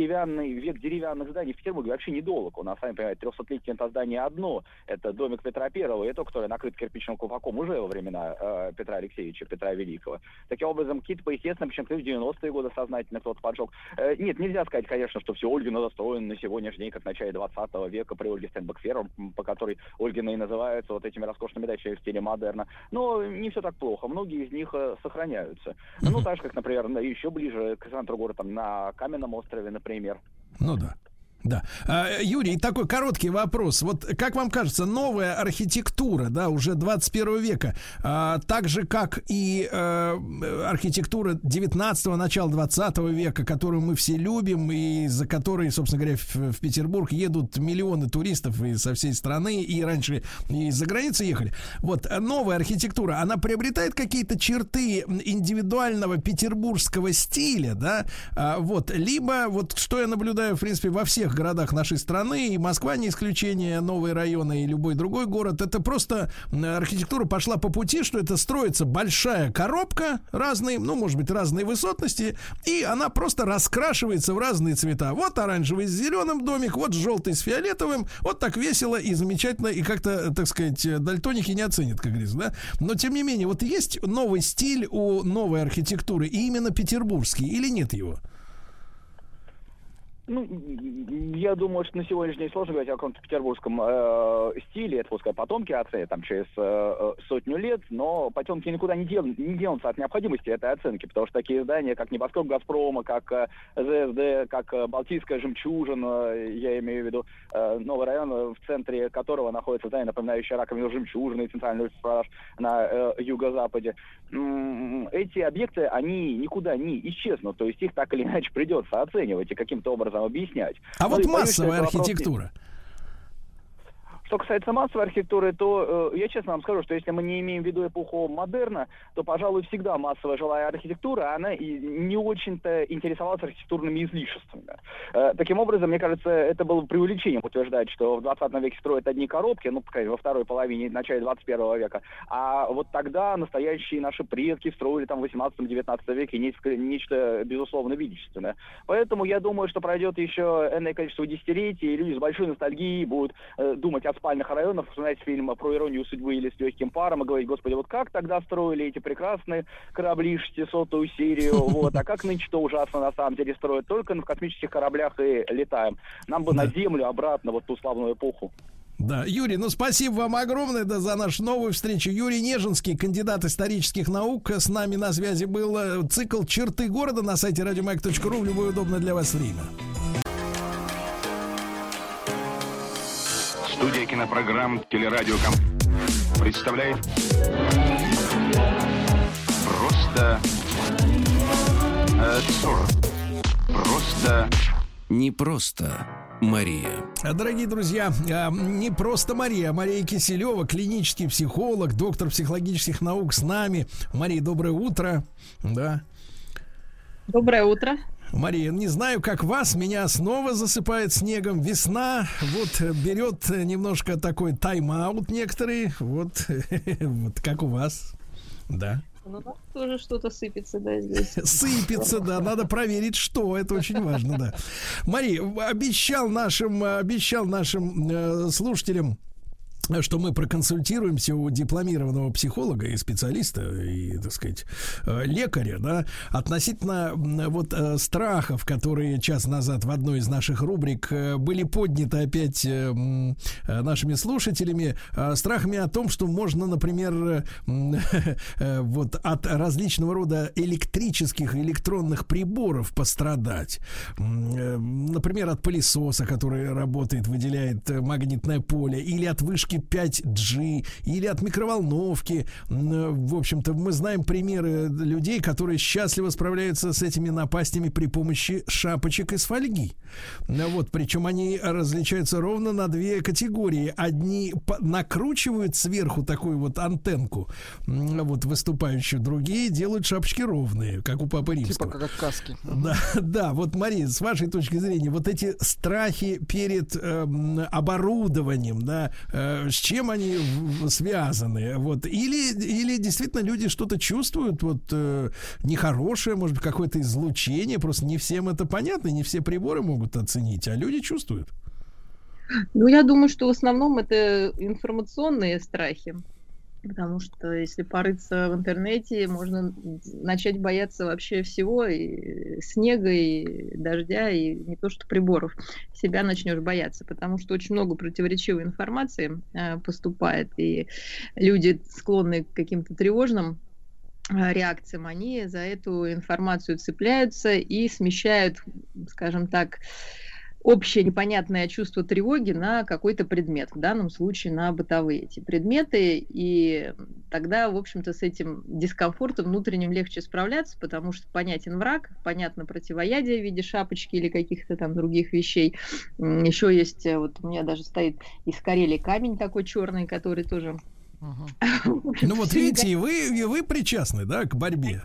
век деревянных зданий в Петербурге вообще недолг. У нас, сами понимаете, 300-летие это здание одно. Это домик Петра Первого, и то, которое накрыт кирпичным колпаком уже во времена Петра Алексеевича, Петра Великого. Таким образом, какие-то, естественно, почему-то в 90-е годы сознательно кто-то поджег. Нет, нельзя сказать, конечно, что все Ольгино застроено на сегодняшний день, как в начале 20 века при Ольге Стенбек-Феррер, по которой Ольгино и называются вот этими роскошными дачами в стиле модерна. Но не все так плохо. Многие из них сохраняются. Ну, так же, как, например, еще ближе к центру города, там, на Каменном острове, например. Ну да. Да. Юрий, такой короткий вопрос. Вот как вам кажется, новая архитектура, да, уже 21 века, так же, как и архитектура 19-го, начала 20 века, которую мы все любим, и за которой, собственно говоря, в Петербург едут миллионы туристов и со всей страны, и раньше из-за границы ехали. Вот новая архитектура, она приобретает какие-то черты индивидуального петербургского стиля, да, вот, либо, вот, что я наблюдаю, в принципе, во всех городах нашей страны, и Москва не исключение, новые районы и любой другой город, это просто архитектура пошла по пути, что это строится большая коробка разные, ну, может быть, разные высотности, и она просто раскрашивается в разные цвета. Вот оранжевый с зеленым домик, вот желтый с фиолетовым, вот так весело и замечательно, и как-то, так сказать, дальтоники не оценят, как говорится, да? Но, тем не менее, вот есть новый стиль у новой архитектуры, и именно петербургский, или нет его? Ну, я думаю, что на сегодняшний день сложно говорить о каком-то петербургском стиле. Это, пускай потомки оценят там через сотню лет, но потомки никуда не денутся от необходимости этой оценки, потому что такие здания, как небоскреб «Газпрома», как ЗСД, как Балтийская жемчужина, я имею в виду новый район, в центре которого находится здание, напоминающее раковину жемчужины и центральный офис продаж на юго-западе. Эти объекты, они никуда не исчезнут, то есть их так или иначе придется оценивать и каким-то образом объяснять. А вот массовая архитектура. Что касается массовой архитектуры, то я честно вам скажу, что если мы не имеем в виду эпоху модерна, то, пожалуй, всегда массовая жилая архитектура, она и не очень-то интересовалась архитектурными излишествами. Таким образом, мне кажется, это было преувеличением утверждать, что в 20 веке строят одни коробки, ну, во второй половине, начале 21 века, а вот тогда настоящие наши предки строили там в 18-19 веке нечто безусловно величественное. Поэтому я думаю, что пройдет еще энное количество десятилетий, и люди с большой ностальгией будут думать о спальных районах, вспоминать фильм про иронию судьбы или с легким паром и говорить: господи, вот как тогда строили эти прекрасные корабли 600-ю серию, вот, а как нынче-то ужасно на самом деле строят, только в космических кораблях и летаем. Нам бы на Землю обратно, вот ту славную эпоху. Да, Юрий, ну спасибо вам огромное за нашу новую встречу. Юрий Нежинский, кандидат исторических наук, с нами на связи был. Цикл «Черты города» на сайте radiomag.ru в любое удобное для вас время. Студия кинопрограмм «Телерадиоком» представляет просто не просто Мария. Дорогие друзья, не просто Мария, а Мария Киселева, клинический психолог, доктор психологических наук с нами. Мария, доброе утро. Да. Доброе утро. Мария, не знаю, как вас, меня снова засыпает снегом. Весна вот берет немножко такой тайм-аут некоторые. Вот, вот как у вас. Да. Ну, тоже что-то сыпется, да, здесь. Сыпется, да, надо проверить, что. Это очень важно, да. Мария, обещал нашим слушателям что мы проконсультируемся у дипломированного психолога и специалиста, и, так сказать, лекаря, да, относительно вот страхов, которые час назад в одной из наших рубрик были подняты опять нашими слушателями, страхами о том, что можно, например, вот от различного рода электрических и электронных приборов пострадать. Например, от пылесоса, который работает, выделяет магнитное поле, или от вышки 5G, или от микроволновки. В общем-то, мы знаем примеры людей, которые счастливо справляются с этими напастями при помощи шапочек из фольги. Вот, причем они различаются ровно на две категории. Одни накручивают сверху такую вот антенку, вот, выступающую, другие делают шапочки ровные, как у Папы Римского. Типа как каски. Да, вот, Мария, с вашей точки зрения, вот эти страхи перед оборудованием, да, с чем они связаны? Вот. Или действительно люди что-то чувствуют, вот, нехорошее, может быть, какое-то излучение, просто не всем это понятно, не все приборы могут оценить, а люди чувствуют. Ну, я думаю, что в основном это информационные страхи. Потому что если порыться в интернете, можно начать бояться вообще всего, и снега, и дождя, и не то что приборов. Себя начнешь бояться, потому что очень много противоречивой информации поступает, и люди, склонные к каким-то тревожным реакциям, они за эту информацию цепляются и смещают, скажем так, общее непонятное чувство тревоги на какой-то предмет, в данном случае на бытовые эти предметы, и тогда, в общем-то, с этим дискомфортом внутренним легче справляться, потому что понятен враг, понятно противоядие в виде шапочки или каких-то там других вещей. Еще есть, вот у меня даже стоит из Карелии камень такой черный, который тоже... Ну вот видите, и вы причастны, да, к борьбе.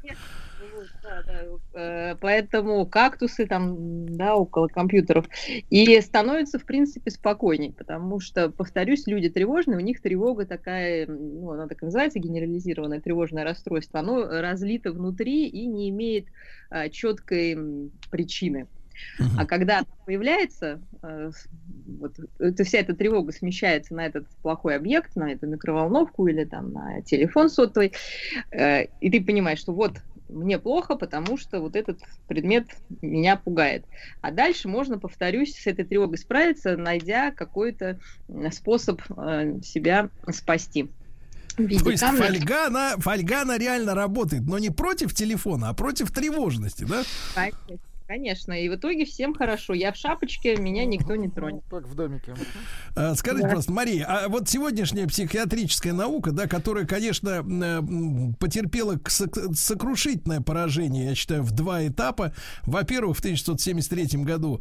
Да. Поэтому кактусы там, да, около компьютеров. И становится, в принципе, спокойней, потому что, повторюсь, люди тревожные, у них тревога такая, ну, она так и называется, генерализированное тревожное расстройство, оно разлито внутри и не имеет четкой причины. А когда она появляется, вот, вся эта тревога смещается на этот плохой объект, на эту микроволновку или там на телефон сотовый, и ты понимаешь, что вот мне плохо, потому что вот этот предмет меня пугает. А дальше можно, повторюсь, с этой тревогой справиться, найдя какой-то способ себя спасти. То есть фольга, она реально работает, но не против телефона, а против тревожности, да? Конечно, и в итоге всем хорошо. Я в шапочке, меня никто не тронет. Как в домике. Скажите, просто, Мария, а вот сегодняшняя психиатрическая наука, да, которая, конечно, потерпела сокрушительное поражение, я считаю, в два этапа. Во-первых, в 1973 году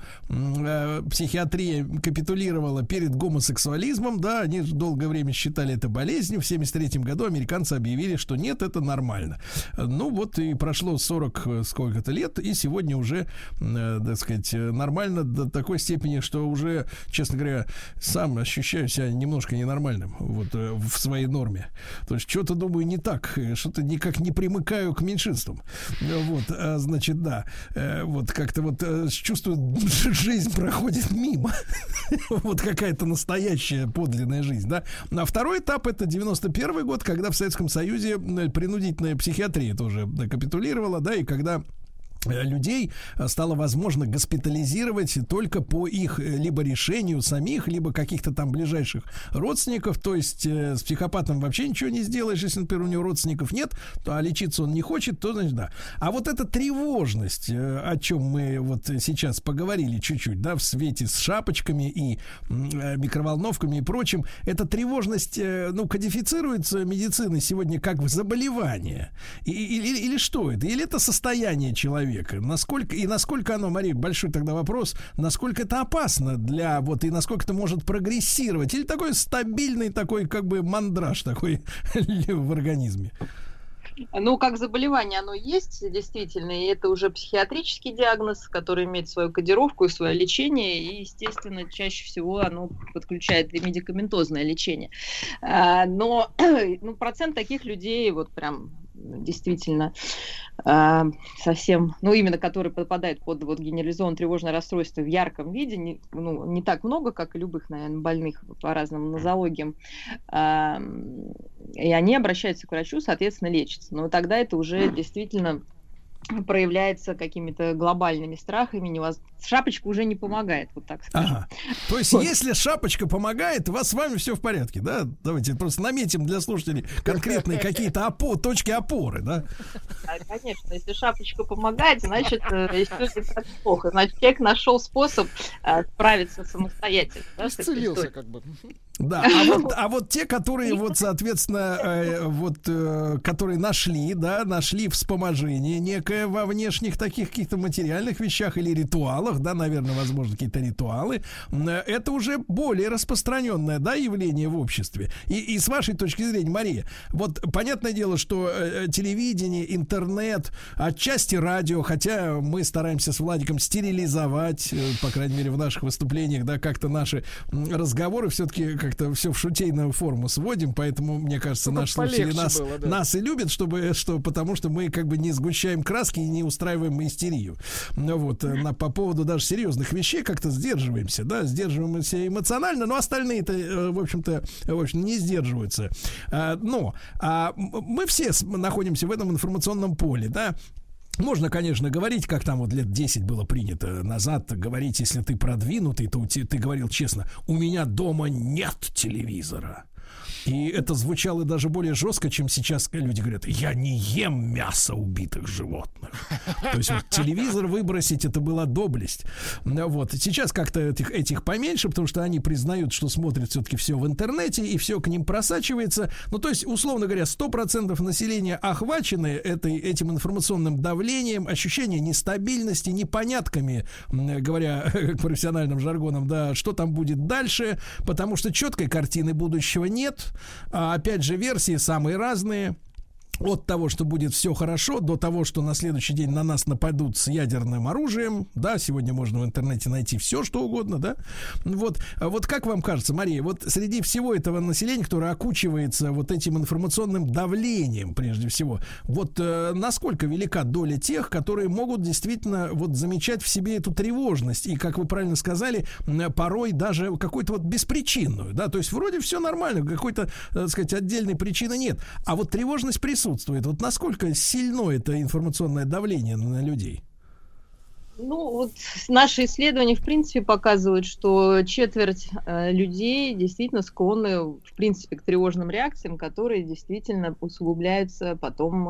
психиатрия капитулировала перед гомосексуализмом, да, они долгое время считали это болезнью. В 1973 году американцы объявили, что нет, это нормально. Ну вот и прошло 40 сколько-то лет, и сегодня уже, так сказать, нормально до такой степени, что уже, честно говоря, сам ощущаю себя немножко ненормальным вот в своей норме. То есть что-то, думаю, не так, что-то никак не примыкаю к меньшинствам. Вот, значит, да, вот как-то вот чувствую, жизнь проходит мимо. Вот какая-то настоящая подлинная жизнь, да. А второй этап — это 91 год, когда в Советском Союзе принудительная психиатрия тоже капитулировала, да, и когда людей стало возможно госпитализировать только по их либо решению самих, либо каких-то там ближайших родственников. То есть с психопатом вообще ничего не сделаешь, если, например, у него родственников нет, а лечиться он не хочет, то значит да. А вот эта тревожность, о чем мы вот сейчас поговорили чуть-чуть, да, в свете с шапочками и микроволновками и прочим, эта тревожность, ну, кодифицируется медициной сегодня как заболевание. Или что это? Или это состояние человека? Насколько оно, Мария, большой тогда вопрос, насколько это опасно для, вот, и насколько это может прогрессировать, или такой стабильный такой, как бы, мандраж такой в организме? Ну, как заболевание оно есть, действительно, и это уже психиатрический диагноз, который имеет свою кодировку и свое лечение, и, естественно, чаще всего оно подключает и медикаментозное лечение. Но процент таких людей вот прям действительно совсем, именно которые попадают под вот генерализованное тревожное расстройство в ярком виде, не так много, как и любых, наверное, больных по разным нозологиям, и они обращаются к врачу, соответственно, лечатся. Но тогда это уже действительно проявляется какими-то глобальными страхами, шапочка уже не помогает, вот так скажем. Ага. То есть, если шапочка помогает, у вас с вами все в порядке, да? Давайте просто наметим для слушателей конкретные какие-то точки опоры, да? Конечно, если шапочка помогает, значит, все не так плохо. Значит, человек нашел способ справиться самостоятельно. Да, исцелился как бы. Да, а вот те, которые, вот, соответственно, которые нашли вспоможение некое во внешних таких каких-то материальных вещах или ритуалах, да, наверное, возможно, какие-то ритуалы, это уже более распространенное, да, явление в обществе. И с вашей точки зрения, Мария, вот понятное дело, что телевидение, интернет, отчасти радио, хотя мы стараемся с Владиком стерилизовать, по крайней мере, в наших выступлениях, да, как-то наши разговоры все-таки как-то все в шутейную форму сводим, поэтому, мне кажется, наши слушатели нас и любят, потому что мы как бы не сгущаем краски и не устраиваем истерию. Вот, по поводу даже серьезных вещей как-то сдерживаемся эмоционально, но остальные-то, в общем-то, не сдерживаются. Но мы все находимся в этом информационном поле, да. Можно, конечно, говорить, как там вот лет 10 было принято назад, говорить, если ты продвинутый, то ты говорил честно: у меня дома нет телевизора. И это звучало даже более жестко, чем сейчас люди говорят: я не ем мясо убитых животных. То есть вот телевизор выбросить — это была доблесть. Вот. Сейчас как-то этих поменьше, потому что они признают, что смотрят все-таки все в интернете, и все к ним просачивается. Ну, то есть, условно говоря, 100% населения охвачены этим информационным давлением, ощущение нестабильности, непонятками, говоря профессиональным жаргоном, да, что там будет дальше, потому что четкой картины будущего нет. А опять же, версии самые разные. От того, что будет все хорошо, до того, что на следующий день на нас нападут с ядерным оружием. Да, сегодня можно в интернете найти все, что угодно, да. Вот как вам кажется, Мария, вот среди всего этого населения, которое окучивается вот этим информационным давлением, прежде всего, вот насколько велика доля тех, которые могут действительно вот замечать в себе эту тревожность и, как вы правильно сказали, порой даже какую-то вот беспричинную, да, то есть вроде все нормально, какой-то, так сказать, отдельной причины нет, а вот тревожность присутствует. Вот насколько сильно это информационное давление на людей? Ну, вот наши исследования, в принципе, показывают, что четверть людей действительно склонны, в принципе, к тревожным реакциям, которые действительно усугубляются потом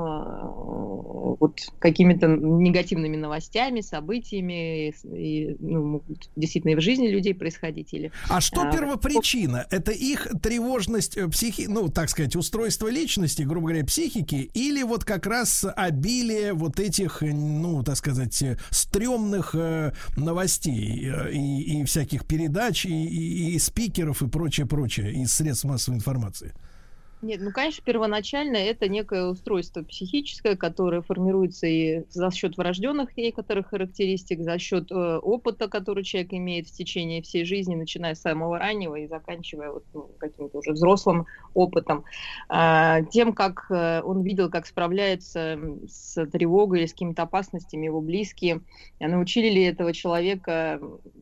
вот какими-то негативными новостями, событиями, и, могут действительно и в жизни людей происходить. А что первопричина? Это их тревожность, так сказать, устройство личности, грубо говоря, психики, или вот как раз обилие вот этих, так сказать, стрёмных новостей и всяких передач, и спикеров, и прочее, из средств массовой информации? Нет, конечно, первоначально это некое устройство психическое, которое формируется и за счет врожденных некоторых характеристик, за счет опыта, который человек имеет в течение всей жизни, начиная с самого раннего и заканчивая каким-то уже взрослым опытом. Тем, как он видел, как справляется с тревогой или с какими-то опасностями его близкие, научили ли этого человека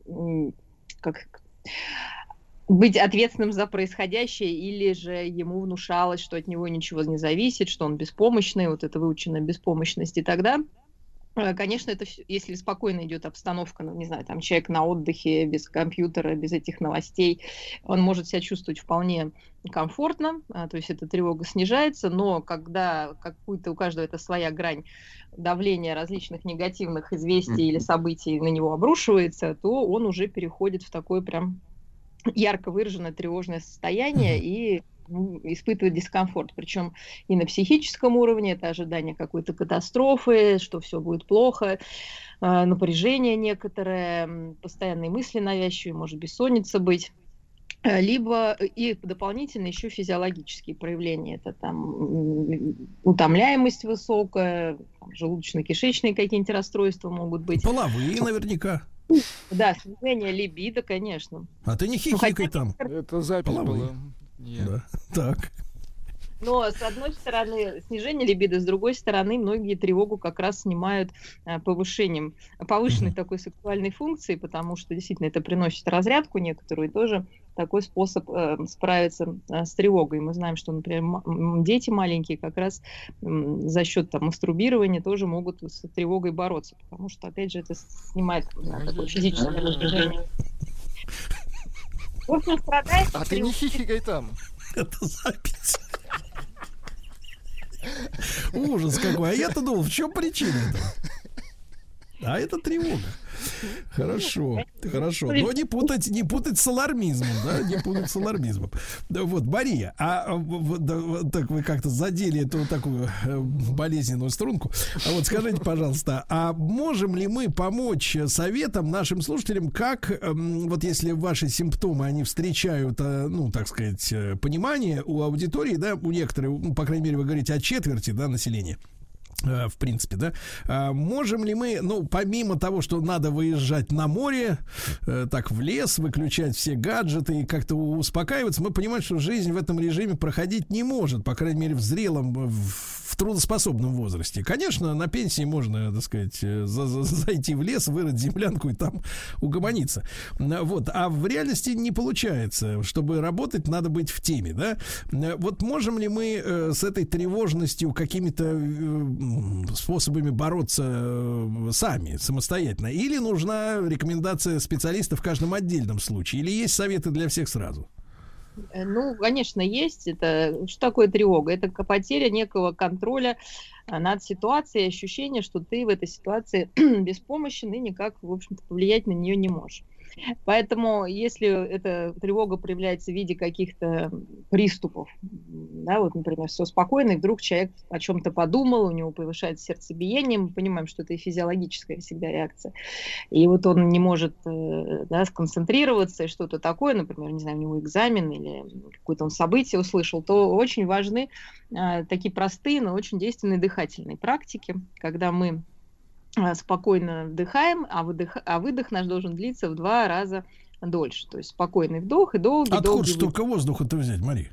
быть ответственным за происходящее, или же ему внушалось, что от него ничего не зависит, что он беспомощный, вот эта выученная беспомощность. И тогда, конечно, это, если спокойно идет обстановка, там человек на отдыхе, без компьютера, без этих новостей, он может себя чувствовать вполне комфортно, то есть эта тревога снижается, но когда у каждого это своя грань давления различных негативных известий или событий на него обрушивается, то он уже переходит в такое прям ярко выраженное тревожное состояние и испытывает дискомфорт. Причем и на психическом уровне, это ожидание какой-то катастрофы, что все будет плохо, напряжение некоторое, постоянные мысли навязчивые, может бессонница быть. Либо и дополнительно еще физиологические проявления. Это утомляемость высокая, желудочно-кишечные какие-нибудь расстройства могут быть. Половые наверняка. Да, снижение либидо, конечно. А ты не хихикай там. Это запись была. Да. Так. Но, с одной стороны, снижение либидо, с другой стороны, многие тревогу как раз снимают повышенной такой сексуальной функции, потому что действительно это приносит разрядку некоторую, и тоже такой способ справиться с тревогой. Мы знаем, что, например, дети маленькие как раз за счет мастурбирования тоже могут с тревогой бороться, потому что, опять же, это снимает такое физическое напряжение. В общем, страдает... А ты не хихикай там. Это запись. Ужас какой. А я-то думал, в чем причина этого? А это тревога. Хорошо, хорошо. Но не путать с алармизмом, да? Не путать с алармизмом. Вот, Мария, так вы как-то задели эту такую болезненную струнку. А вот скажите, пожалуйста, а можем ли мы помочь советом нашим слушателям, как, вот если ваши симптомы, они встречают, ну, так сказать, понимание у аудитории, да, у некоторых, ну, по крайней мере, вы говорите о четверти, да, населения, в принципе, да. Можем ли мы, ну, помимо того, что надо выезжать на море, так в лес, выключать все гаджеты и как-то успокаиваться, мы понимаем, что жизнь в этом режиме проходить не может, по крайней мере, в зрелом, в трудоспособном возрасте. Конечно, на пенсии можно, так сказать, зайти в лес, вырыть землянку и там угомониться. Вот. А в реальности не получается. Чтобы работать, надо быть в теме, да. Вот можем ли мы с этой тревожностью какими-то способами бороться сами, самостоятельно? Или нужна рекомендация специалиста в каждом отдельном случае? Или есть советы для всех сразу? Ну, конечно, есть. Это что такое тревога? Это потеря некого контроля над ситуацией, ощущение, что ты в этой ситуации беспомощен и никак, в общем-то, повлиять на нее не можешь. Поэтому, если эта тревога проявляется в виде каких-то приступов, да, вот, например, все спокойно, и вдруг человек о чем-то подумал, у него повышается сердцебиение, мы понимаем, что это и физиологическая всегда реакция, и вот он не может, да, сконцентрироваться, и что-то такое, например, не знаю, у него экзамен или какое-то он событие услышал, то очень важны такие простые, но очень действенные дыхательные практики, когда мы спокойно вдыхаем, а выдох наш должен длиться в 2 раза дольше. То есть спокойный вдох и долгий выдох. Откуда столько воздуха-то взять, Мария?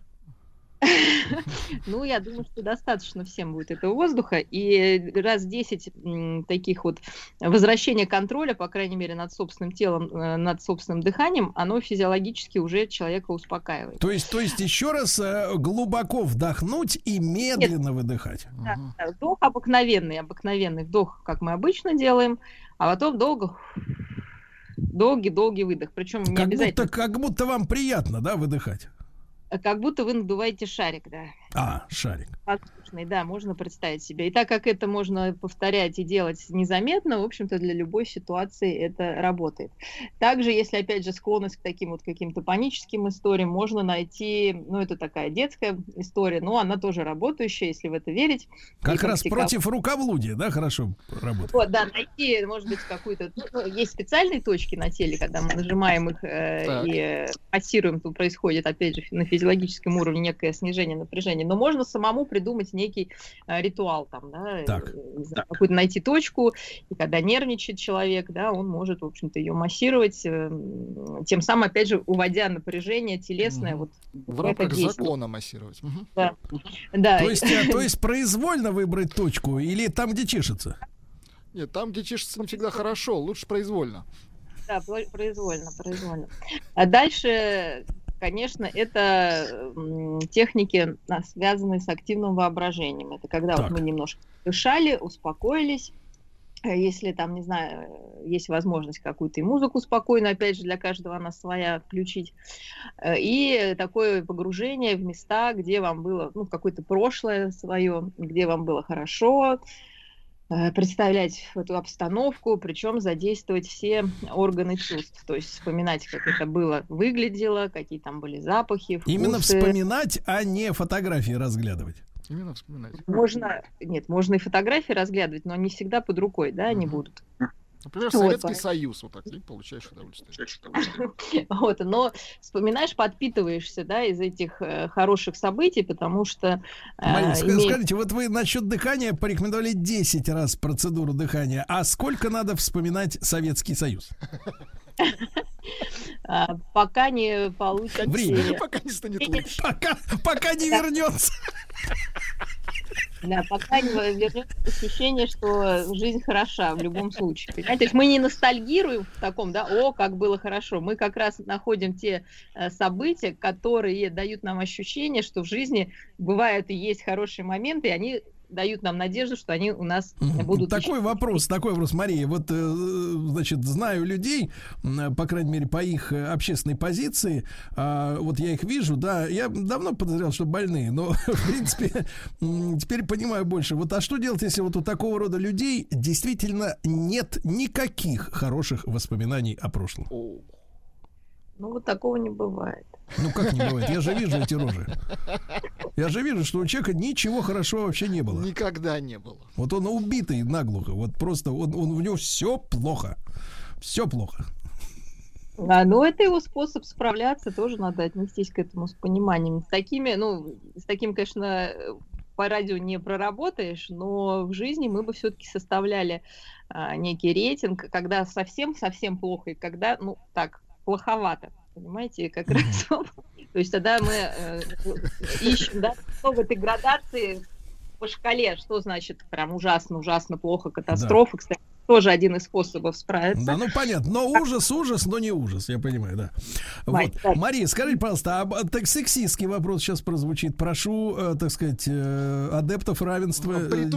Ну, я думаю, что достаточно всем будет этого воздуха. И раз 10 таких вот возвращения контроля, по крайней мере, над собственным телом, над собственным дыханием, оно физиологически уже человека успокаивает. То есть еще раз глубоко вдохнуть и медленно выдыхать. Да, вдох обыкновенный вдох, как мы обычно делаем, а потом долгий выдох. Причем не обязательно... Как будто вам приятно, да, выдыхать? Как будто вы надуваете шарик, да. Шарик. Воздушный, да, можно представить себе. И так как это можно повторять и делать незаметно, в общем-то, для любой ситуации это работает. Также, если, опять же, склонность к таким вот каким-то паническим историям, можно найти, ну, это такая детская история, но она тоже работающая, если в это верить. Как раз против рукоблудия, да, хорошо работает? Вот, да, найти, может быть, какую-то... Ну, есть специальные точки на теле, когда мы нажимаем их и массируем, то происходит, опять же, на физиологическом уровне некое снижение напряжения, но можно самому придумать некий ритуал там, да, какую-то найти точку, и когда нервничает человек, да, он может, в общем-то, ее массировать, тем самым, опять же, уводя напряжение телесное вот в рамках закона массировать. Да. Да. То есть произвольно выбрать точку или там, где чешется? Нет, там, где чешется, не всегда хорошо, лучше произвольно. Да, произвольно. А дальше... Конечно, это техники, связанные с активным воображением. Это когда вот мы немножко дышали, успокоились. Если там, не знаю, есть возможность какую-то и музыку спокойно, опять же, для каждого она своя, включить. И такое погружение в места, где вам было, ну, какое-то прошлое свое, где вам было хорошо, представлять эту обстановку, причем задействовать все органы чувств, то есть вспоминать, как это было, выглядело, какие там были запахи, вкусы. Именно вспоминать, а не фотографии разглядывать. Именно вспоминать. Можно и фотографии разглядывать, но не всегда под рукой, да, они будут. Например, Советский Союз, вот так, и получаешь удовольствие. Вот, но вспоминаешь, подпитываешься, да, из этих хороших событий, потому что... Марина, скажите, вот вы насчет дыхания порекомендовали 10 раз процедуру дыхания, а сколько надо вспоминать Советский Союз? Пока не получится... Время. Пока не станет лучше. Пока не вернется. Да, пока не вернется ощущение, что жизнь хороша в любом случае. Понимаете? То есть мы не ностальгируем в таком, да, о, как было хорошо. Мы как раз находим те события, которые дают нам ощущение, что в жизни бывают и есть хорошие моменты, и они дают нам надежду, что они у нас будут. Такой вопрос, Мария. Вот, значит, знаю людей, по крайней мере, по их общественной позиции, вот я их вижу, да, я давно подозревал, что больные, но, в принципе, теперь понимаю больше. Вот, а что делать, если вот у такого рода людей действительно нет никаких хороших воспоминаний о прошлом? Ну, вот такого не бывает. Ну, как не бывает? Я же вижу эти рожи. Я же вижу, что у человека ничего хорошего вообще не было. Никогда не было. Вот он убитый наглухо. Вот просто у него все плохо. Все плохо. Но это его способ справляться. Тоже надо отнестись к этому с пониманием. С таким, конечно, по радио не проработаешь, но в жизни мы бы все-таки составляли некий рейтинг, когда совсем плохо, и когда, плоховато, понимаете, как раз. То есть тогда мы ищем, да, в этой градации по шкале, что значит прям ужасно, плохо, катастрофа, да. Кстати, тоже один из способов справиться. Да, понятно, но ужас, но не ужас, я понимаю, да. Вот. Мария, скажите, пожалуйста, так сексистский вопрос сейчас прозвучит. Прошу, так сказать, адептов равенства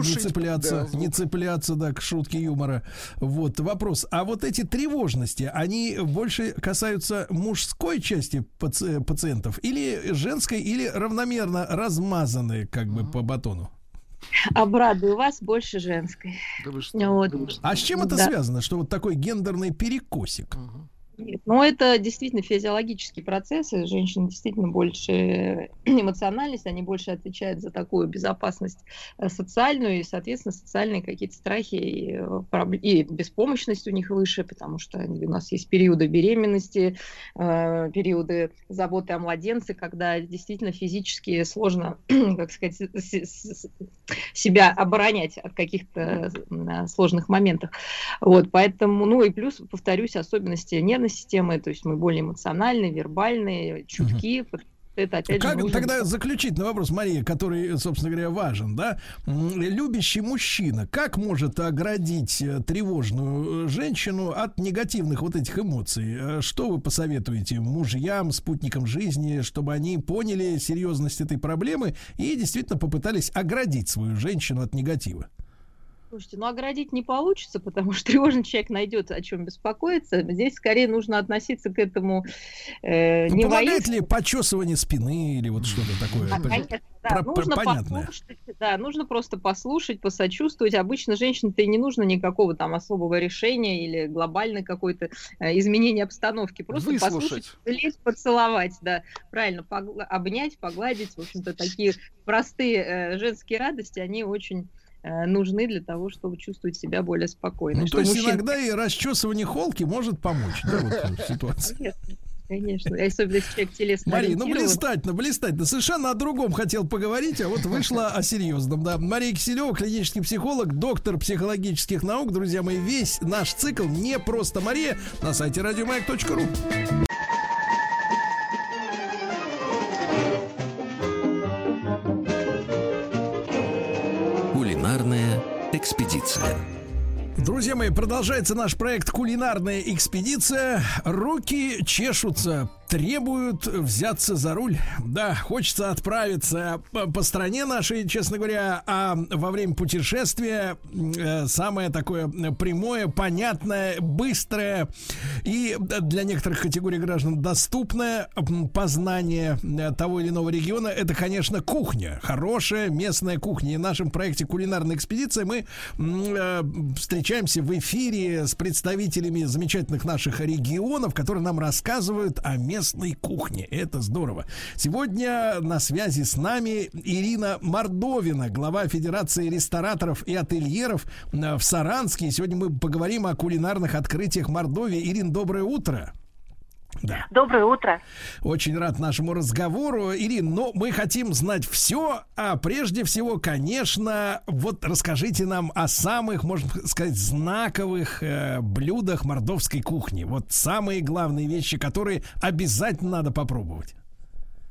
не цепляться, да, к шутке юмора. Вот вопрос. А вот эти тревожности, они больше касаются мужской части пациентов или женской, или равномерно размазанные как бы по батону? Обрадую вас, больше женской. Да вы что? Вот. А с чем это связано, что вот такой гендерный перекосик? Нет, это действительно физиологический процесс. Женщины действительно больше эмоциональность, они больше отвечают за такую безопасность социальную, и, соответственно, социальные какие-то страхи и беспомощность у них выше, потому что у нас есть периоды беременности, периоды заботы о младенце, когда действительно физически сложно, как сказать, себя оборонять от каких-то сложных моментов. Вот, поэтому, и плюс, повторюсь, особенности нервной системы, то есть мы более эмоциональные, вербальные, чутки. Это, опять же, тогда заключительный вопрос, Мария, который, собственно говоря, важен, да? Любящий мужчина как может оградить тревожную женщину от негативных вот этих эмоций? Что вы посоветуете мужьям, спутникам жизни, чтобы они поняли серьезность этой проблемы и действительно попытались оградить свою женщину от негатива? Слушайте, оградить не получится, потому что тревожный человек найдет, о чем беспокоиться. Здесь скорее нужно относиться к этому не помогает ли почесывание спины или вот что-то такое? Конечно, да, нужно послушать, да, нужно просто послушать, посочувствовать. Обычно женщине-то и не нужно никакого там особого решения или глобальной какой-то изменения обстановки. Просто послушать, поцеловать, да, правильно, обнять, погладить. В общем-то, такие простые женские радости, они очень нужны для того, чтобы чувствовать себя более спокойно. То есть иногда и расчесывание холки может помочь, да, вот в ситуации. Конечно, особенно если человек телесно Мария, блистательно. Совершенно о другом хотел поговорить, а вот вышла о серьезном, да. Мария Киселева, клинический психолог, доктор психологических наук. Друзья мои, весь наш цикл «Не просто Мария» на сайте radiomayak.ru. Кулинарная экспедиция. Друзья мои, продолжается наш проект «Кулинарная экспедиция». Руки чешутся, требуют взяться за руль. Да, хочется отправиться по стране нашей, честно говоря, а во время путешествия самое такое прямое, понятное, быстрое и для некоторых категорий граждан доступное познание того или иного региона — это, конечно, кухня. Хорошая местная кухня. И в нашем проекте «Кулинарная экспедиция» мы встречаемся в эфире с представителями замечательных наших регионов, которые нам рассказывают о местной кухне. Это здорово. Сегодня на связи с нами Ирина Мордовина, глава Федерации рестораторов и ательеров в Саранске. Сегодня мы поговорим о кулинарных открытиях Мордовии. Ирина, доброе утро. Да. Доброе утро. Очень рад нашему разговору. Ирина, мы хотим знать все, а прежде всего, конечно, вот расскажите нам о самых, можно сказать, знаковых блюдах мордовской кухни. Вот самые главные вещи, которые обязательно надо попробовать.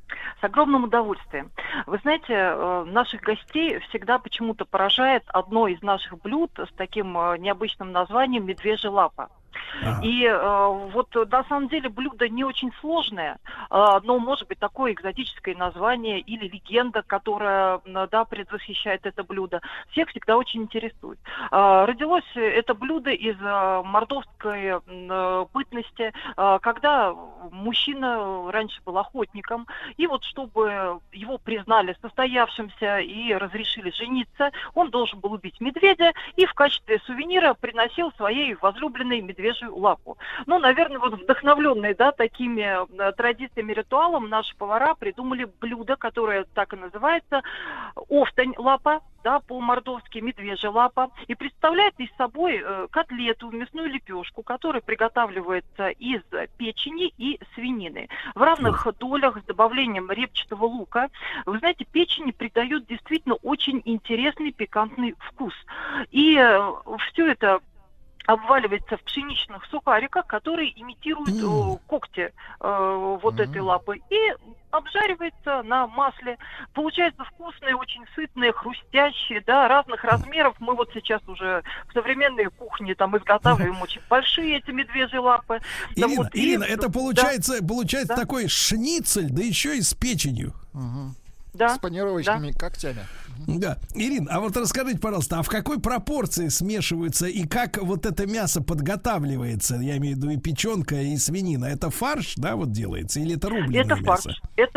С огромным удовольствием. Вы знаете, наших гостей всегда почему-то поражает одно из наших блюд с таким необычным названием «медвежья лапа». И вот на самом деле блюдо не очень сложное, но может быть такое экзотическое название или легенда, которая, да, предвосхищает это блюдо. Всех всегда очень интересует. Родилось это блюдо из мордовской бытности, когда мужчина раньше был охотником, и вот чтобы его признали состоявшимся и разрешили жениться, он должен был убить медведя и в качестве сувенира приносил своей возлюбленной медвежью лапу. Ну, наверное, вот вдохновленные, да, такими традициями, ритуалом, наши повара придумали блюдо, которое так и называется офтань лапа, да, по-мордовски медвежья лапа, и представляет из собой котлету, мясную лепешку, которая приготавливается из печени и свинины в равных долях с добавлением репчатого лука. Вы знаете, печени придают действительно очень интересный пикантный вкус. И все это обваливается в пшеничных сухариках, которые имитируют когти вот этой лапы, и обжаривается на масле. Получается вкусные, очень сытные, хрустящие, да, разных размеров. Мы вот сейчас уже в современной кухне там изготавливаем очень большие эти медвежьи лапы. Ирина, да, вот, Ирина, это получается да. такой шницель, да еще и с печенью. Да. С панировочными когтями. Да. Ирин, а вот расскажите, пожалуйста, а в какой пропорции смешиваются и как вот это мясо подготавливается? Я имею в виду и печенка, и свинина. Это фарш, да, вот делается? Или это рубленое это мясо?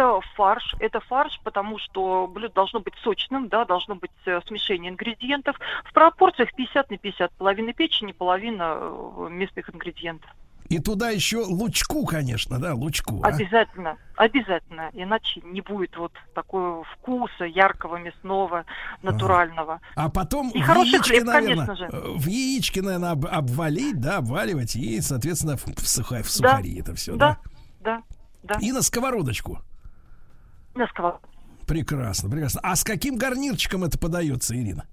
Это фарш, потому что блюдо должно быть сочным, да, должно быть смешение ингредиентов. В пропорциях 50 на 50. Половина печени, половина мясных ингредиентов. И туда еще лучку, конечно, да, лучку. Обязательно, обязательно. Иначе не будет вот такого вкуса яркого, мясного, натурального. А потом и в хороший яичке, хлеб, наверное, конечно же. В яичке, наверное, обвалить, да, обваливать и, соответственно, в сухари это все, да? Да. И на сковородочку. На сковородочку. Прекрасно, прекрасно. А с каким гарнирчиком это подается, Ирина?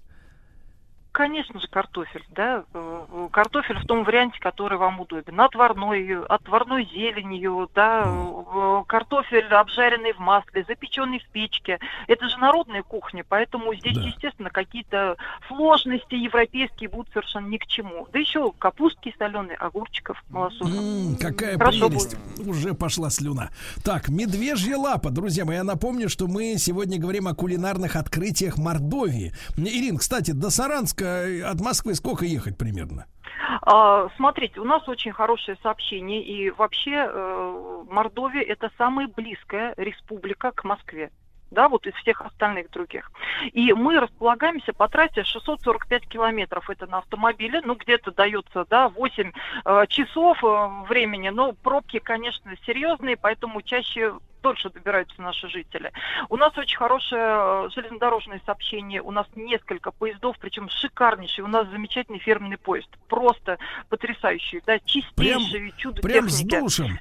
Конечно же, картофель, да, картофель в том варианте, который вам удобен, отварной зеленью, да, картофель обжаренный в масле, запеченный в печке. Это же народная кухня, поэтому здесь, естественно, какие-то сложности европейские будут совершенно ни к чему. Да еще капустки соленые, огурчиков, малосольных. Какая прелесть, уже пошла слюна. Так, медвежья лапа, друзья мои, я напомню, что мы сегодня говорим о кулинарных открытиях Мордовии. Ирин, кстати, до Саранска от Москвы сколько ехать примерно? Смотрите, у нас очень хорошее сообщение, и вообще Мордовия — это самая близкая республика к Москве. Да, вот из всех остальных других. И мы располагаемся по трассе 645 километров. Это на автомобиле, ну, где-то дается, да, 8 часов времени. Но пробки, конечно, серьезные, поэтому чаще дольше добираются наши жители. У нас очень хорошее железнодорожное сообщение. У нас несколько поездов, причем шикарнейший. У нас замечательный фирменный поезд. Просто потрясающий, да, чистейший, чудо техники. Прям с душем?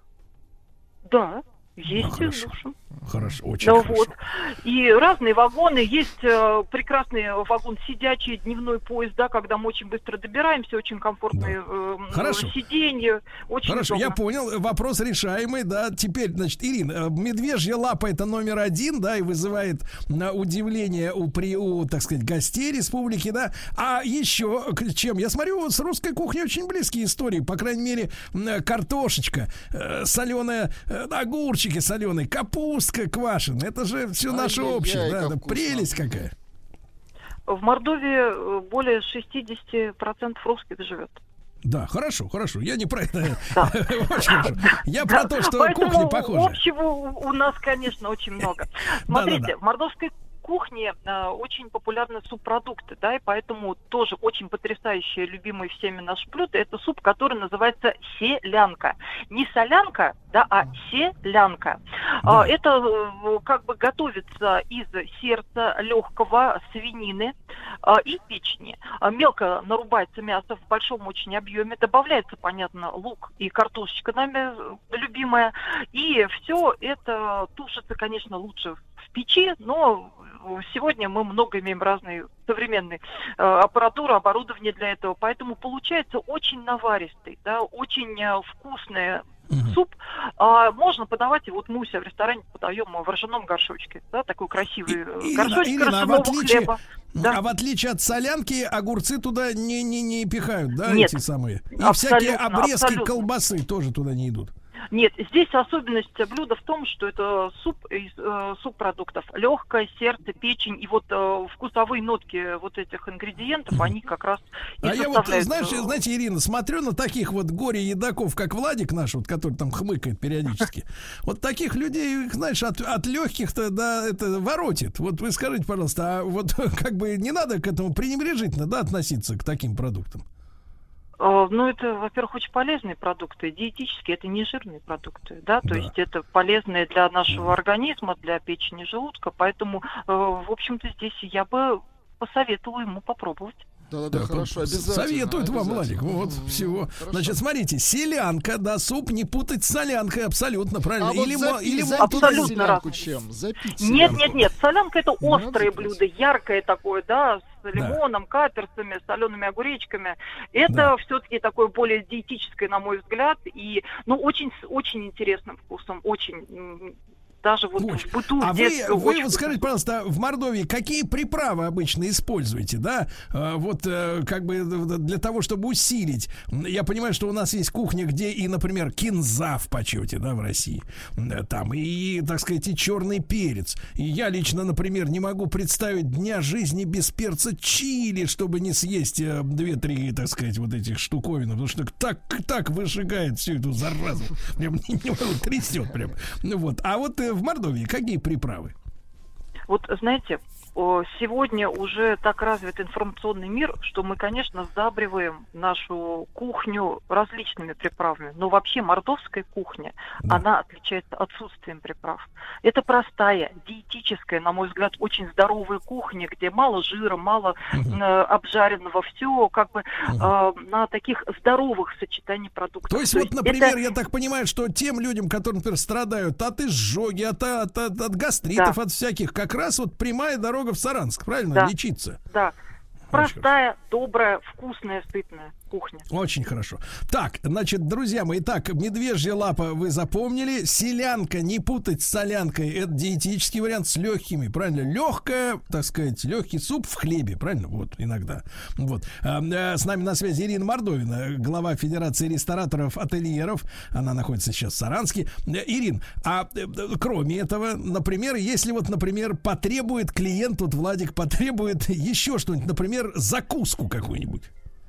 Да. Есть с душем. Хорошо, очень хорошо. Вот. И разные вагоны. Есть прекрасный вагон сидячий, дневной поезд, да, когда мы очень быстро добираемся, очень комфортные сиденья. Очень хорошо, удобно. я понял. Вопрос решаемый, да. Теперь, значит, Ирина, медвежья лапа — это номер один, да, и вызывает удивление у, так сказать, гостей республики, да. А еще чем? Я смотрю, с русской кухней очень близкие истории. По крайней мере, картошечка, соленая, огурчики соленые, капустка квашеная. Это же все наше общее, да, прелесть какая. В Мордовии более 60% русских живет. Да, хорошо. Я не про это. Очень хорошо. Я про то, что кухня похожа. Общего у нас, конечно, очень много. Смотрите, в мордовской кухне очень популярны субпродукты, да, и поэтому тоже очень потрясающее, любимое всеми наше блюдо — это суп, который называется селянка. Не солянка, да, а селянка. Да. Это как бы готовится из сердца легкого, свинины и печени. Мелко нарубается мясо в большом очень объеме, добавляется, понятно, лук и картошечка нами любимая, и все это тушится, конечно, лучше в печи, но сегодня мы много имеем разной современной аппаратуры, оборудования для этого, поэтому получается очень наваристый, да, очень вкусный суп можно подавать, и вот мы у себя в ресторане подаем в ржаном горшочке, да, такой красивый горшочек ржаного хлеба. Да. А в отличие от солянки, огурцы туда не пихают, да, Нет, эти самые? И всякие обрезки колбасы тоже туда не идут. Нет, здесь особенность блюда в том, что это суп из субпродуктов. Легкое, сердце, печень. И вот вкусовые нотки вот этих ингредиентов, они как раз и составляют... Я вот, знаете, Ирина, смотрю на таких вот горе-едоков, как Владик наш, вот, который там хмыкает периодически. Вот таких людей, знаешь, от легких-то, да, это воротит. Вот вы скажите, пожалуйста, а вот как бы не надо к этому пренебрежительно, да, относиться к таким продуктам? Ну, это, во-первых, очень полезные продукты, диетические, это не жирные продукты, да, то есть это полезные для нашего организма, для печени, желудка, поэтому, в общем-то, здесь я бы посоветовала ему попробовать. Да, хорошо, обязательно. Советует вам, Владик, вот всего. Хорошо. Значит, смотрите, селянка, да, суп не путать с солянкой, абсолютно правильно. Или абсолютно чем? Запить Нет, солянка это острое блюдо, яркое такое, да, с лимоном, каперсами, с солеными огуречками. Это все-таки такое более диетическое, на мой взгляд, и, ну, очень интересным вкусом, очень... Даже вот в быту. А вы вот скажите, пожалуйста, в Мордовии какие приправы обычно используете, да? Вот как бы для того, чтобы усилить. Я понимаю, что у нас есть кухня, где и, например, кинза в почете, да, в России. Там и, так сказать, и черный перец. И я лично, например, не могу представить дня жизни без перца чили, чтобы не съесть 2-3, так сказать, вот этих штуковин, потому что так выжигает всю эту заразу. Прям трясет прям. Ну вот. А вот в Мордовии какие приправы? Вот, знаете, сегодня уже так развит информационный мир, что мы, конечно, сдабриваем нашу кухню различными приправами. Но вообще мордовская кухня, она отличается отсутствием приправ. Это простая, диетическая, на мой взгляд, очень здоровая кухня, где мало жира, мало обжаренного, все как бы на таких здоровых сочетаниях продуктов. То есть вот, например, я так понимаю, что тем людям, которые, например, страдают от изжоги, от гастритов, от всяких, как раз вот прямая дорога в Саранск, правильно? Лечиться. Да. Простая, добрая, вкусная, сытная кухня. Очень хорошо. Так, значит, друзья мои, медвежья лапа вы запомнили. Селянка, не путать с солянкой. Это диетический вариант с легкими, правильно? Легкая, так сказать, легкий суп в хлебе, правильно? Вот, иногда. Вот. С нами на связи Ирина Мордовина, глава Федерации рестораторов, ательеров. Она находится сейчас в Саранске. Ирин, а кроме этого, например, если вот, например, потребует клиент, вот Владик потребует еще что-нибудь, например, закуску какую-нибудь.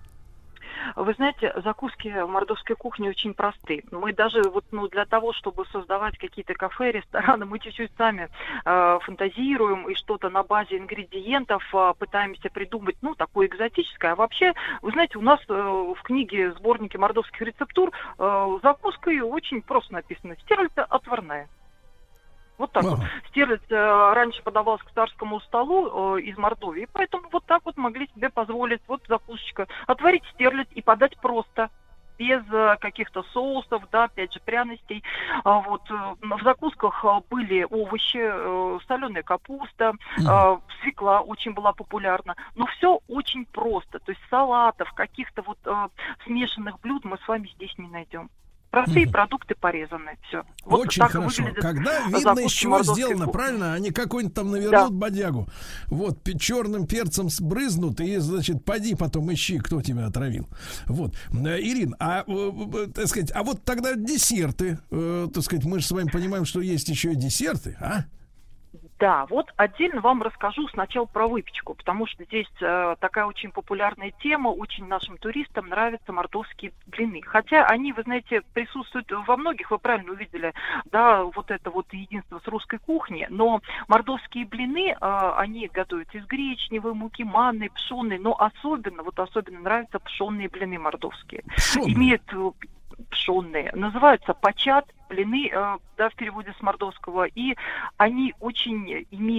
Вы знаете, закуски в мордовской кухне очень простые. Мы даже вот, для того, чтобы создавать какие-то кафе, рестораны, мы чуть-чуть сами фантазируем и что-то на базе ингредиентов пытаемся придумать, такое экзотическое. А вообще, вы знаете, у нас в книге сборнике мордовских рецептур закуской очень просто написано: стерлядка отварная. Вот так вот. Стерлядь раньше подавалась к царскому столу из Мордовии, поэтому вот так вот могли себе позволить, вот закусочка, отварить стерлядь и подать просто, без каких-то соусов, да, опять же, пряностей. Вот. В закусках были овощи, соленая капуста, свекла очень была популярна, но все очень просто, то есть салатов, каких-то вот смешанных блюд мы с вами здесь не найдем. Простые продукты порезаны. Все. Вот очень хорошо. Когда видно, из чего сделано, правильно? Они какой-нибудь там навернут бодягу. Вот, черным перцем сбрызнут, и, значит, поди потом ищи, кто тебя отравил. Вот. Ирин, так сказать, а вот тогда десерты, так сказать, мы же с вами понимаем, что есть еще и десерты, а? Да, вот отдельно вам расскажу сначала про выпечку, потому что здесь такая очень популярная тема, очень нашим туристам нравятся мордовские блины. Хотя они, вы знаете, присутствуют во многих, вы правильно увидели, да, вот это вот единство с русской кухней, но мордовские блины, они готовятся из гречневой муки, манной, пшенной, но особенно нравятся пшенные блины мордовские. Имеют пшенные, называются пачат, блины, да, в переводе с мордовского, и они очень имеют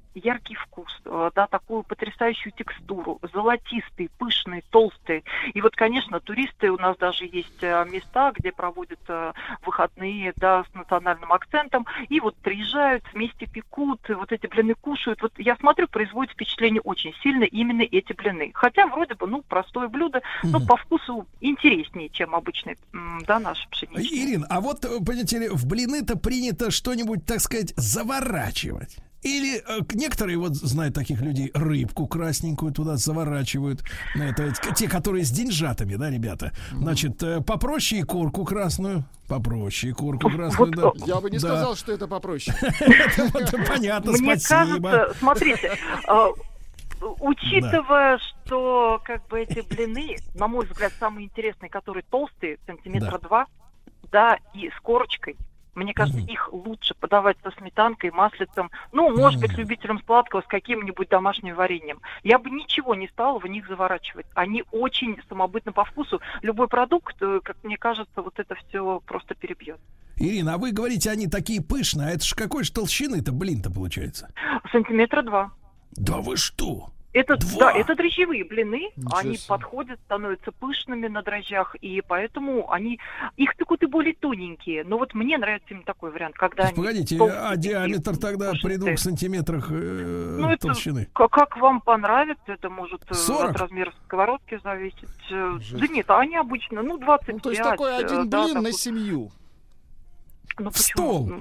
яркий вкус, да, такую потрясающую текстуру, золотистый, пышный, толстый. И вот, конечно, туристы, у нас даже есть места, где проводят выходные, да, с национальным акцентом, и вот приезжают, вместе пекут, вот эти блины кушают. Вот я смотрю, производит впечатление очень сильно именно эти блины. Хотя вроде бы, ну, простое блюдо, но по вкусу интереснее, чем обычные, да, наши пшеничные. Ирин, а вот, понимаете ли, в блины-то принято что-нибудь, так сказать, заворачивать. Или некоторые, вот знают таких людей, рыбку красненькую туда заворачивают. Это те, которые с деньжатами, да, ребята. Значит, попроще и корку красную. Попроще и корку красную, да. Я бы не сказал, что это попроще. Понятно, мне спасибо. Кажется, смотрите, учитывая, что как бы эти блины, на мой взгляд, самые интересные, которые толстые, сантиметра 2, да, и с корочкой. Мне кажется, их лучше подавать со сметанкой, маслицем, ну, может быть, любителям сладкого с каким-нибудь домашним вареньем. Я бы ничего не стала в них заворачивать. Они очень самобытны по вкусу. Любой продукт, как мне кажется, вот это все просто перебьет. Ирина, а вы говорите, они такие пышные, а это ж какой же толщины-то блин-то получается? Сантиметра 2. Да вы что? Это, да, это дрожжевые блины, они подходят, становятся пышными на дрожжах, и поэтому их пекут и более тоненькие. Но вот мне нравится именно такой вариант, когда они... Погодите, а диаметр тогда при 2 сантиметрах толщины? Как вам понравится, это может 40? От размера сковородки зависеть. Да нет, они обычно, 25. Ну, то есть такой один блин на семью. Ну, стол!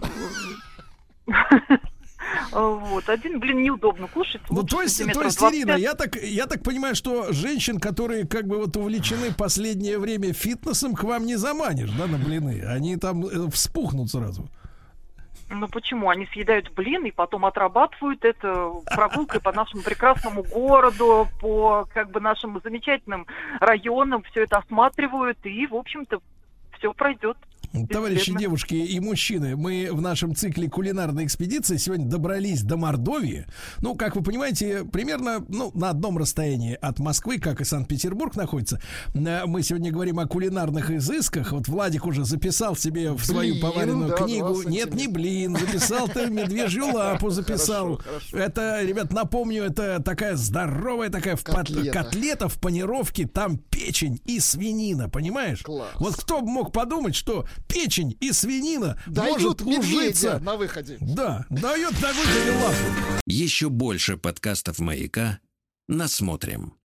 Вот, один блин неудобно кушать. Ну, то есть, Ирина, я так понимаю, что женщин, которые как бы вот увлечены последнее время фитнесом, к вам не заманишь, да, на блины? Они там вспухнут сразу. Ну почему? Они съедают блин и потом отрабатывают это прогулкой по нашему прекрасному городу, по как бы нашим замечательным районам, все это осматривают, и, в общем-то, все пройдет. Товарищи, девушки и мужчины, мы в нашем цикле кулинарной экспедиции сегодня добрались до Мордовии. Ну, как вы понимаете, примерно на одном расстоянии от Москвы, как и Санкт-Петербург находится. Мы сегодня говорим о кулинарных изысках. Вот Владик уже записал себе в свою поваренную книгу. Нет, не блин, записал-то медвежью лапу записал. Хорошо. Это, ребят, напомню, это такая здоровая такая котлета в панировке, там печень и свинина, понимаешь? Класс. Вот кто бы мог подумать, что печень и свинина дают может ужиться на выходе. Да, дает на выходе лапу. Еще больше подкастов «Маяка» насмотрим.